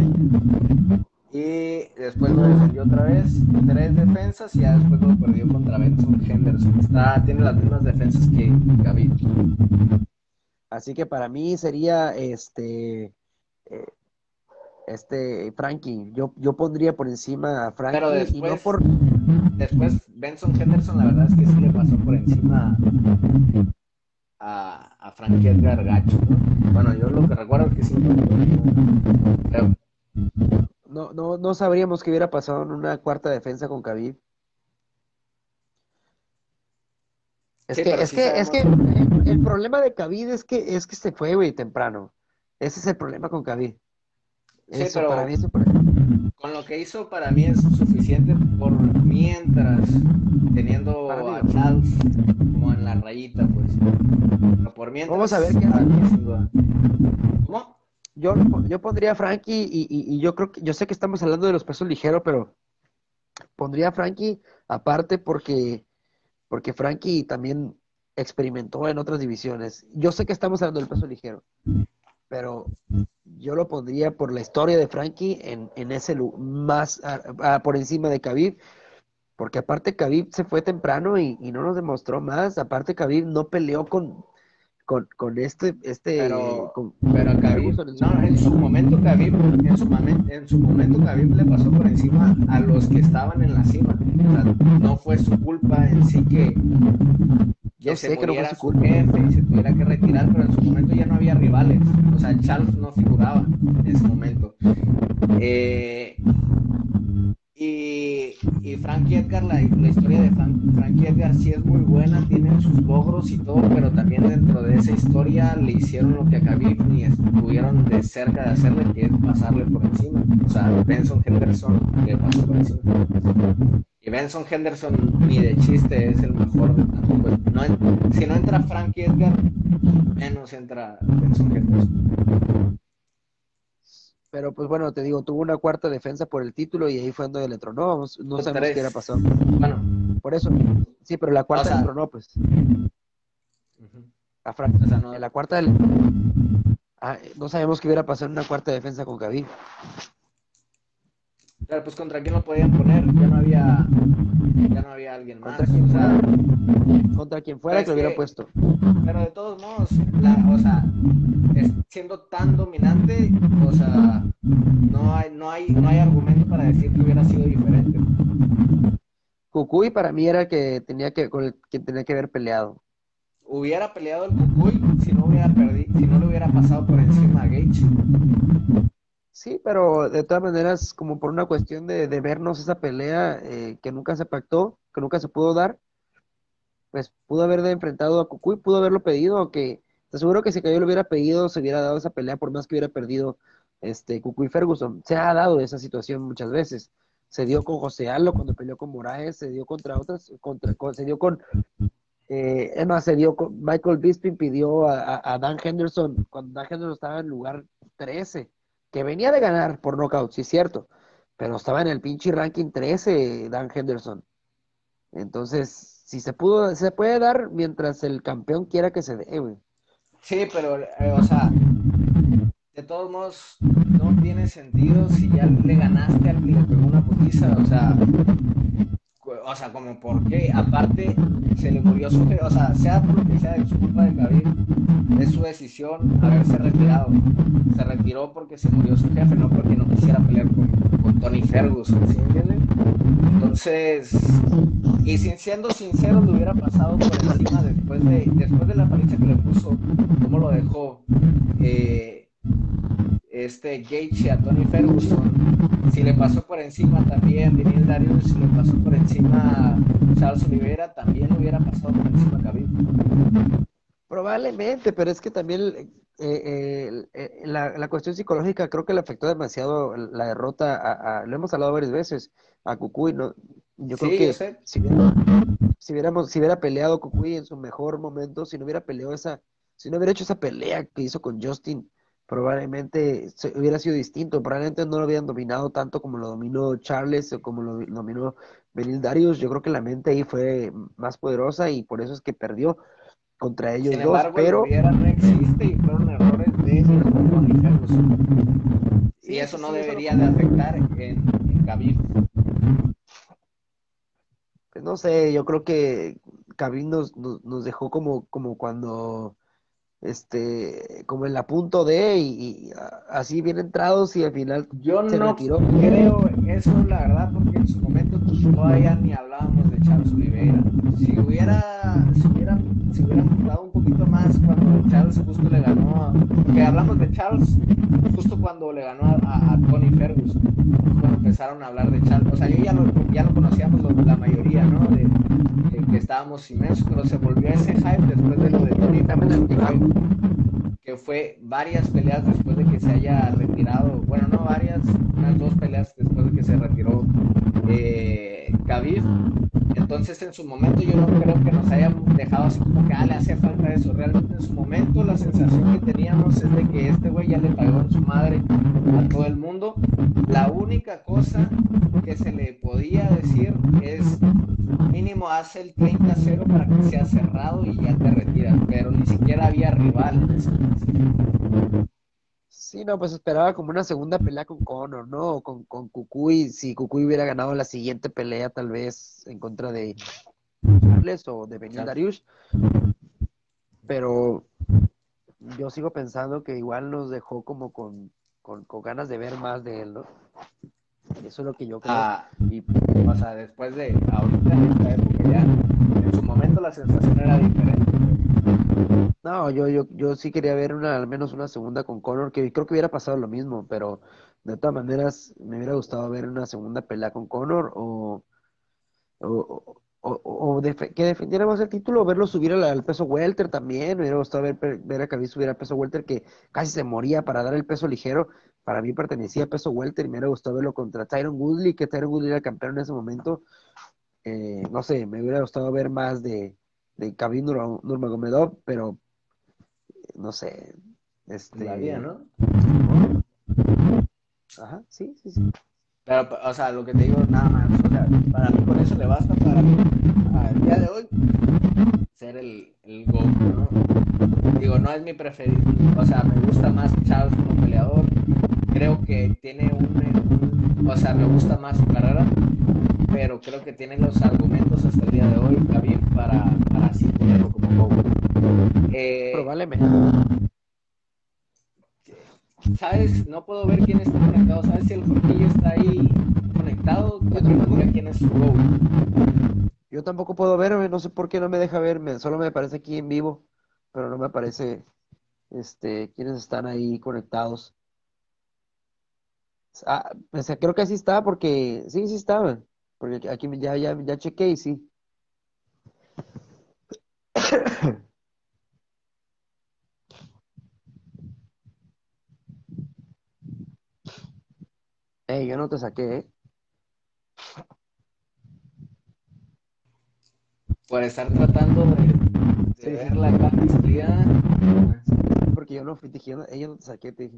y después lo defendió otra vez, tres defensas, y ya después lo perdió contra Benson Henderson. Está, tiene las mismas defensas que Khabib. Así que para mí sería este, eh, este Frankie. Yo, yo pondría por encima a Pero Frankie y no después, por. después Benson Henderson, la verdad es que sí le pasó por encima a, a Frankie Edgar Gacho, ¿no? Bueno, yo lo que recuerdo es que sí, creo. No, no, no sabríamos qué hubiera pasado en una cuarta defensa con Khabib. Es Sí, que, pero es sí que, es que sabemos. el, el problema de Khabib es que, es que se fue, güey, temprano. Ese es el problema con Khabib. Sí, Eso, para pero mí, eso. Para con lo que hizo para mí es suficiente por mientras para teniendo mí a no. Charles como en la rayita, pues. Pero por Vamos mientras, a ver qué para hace. mí sin duda. ¿Cómo? Yo, yo pondría a Frankie y, y, y yo creo que, yo sé que estamos hablando de los pesos ligeros, pero pondría a Frankie aparte porque, porque Frankie también experimentó en otras divisiones. Yo sé que estamos hablando del peso ligero, pero yo lo pondría por la historia de Frankie en, en ese lugar, más a, a, por encima de Khabib, porque aparte Khabib se fue temprano y, y no nos demostró más. Aparte Khabib no peleó con, con, con este, este, Pero, con pero Khabib, Ferguson en su no, en momento. su momento Khabib, en su, momen- en su momento Khabib le pasó por encima a los que estaban en la cima. O sea, no fue su culpa en sí que, que Yo se sé que no fue muriera su su culpa. jefe y se tuviera que retirar, pero en su momento ya no había rivales. O sea, Charles no figuraba en ese momento. Eh, y, y Frankie Edgar, la, la historia de Frank, Frankie Edgar sí es muy buena, tiene sus logros y todo, pero también dentro de esa historia le hicieron lo que a Khabib ni estuvieron de cerca de hacerle, que es pasarle por encima. O sea, Benson Henderson le pasó por encima. Y Benson Henderson ni de chiste es el mejor tampoco. No, si no entra Frankie Edgar, menos entra Benson Henderson. Pero pues bueno, te digo, tuvo una cuarta defensa por el título y ahí fue donde le tronó. Vamos, no sabemos qué Tres. era pasado. Bueno, Por eso, sí, pero la o cuarta le sea, tronó, pues, uh-huh. a Frank. O sea, En no, la cuarta, le- ah, no sabemos qué hubiera pasado en una cuarta defensa con Khabib. Pero pues contra quién lo podían poner, ya no había, ya no había alguien Contra más, quien o sea, fuera, contra quien pero fuera que es lo hubiera que, puesto. pero de todos modos, la, o sea, es- siendo tan dominante, o sea, no hay, no hay, no hay argumento para decir que hubiera sido diferente. Cucuy para mí era el que tenía que, con el que tenía que haber peleado. Hubiera peleado el Cucuy si no hubiera perdido, si no le hubiera pasado por encima a Gage. Sí, pero de todas maneras, como por una cuestión de, de vernos esa pelea eh, que nunca se pactó, que nunca se pudo dar, pues pudo haber de enfrentado a Cucuy, pudo haberlo pedido, aunque te aseguro que si Cayo lo hubiera pedido, se hubiera dado esa pelea, por más que hubiera perdido este Cucuy Ferguson. Se ha dado esa situación muchas veces. Se dio con José Aldo cuando peleó con Moraes, se dio contra otras, contra, con- se dio con, eh, es más, se dio con Michael Bisping, pidió a, a- a Dan Henderson, cuando Dan Henderson estaba en lugar trece, que venía de ganar por nocaut, sí es cierto, pero estaba en el pinche ranking trece Dan Henderson. Entonces, si se pudo, se puede dar mientras el campeón quiera que se dé, güey. Sí, pero, eh, o sea, de todos modos, no tiene sentido si ya le ganaste al que le pegó una putiza, o sea, o sea, como por qué, aparte, se le murió su jefe, o sea, sea por lo que sea, es culpa de Khabib, es su decisión haberse retirado. Se retiró porque se murió su jefe, no porque no quisiera pelear con, con Tony Ferguson, ¿sí me entienden? Entonces, y sin siendo sincero, le hubiera pasado por encima después de, después de la paliza que le puso, cómo lo dejó eh, este Gage a Tony Ferguson. Si le pasó por encima también Vinil Darius, si le pasó por encima Charles Oliveira, también le hubiera pasado por encima Khabib. Probablemente, pero es que también eh, eh, el- eh, la, la cuestión psicológica creo que le afectó demasiado la derrota a, a- lo hemos hablado varias veces, a Cucuy, ¿no? Yo creo Sí, yo que sé. si hubiera, si hubiéramos, si hubiera peleado Cucuy en su mejor momento, si no hubiera peleado esa, si no hubiera hecho esa pelea que hizo con Justin, probablemente se- hubiera sido distinto, probablemente no lo hubieran dominado tanto como lo dominó Charles o como lo dominó Benil Darius. Yo creo que la mente ahí fue más poderosa y por eso es que perdió contra Sin ellos dos, embargo, el pero hubiera no existe y fueron errores de y con Tony Ferguson. Y sí, eso sí, no sí, eso lo debería de afectar en, en Khabib. pues no sé, yo creo que Khabib nos, nos, nos dejó como, como cuando, este, como en la punto de y, y a- así bien entrados y al final Yo se no retiró. creo eso, la verdad, porque en su momento todavía ni hablábamos de Charles Oliveira. Si hubiera, si hubiera, si hubiéramos dado un poquito más cuando Charles justo le ganó, porque hablamos de Charles justo cuando le ganó a, a- a Tony Ferguson, cuando empezaron a hablar de Charles. O sea, yo ya lo, ya lo conocíamos lo- la mayoría, ¿no? De, de que estábamos inmensos, pero se volvió ese hype después de lo de Tony Dame la Ferguson, que fue explicamos. que fue varias peleas después de que se haya retirado, bueno, no varias, unas dos peleas después de que se retiró eh, Khabib. Entonces, en su momento, yo no creo que nos hayan dejado así como que, ah, le hace falta eso. Realmente, en su momento, la sensación que teníamos es de que este güey ya le pagó en su madre a todo el mundo. La única cosa que se le podía decir es mínimo hace el treinta cero para que sea cerrado y ya te retiras, pero ni siquiera había rival en ese específico. Sí, no, pues esperaba como una segunda pelea con Conor, ¿no? O con, con Cucuy, si Cucuy hubiera ganado la siguiente pelea tal vez en contra de Charles o de Benil Charles. Dariush, pero yo sigo pensando que igual nos dejó como con, con, con ganas de ver más de él, ¿no? Eso es lo que yo creo. Ah, Y o sea, después de ahorita en esta época ya, en su momento la sensación era diferente, pues. no, yo, yo, yo sí quería ver una, al menos una segunda con Conor, que creo que hubiera pasado lo mismo, pero de todas maneras me hubiera gustado ver una segunda pelea con Conor o, o, o, o defe- que defendiéramos el título, o verlo subir al, al peso welter también. Me hubiera gustado ver, ver a Khabib subir al peso welter, que casi se moría para dar el peso ligero. Para mí pertenecía a peso welter y me hubiera gustado verlo contra Tyron Woodley, que Tyron Woodley era campeón en ese momento. Eh, no sé, me hubiera gustado ver más de, de Khabib Nur- Nurmagomedov, pero no sé, La vida, este, ¿no? Simón, ajá, sí, sí, sí. Pero, o sea, lo que te digo, nada más, o sea, para mí con eso le basta para mí, al día de hoy, ser el, el GOAT, ¿no? Digo, no es mi preferido, o sea, me gusta más Charles como peleador, creo que tiene un, un o sea, me gusta más su carrera, pero creo que tiene los argumentos hasta el día de hoy, Khabib, para, para así ponerlo como GOAT. Eh, Probablemente. ¿Sabes? No puedo ver quién está conectado. ¿Sabes si el Jorquillo está ahí conectado? Yo Para que nos tampoco, diga quién es su GOAT. yo tampoco puedo verme, no sé por qué no me deja verme, solo me aparece aquí en vivo, pero no me aparece este, quiénes están ahí conectados. Ah, o sea, creo que sí está porque, sí, sí estaban, porque aquí ya, ya, ya chequé y sí. Ey, yo no te saqué, ¿eh? Por estar tratando de, de Sí, sí, ver la cara salida. porque yo no fui, dije, yo no, ey, yo no te saqué, te dije.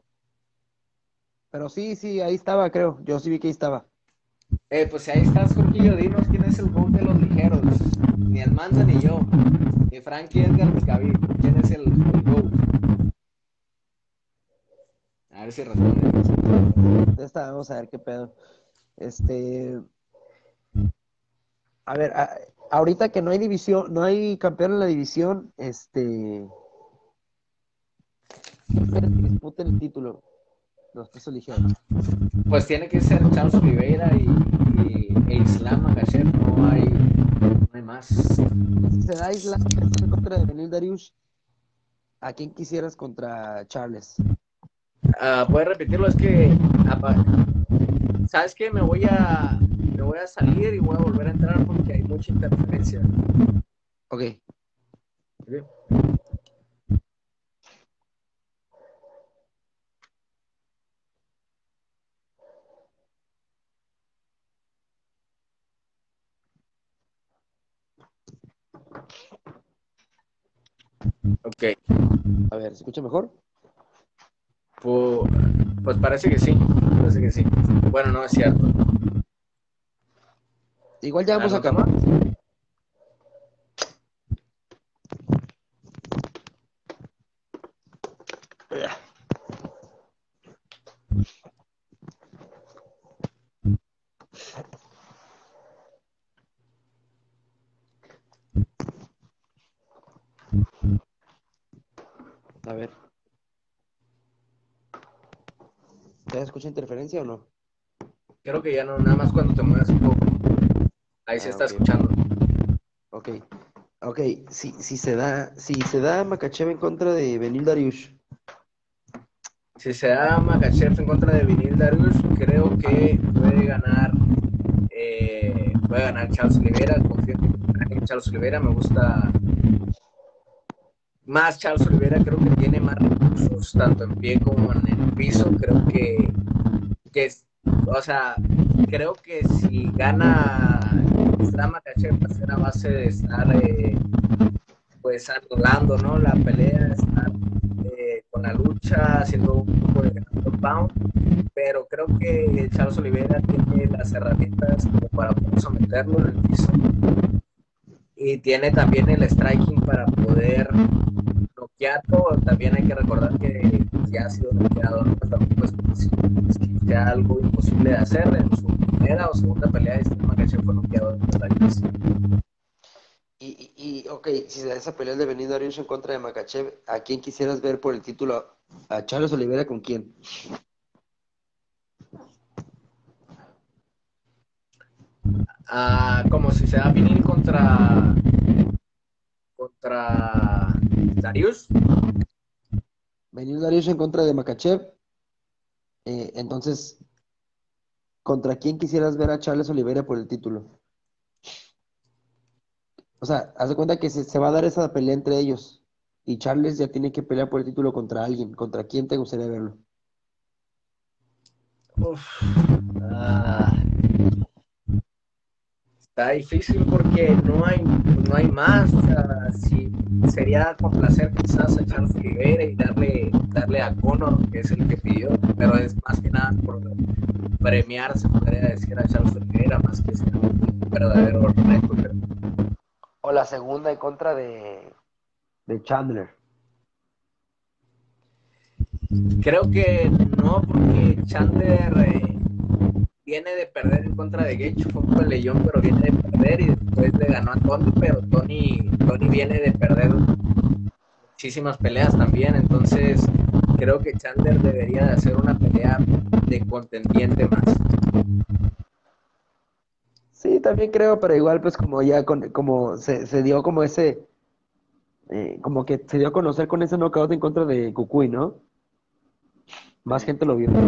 Pero sí, sí, ahí estaba, creo, yo sí vi que ahí estaba. Eh, pues si ahí estás, Jorquillo, dinos quién es el GOAT de los ligeros. Ni el Manza ni yo. Ni Frankie Edgar ni Khabib. ¿Quién es el, el GOAT? A ver si responde. Ya está, vamos a ver qué pedo. Este, a ver, a- ahorita que no hay división, no hay campeón en la división, este, ¿quién que disputen el título? Los pesos ligeros. Pues tiene que ser Charles Oliveira y, y e Islam Makhachev. No hay, no hay más. Si se da Isla en contra de Benil Dariush, ¿a quién quisieras contra Charles? Uh, ¿Puedes repetirlo? Es que, ¿sabes qué? Me voy a, me voy a salir y voy a volver a entrar porque hay mucha interferencia. Ok. ¿Sí? Ok. A ver, ¿se escucha mejor? Pues, pues parece que sí. Parece que sí. Bueno, no es cierto. Igual ya A ver, vamos ¿no acá. toma? A ver. ¿Ya escucha interferencia o no? Creo que ya no, nada más cuando te muevas un poco. Ahí se Ah, está ok, ok. escuchando. Ok. Ok, si, si se da, si se da Makachev en contra de Benil Dariush, Si se da Makhachev en contra de Vinil Dariush, creo que puede ganar eh, puede ganar Charles Oliveira. Confío en Charles Oliveira. Me gusta más Charles Oliveira. Creo que tiene más recursos, tanto en pie como en el piso. Creo que, que o sea, creo que si gana Islam Makhachev va a ser a base de estar eh, pues anulando, ¿no? La pelea, estar eh, con la lucha, haciendo un poco de ground pound, pero creo que Charles Oliveira tiene las herramientas como para poder someterlo en el piso y tiene también el striking para poder noquearlo. También hay que recordar que ya ha sido noqueado, ¿no? Tampoco es como si, si sea algo imposible de hacer. En su primera o segunda pelea, este Makhachev fue noqueado en el piso. y, y, y, ok, si se da esa pelea de Benil Dariush en contra de Makachev, ¿a quién quisieras ver por el título? ¿A Charles Oliveira con quién? Ah, como si se da vinil contra contra Darius. Benil Dariush en contra de Makachev, eh, entonces, ¿contra quién quisieras ver a Charles Oliveira por el título? O sea, haz de cuenta que se, se va a dar esa pelea entre ellos y Charles ya tiene que pelear por el título contra alguien. ¿Contra quién te gustaría verlo? Uf, ah, está difícil porque no hay, no hay más. O sea, si sería complacer quizás a Charles Oliveira y darle, darle a Conor, que es el que pidió, pero es más que nada por premiar, se podría decir, a Charles Oliveira, más que ser un verdadero reto. O la segunda en contra de, de Chandler. Creo que no, porque Chandler, eh, viene de perder en contra de Gaethje, fue un peleón, pero viene de perder y después le ganó a Tony, pero Tony, Tony viene de perder muchísimas peleas también, entonces creo que Chandler debería de hacer una pelea de contendiente más. Sí, también creo, pero igual pues como ya con, como se, se dio como ese, eh, como que se dio a conocer con ese knockout en contra de Cucuy, ¿no? Más Eh, gente lo vio.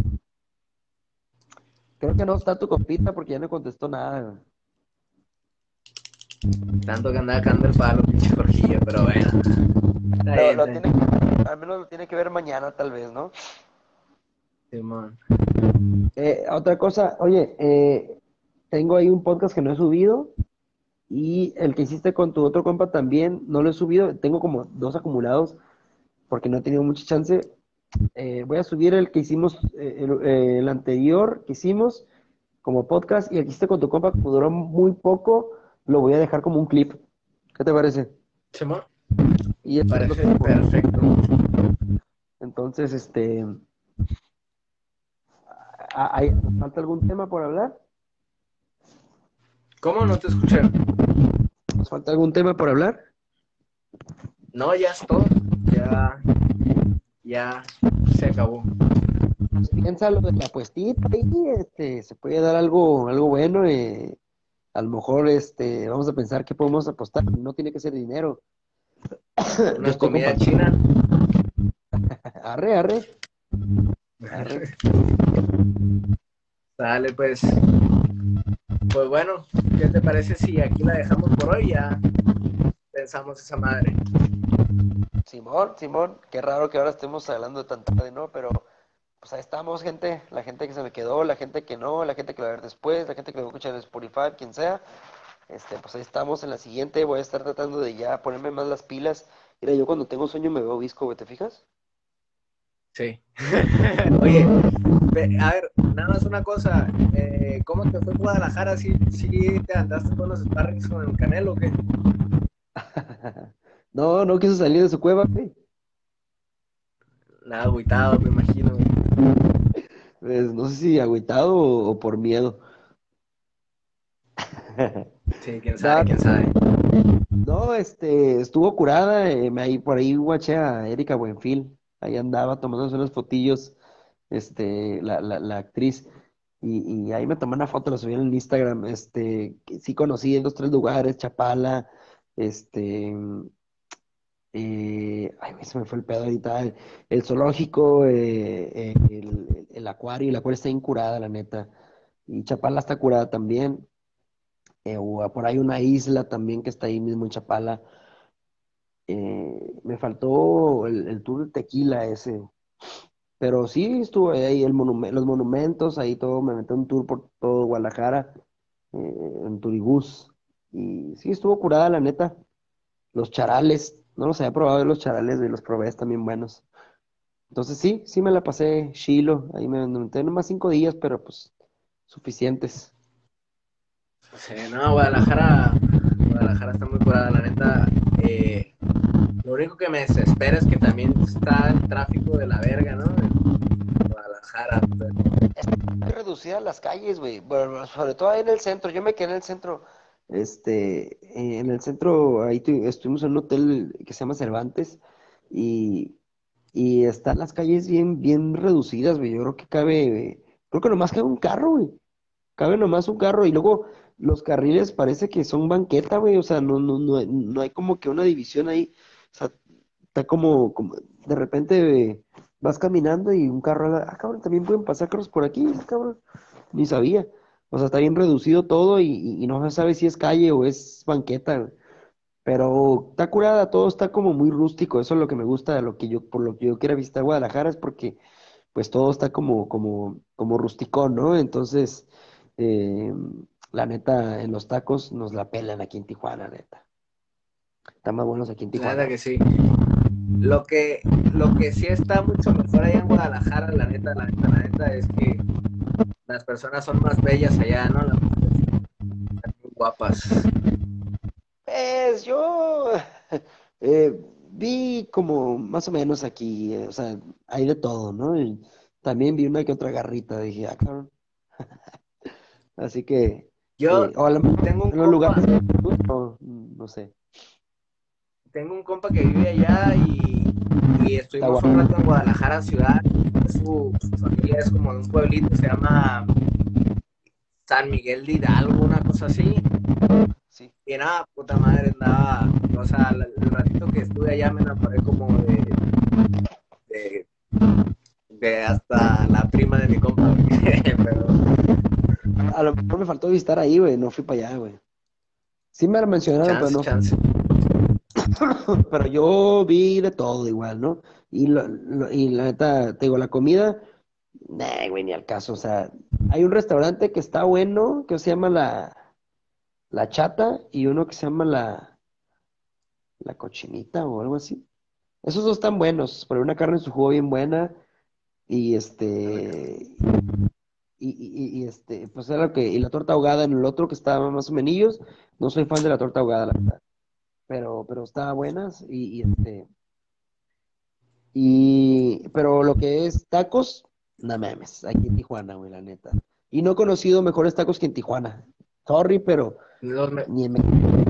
Creo que no está tu compita porque ya no contestó nada. tanto que andaba cagando el palo, pinche Jorgillo, pero bueno, está Lo, bien, lo está tiene bien. que, al menos lo tiene que ver mañana tal vez, ¿no? Simón. Eh, otra cosa, oye, eh, tengo ahí un podcast que no he subido y el que hiciste con tu otro compa también no lo he subido. Tengo como dos acumulados porque no he tenido mucha chance. Eh, voy a subir el que hicimos, eh, el, eh, el anterior que hicimos como podcast y el que hiciste con tu compa, como duró muy poco, lo voy a dejar como un clip. ¿Qué te parece? Simón, Y eso es lo parece que... perfecto. Entonces, este, ¿hay, falta algún tema por hablar? ¿Cómo no te escuché? ¿Nos falta algún tema por hablar? No, ya es todo. Ya, ya se acabó. Pues piensa lo de la apuestita ahí, este, se puede dar algo, algo bueno. Eh, a lo mejor, este, vamos a pensar que podemos apostar. No tiene que ser dinero. Yo Una estoy comida compartiendo. china. Arre, arre, arre. Dale, pues. Pues bueno, ¿qué te parece si aquí la dejamos por hoy? Ya pensamos esa madre. Simón, Simón, qué raro que ahora estemos hablando de tan tarde, ¿no? Pero pues ahí estamos, gente. La gente que se me quedó, la gente que no, la gente que lo va a ver después, la gente que lo va a escuchar en Spotify, quien sea. Este, pues ahí estamos en la siguiente. Voy a estar tratando de ya ponerme más las pilas. Mira, yo cuando tengo sueño me veo visco, güey, ¿te fijas? Sí. Oye, ve- a ver, nada más una cosa. Eh, ¿cómo te fue en Guadalajara? ¿Sí, sí te andaste con los sparrings con el Canelo o qué? No, no quiso salir de su cueva, güey. Nada, agüitado, me imagino. Pues no sé si agüitado o, o por miedo. Sí, quién No, sabe, quién sabe. no, este, estuvo curada. Eh, me- ahí, por ahí guaché a Erika Buenfil. Ahí andaba tomándose unos fotillos, este, la, la, la actriz. Y, y ahí me tomé una foto, la subí en el Instagram. Este, que sí conocí en dos, tres lugares, Chapala, este, eh, ay, güey, se me fue el pedo ahorita. El, el zoológico, eh, eh, el, el acuario, el acuario está incurada, la neta. Y Chapala está curada también. Eh, o por ahí una isla también que está ahí mismo en Chapala. Eh, me faltó el, el tour de tequila ese. Pero sí estuvo ahí el monumen- los monumentos, ahí todo, me metí un tour por todo Guadalajara, eh, en Turibús. Y sí estuvo curada, la neta. Los charales, no los había probado los charales, y los probé, también buenos. Entonces sí, sí me la pasé chilo. Ahí me me metí nomás cinco días, pero pues suficientes. Sí, no, Guadalajara, Guadalajara está muy curada, la neta. Eh, lo único que me desespera es que también está el tráfico de la verga, ¿no? En Guadalajara. Hay reducidas las calles, güey. Bueno, sobre todo ahí en el centro. Yo me quedé en el centro. Este, eh, en el centro, ahí tu- estuvimos en un hotel que se llama Cervantes y, y están las calles bien, bien reducidas, güey. Yo creo que cabe, creo que nomás cabe un carro, güey. Cabe nomás un carro y luego los carriles parece que son banqueta, güey. O sea, no, no, no, hay- no hay como que una división ahí. O sea, está como, como de repente eh, vas caminando y un carro, ah, cabrón, también pueden pasar carros por aquí, ah, cabrón. Ni sabía. O sea, está bien reducido todo y, y- y no se sabe si es calle o es banqueta, güey. Pero está curada, todo está como muy rústico. Eso es lo que me gusta, de lo que yo, por lo que yo quiera visitar Guadalajara, es porque pues todo está como, como, como rusticón, ¿no? Entonces, eh, la neta, en los tacos nos la pelan aquí en Tijuana, neta. Están más buenos aquí en La neta Tijuana. que sí. Lo que, lo que sí está mucho mejor allá en Guadalajara, la neta, la neta, la neta, es que las personas son más bellas allá, ¿no? Las mujeres están muy guapas. Pues yo eh, vi como más o menos aquí, eh, o sea, hay de todo, ¿no? Y también vi una que otra garrita, dije, ah, cabrón. Así que, Yo eh, o a lo mejor tengo un en los compa, lugares, no, no sé, tengo un compa que vive allá y, y está estuvimos un guapo. rato en Guadalajara ciudad. Su, su familia es como de un pueblito, se llama San Miguel de Hidalgo, una cosa así. Sí. Y nada, puta madre, andaba, o sea, el, el ratito que estuve allá me enamoré como de, de, de hasta la prima de mi compa, güey. Pero A lo mejor me faltó visitar ahí, güey, no fui para allá, güey. Sí me lo mencionaron, pero chance, no fui. chance. Pero yo vi de todo igual, ¿no? Y, lo- lo- y la neta, te digo, la comida, nah, güey, ni al caso. O sea, hay un restaurante que está bueno, que se llama La, la Chata, y uno que se llama La, la Cochinita o algo así. Esos dos están buenos, pero una carne en su jugo bien buena, y este, y, y, y, este, pues era lo que, y la torta ahogada en el otro que estaba más o menos. No soy fan de la torta ahogada, la verdad, pero, pero estaba buenas, y, y este. Y, pero lo que es tacos, no mames, aquí en Tijuana, güey, la neta. Y no he conocido mejores tacos que en Tijuana. Sorry, pero Los me- ni en México.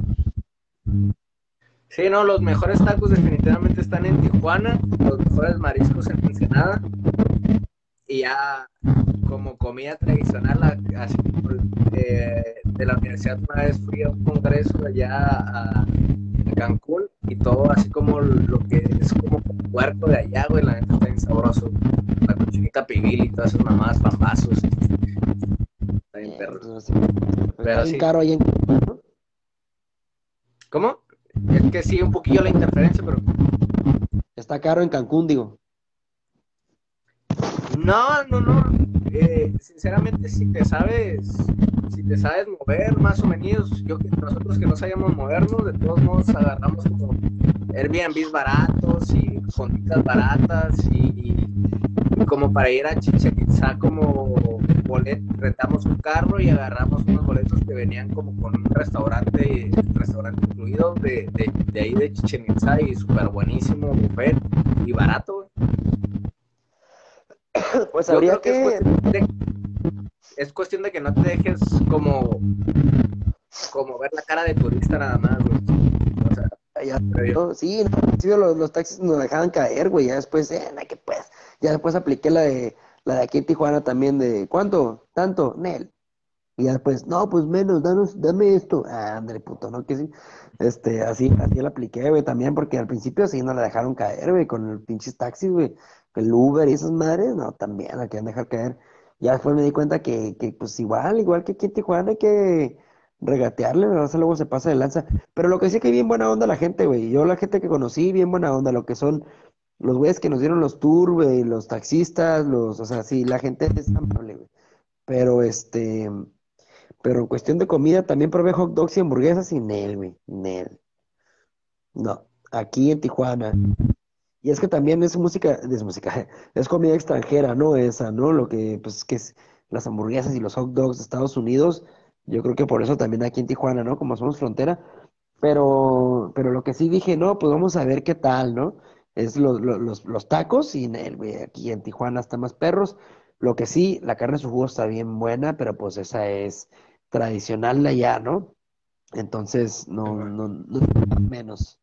sí, no, los mejores tacos definitivamente están en Tijuana, los mejores mariscos en Ensenada, y ya como comida tradicional, así eh, de la universidad una vez fui a un congreso allá a, a Cancún y todo así como lo que es como puerco de allá, güey, la neta está bien sabroso. La cochinita pibil y todas esas mamadas, pambazos, está bien Eh, perro. pues, no sé, pero está Pero bien sí, caro ahí en Cancún, ¿no? ¿cómo? Es que sí, un poquillo la interferencia, pero Está caro en Cancún, digo. no, no, no. Eh, sinceramente, si te sabes, si te sabes mover más o menos, yo que nosotros que no sabíamos movernos, de todos modos agarramos como Airbnb baratos y fonditas baratas y, y como para ir a Chichen Itzá como bolet, rentamos un carro y agarramos unos boletos que venían como con un restaurante, restaurante incluido de, de, de ahí de Chichen Itzá y súper buenísimo buffet y barato. Pues Yo habría creo que es que, cuestión de es cuestión de que no te dejes como, como ver la cara de turista nada más, güey. O sea, ya, creo yo. ¿no? Sí, no, al principio los, los taxis nos dejaban caer, güey, ya después, eh, nah, que pues, ya después apliqué la de, la de aquí en Tijuana también de, ¿cuánto? ¿Tanto? Nel. Y ya después, no, pues menos, danos, dame esto. Ah, André, puto, ¿no? Que sí. Este, así, así la apliqué, güey, también, porque al principio sí no la dejaron caer, güey, con el pinches taxis, güey. El Uber y esas madres, no, también la querían dejar caer. Ya después me di cuenta que, que pues igual, igual que aquí en Tijuana hay que regatearle, ¿no? O sea, luego se pasa de lanza. Pero lo que sí que bien buena onda la gente, güey. Yo la gente que conocí, bien buena onda, lo que son los güeyes que nos dieron los tours, güey, los taxistas, los, o sea, sí, la gente es amable, güey. Pero este. Pero en cuestión de comida, también probé hot dogs y hamburguesas sin él, güey. Nel. No, aquí en Tijuana. Y es que también es música, es música, es comida extranjera, ¿no? Esa, ¿no? Lo que, pues, que es las hamburguesas y los hot dogs de Estados Unidos. Yo creo que por eso también aquí en Tijuana, ¿no? Como somos frontera. Pero, pero lo que sí dije, no, pues vamos a ver qué tal, ¿no? Es lo- lo- los, los tacos y el, güey, aquí en Tijuana está más perros. Lo que sí, la carne de su jugo está bien buena, pero pues esa es tradicional de allá, ¿no? Entonces, no, no, no menos.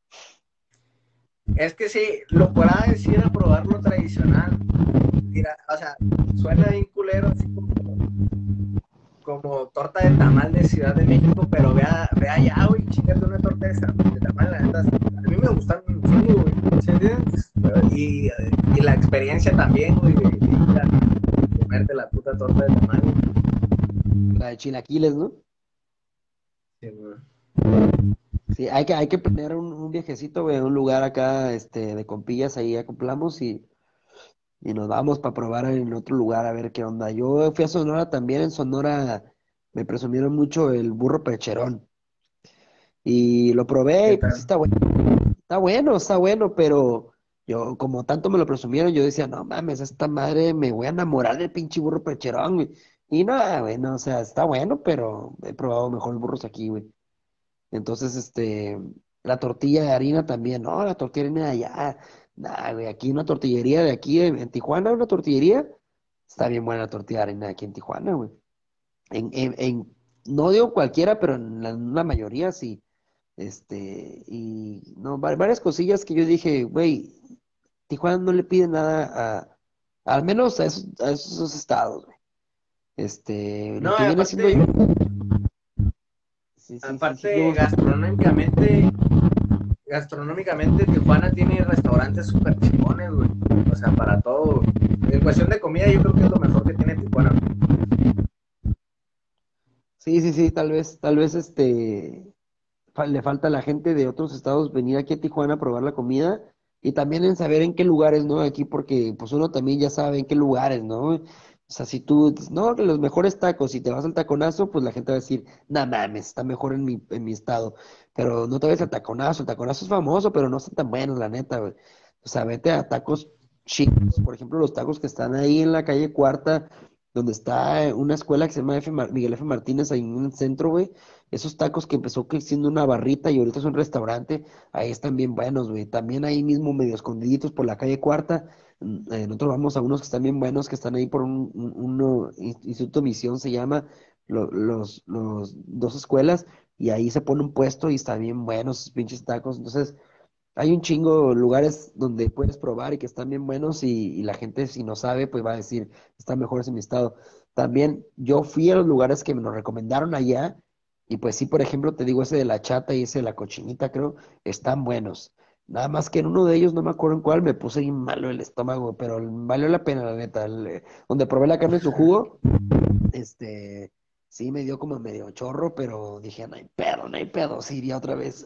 Es que sí, lo podrá decir a probar lo tradicional. Mira, o sea, suena bien culero, así como, como torta de tamal de Ciudad de México, pero vea, vea ya, güey, chingate una torta de, de tamal, la neta. A mí me gustan un chingo, güey, ¿sí entiendes? Y, y la experiencia también, güey, de, de ir a comerte la puta torta de tamal, güey. La de chilaquiles, ¿no? Sí, güey. Sí, hay que, hay que planear un, un viajecito, güey, a un lugar acá, este, de compillas, ahí acoplamos y, y nos vamos para probar en otro lugar a ver qué onda. Yo fui a Sonora también, en Sonora me presumieron mucho el burro percherón y lo probé ¿Qué y pues sí tal? está bueno, está bueno, está bueno, pero yo como tanto me lo presumieron, yo decía, no mames, esta madre me voy a enamorar del pinche burro percherón, güey. Y no, güey, no, o sea, está bueno, pero he probado mejor burros aquí, güey. Entonces, este, la tortilla de harina también, no, la tortilla de harina de allá, nah, güey, aquí una tortillería de aquí en, en Tijuana, una tortillería, Está bien buena la tortilla de harina aquí en Tijuana, güey. En, en, en- no digo cualquiera, pero en la, en la mayoría sí. Este, y no, va- varias cosillas que yo dije, güey, Tijuana no le pide nada a, al menos a esos, a esos estados, güey. Este, lo No, que y viene siendo, aparte, sí, sí, sí, sí, aparte no, gastronómicamente, gastronómicamente Tijuana tiene restaurantes súper chingones, güey. O sea, para todo. En cuestión de comida, yo creo que es lo mejor que tiene Tijuana. sí, sí, sí, tal vez, tal vez, este, fa- le falta a la gente de otros estados venir aquí a Tijuana a probar la comida y también en saber en qué lugares, ¿no? Aquí porque pues uno también ya sabe en qué lugares, ¿no? O sea, si tú dices, no, que los mejores tacos, si te vas al taconazo, pues la gente va a decir, no mames, está mejor en mi, en mi estado. Pero no te vayas al taconazo, el taconazo es famoso, pero no están tan buenos, la neta, güey. O sea, vete a tacos chicos, por ejemplo, los tacos que están ahí en la calle Cuarta, donde está eh, una escuela que se llama F. Mar- Miguel F. Martínez, ahí en el centro, güey. Esos tacos que empezó que siendo una barrita y ahorita es un restaurante, ahí están bien buenos, güey. También ahí mismo medio escondiditos por la calle Cuarta. mm, eh, nosotros vamos a unos que están bien buenos, que están ahí por un, un- uno, in- Instituto Misión se llama, lo- los, los dos escuelas, y ahí se pone un puesto y están bien buenos esos pinches tacos. Entonces, hay un chingo de lugares donde puedes probar y que están bien buenos y, y la gente si no sabe, pues va a decir, están mejores en mi estado. También yo fui a los lugares que me lo recomendaron allá y pues sí, por ejemplo, te digo ese de la chata y ese de la cochinita, creo, están buenos. Nada más que en uno de ellos, no me acuerdo en cuál, me puse bien malo el estómago, pero valió la pena, la neta. El, eh, donde probé la carne en su jugo, este, sí me dio como medio chorro, pero dije, no hay pedo, no hay pedo, sí iría otra vez.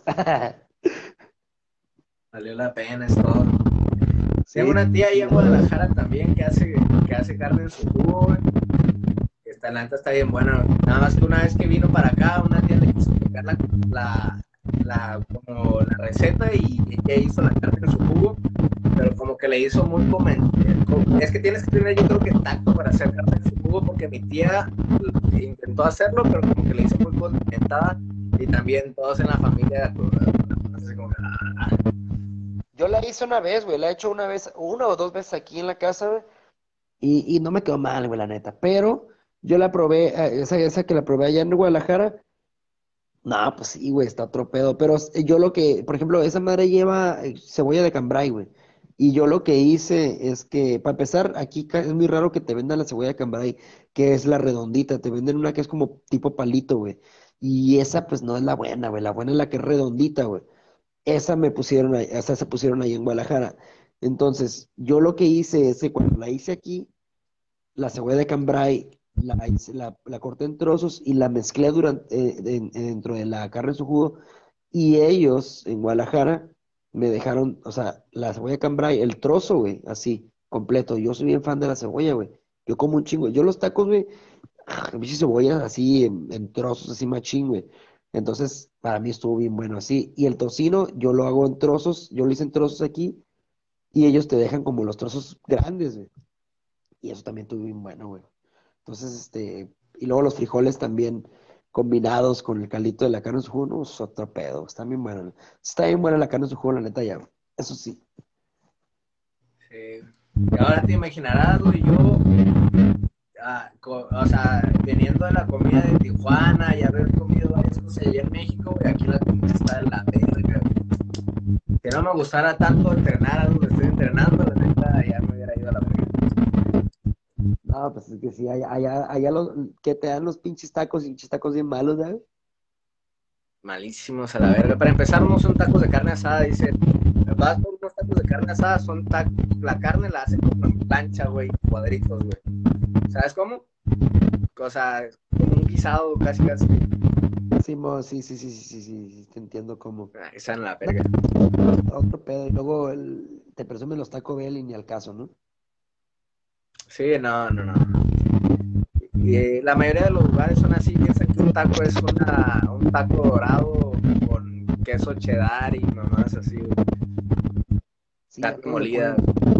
Valió la pena, es todo. Tengo Sí, una tía ahí sí, en la neta. Guadalajara también que hace, que hace carne en su jugo, güey. Esta la neta está bien buena. Nada más que una vez que vino para acá, una tía le quiso copiar la, la, la, como la receta y ella hizo la carne en su jugo, pero como que le hizo muy comen- es que tienes que tener yo creo que tacto para hacer carne en su jugo porque mi tía intentó hacerlo, pero como que le hizo muy condimentada y también todos en la familia pues, así como que, ah, Yo la hice una vez, güey, la he hecho una vez, una o dos veces aquí en la casa, güey, y, y no me quedó mal, güey, la neta. Pero yo la probé, eh, esa, esa que la probé allá en Guadalajara, no, pues sí, güey, está otro pedo. Pero s- yo lo que, por ejemplo, esa madre lleva eh, cebolla de cambray, güey. Y yo lo que hice es que, para empezar, aquí ca- es muy raro que te vendan la cebolla de cambray, que es la redondita. Te venden una que es como tipo palito, güey. Y esa, pues, no es la buena, güey. La buena es la que es redondita, güey. Esa me pusieron ahí, esa se pusieron ahí en Guadalajara. Entonces, yo lo que hice es que cuando la hice aquí, la cebolla de cambray la, hice- la, la corté en trozos y la mezclé durante, eh, en- en- dentro de la carne en su jugo. Y ellos en Guadalajara me dejaron, o sea, la cebolla de cambray, el trozo, güey, así, completo. Yo soy bien fan de la cebolla, güey. Yo como un chingo. Yo los tacos, güey, bicho cebolla así en, en trozos, así machín, güey. Entonces, para mí estuvo bien bueno así. Y el tocino, yo lo hago en trozos, yo lo hice en trozos aquí, y ellos te dejan como los trozos grandes, güey. Y eso también estuvo bien bueno, güey. Entonces, este, y luego los frijoles también combinados con el caldito de la carne en su jugo, no, es otro pedo. Está bien buena. Está bien buena la carne en su jugo, la neta, ya, güey. Eso sí. sí. Y ahora te imaginarás, güey, yo ah, co- o sea, veniendo de la comida de Tijuana y haber comido varias cosas allá en México, güey, aquí la comida está de la verga, güey. Si no me gustara tanto entrenar a donde estoy entrenando, la neta ya me hubiera ido a la verga. No, pues es que sí, allá, allá, allá los, que te dan los pinches tacos y pinches tacos bien malos, ¿verdad? Malísimos a la verga. Para empezar, no son tacos de carne asada, dice. Vas por unos tacos de carne asada, son tacos, la carne la hacen como en plancha, güey, cuadritos, güey. ¿Sabes cómo? O sea, como un guisado casi casi. Sí, mo, sí, sí, sí, sí, sí, sí, sí, te entiendo cómo. Ah, esa en la No, verga. otro pedo. Y luego el- te presumen los Taco Bell y ni al caso, ¿no? Sí, no, no, no. Y eh, la mayoría de los lugares son así, piensan que un taco es una, un taco dorado con queso cheddar y mamás así, güey. Sí, a Carne todos le molida. ponen.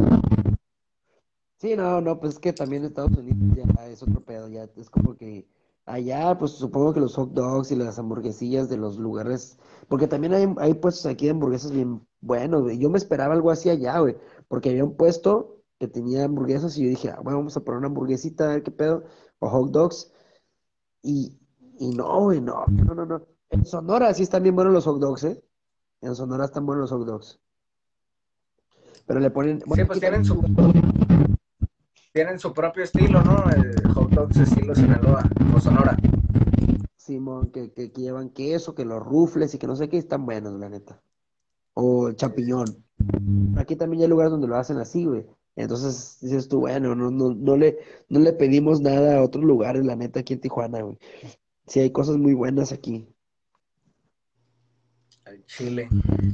Sí, no, no, pues es que también Estados Unidos ya es otro pedo, ya es como que allá, pues supongo que los hot dogs y las hamburguesillas de los lugares, porque también hay, hay puestos aquí de hamburguesas bien buenos, güey. Yo me esperaba algo así allá, güey, porque había un puesto. que tenía hamburguesas y yo dije, ah, bueno, vamos a probar una hamburguesita, a ver qué pedo, o hot dogs. Y, y no, güey, no, no, no, no. En Sonora sí están bien buenos los hot dogs, ¿eh? En Sonora están buenos los hot dogs. Pero le ponen, Sí, bueno, pues aquí tienen también, su, tienen su propio estilo, ¿no? El hot dogs estilo Sinaloa o Sonora. Simón, que, que, que llevan queso, que los rufles y que no sé qué, están buenos, la neta. O el Sí, sí. champiñón. Aquí también hay lugares donde lo hacen así, güey. Entonces dices tú, bueno, no, no, no le, no le pedimos nada a otros lugares, la neta, aquí en Tijuana, güey. Sí, hay cosas muy buenas aquí. Al chile.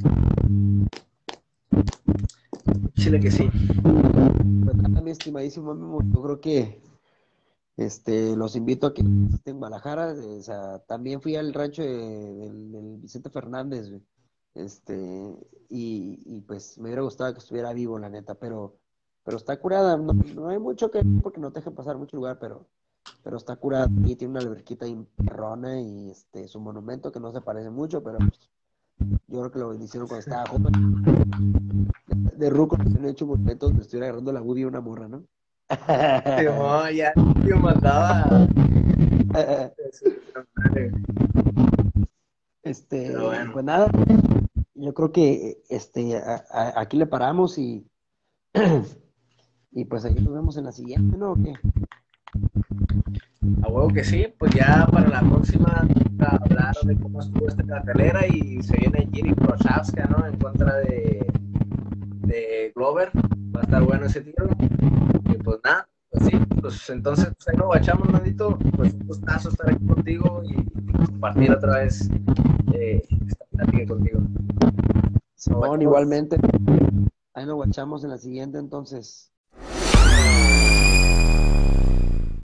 Chile que sí. Pues nada, mi estimadísimo Memo, yo creo que este, los invito a que estén en Guadalajara. eh, O sea, también fui al rancho de- del, del Vicente Fernández, güey. Este, y, y pues me hubiera gustado que estuviera vivo, la neta, pero, pero está curada. No, no hay mucho que porque no te dejan pasar mucho lugar, pero, pero está curada. Y tiene una alberquita ahí perrona y este, su monumento que no se parece mucho, pero pues, yo creo que lo hicieron cuando estaba joven. De ruco, que han hecho monumentos donde estuviera agarrando la budia una morra, ¿no? Sí, no, ya yo mandaba su puta madre. Pero Este, bueno, pues nada, yo creo que este, a- a- aquí le paramos y, y pues ahí nos vemos en la siguiente, ¿no? ¿O qué? a huevo que sí, pues ya para la próxima a hablar de cómo estuvo esta cartelera y se viene Jiri Prochazka, ¿no? En contra de, de Glover. Va a estar bueno ese tiro. Y pues nada, pues sí, pues entonces pues ahí nos guachamos, Nandito. Pues un gustazo estar aquí contigo y, y compartir otra vez eh, esta plática contigo. Nos Simón, guachamos. igualmente. Ahí nos guachamos en la siguiente, entonces.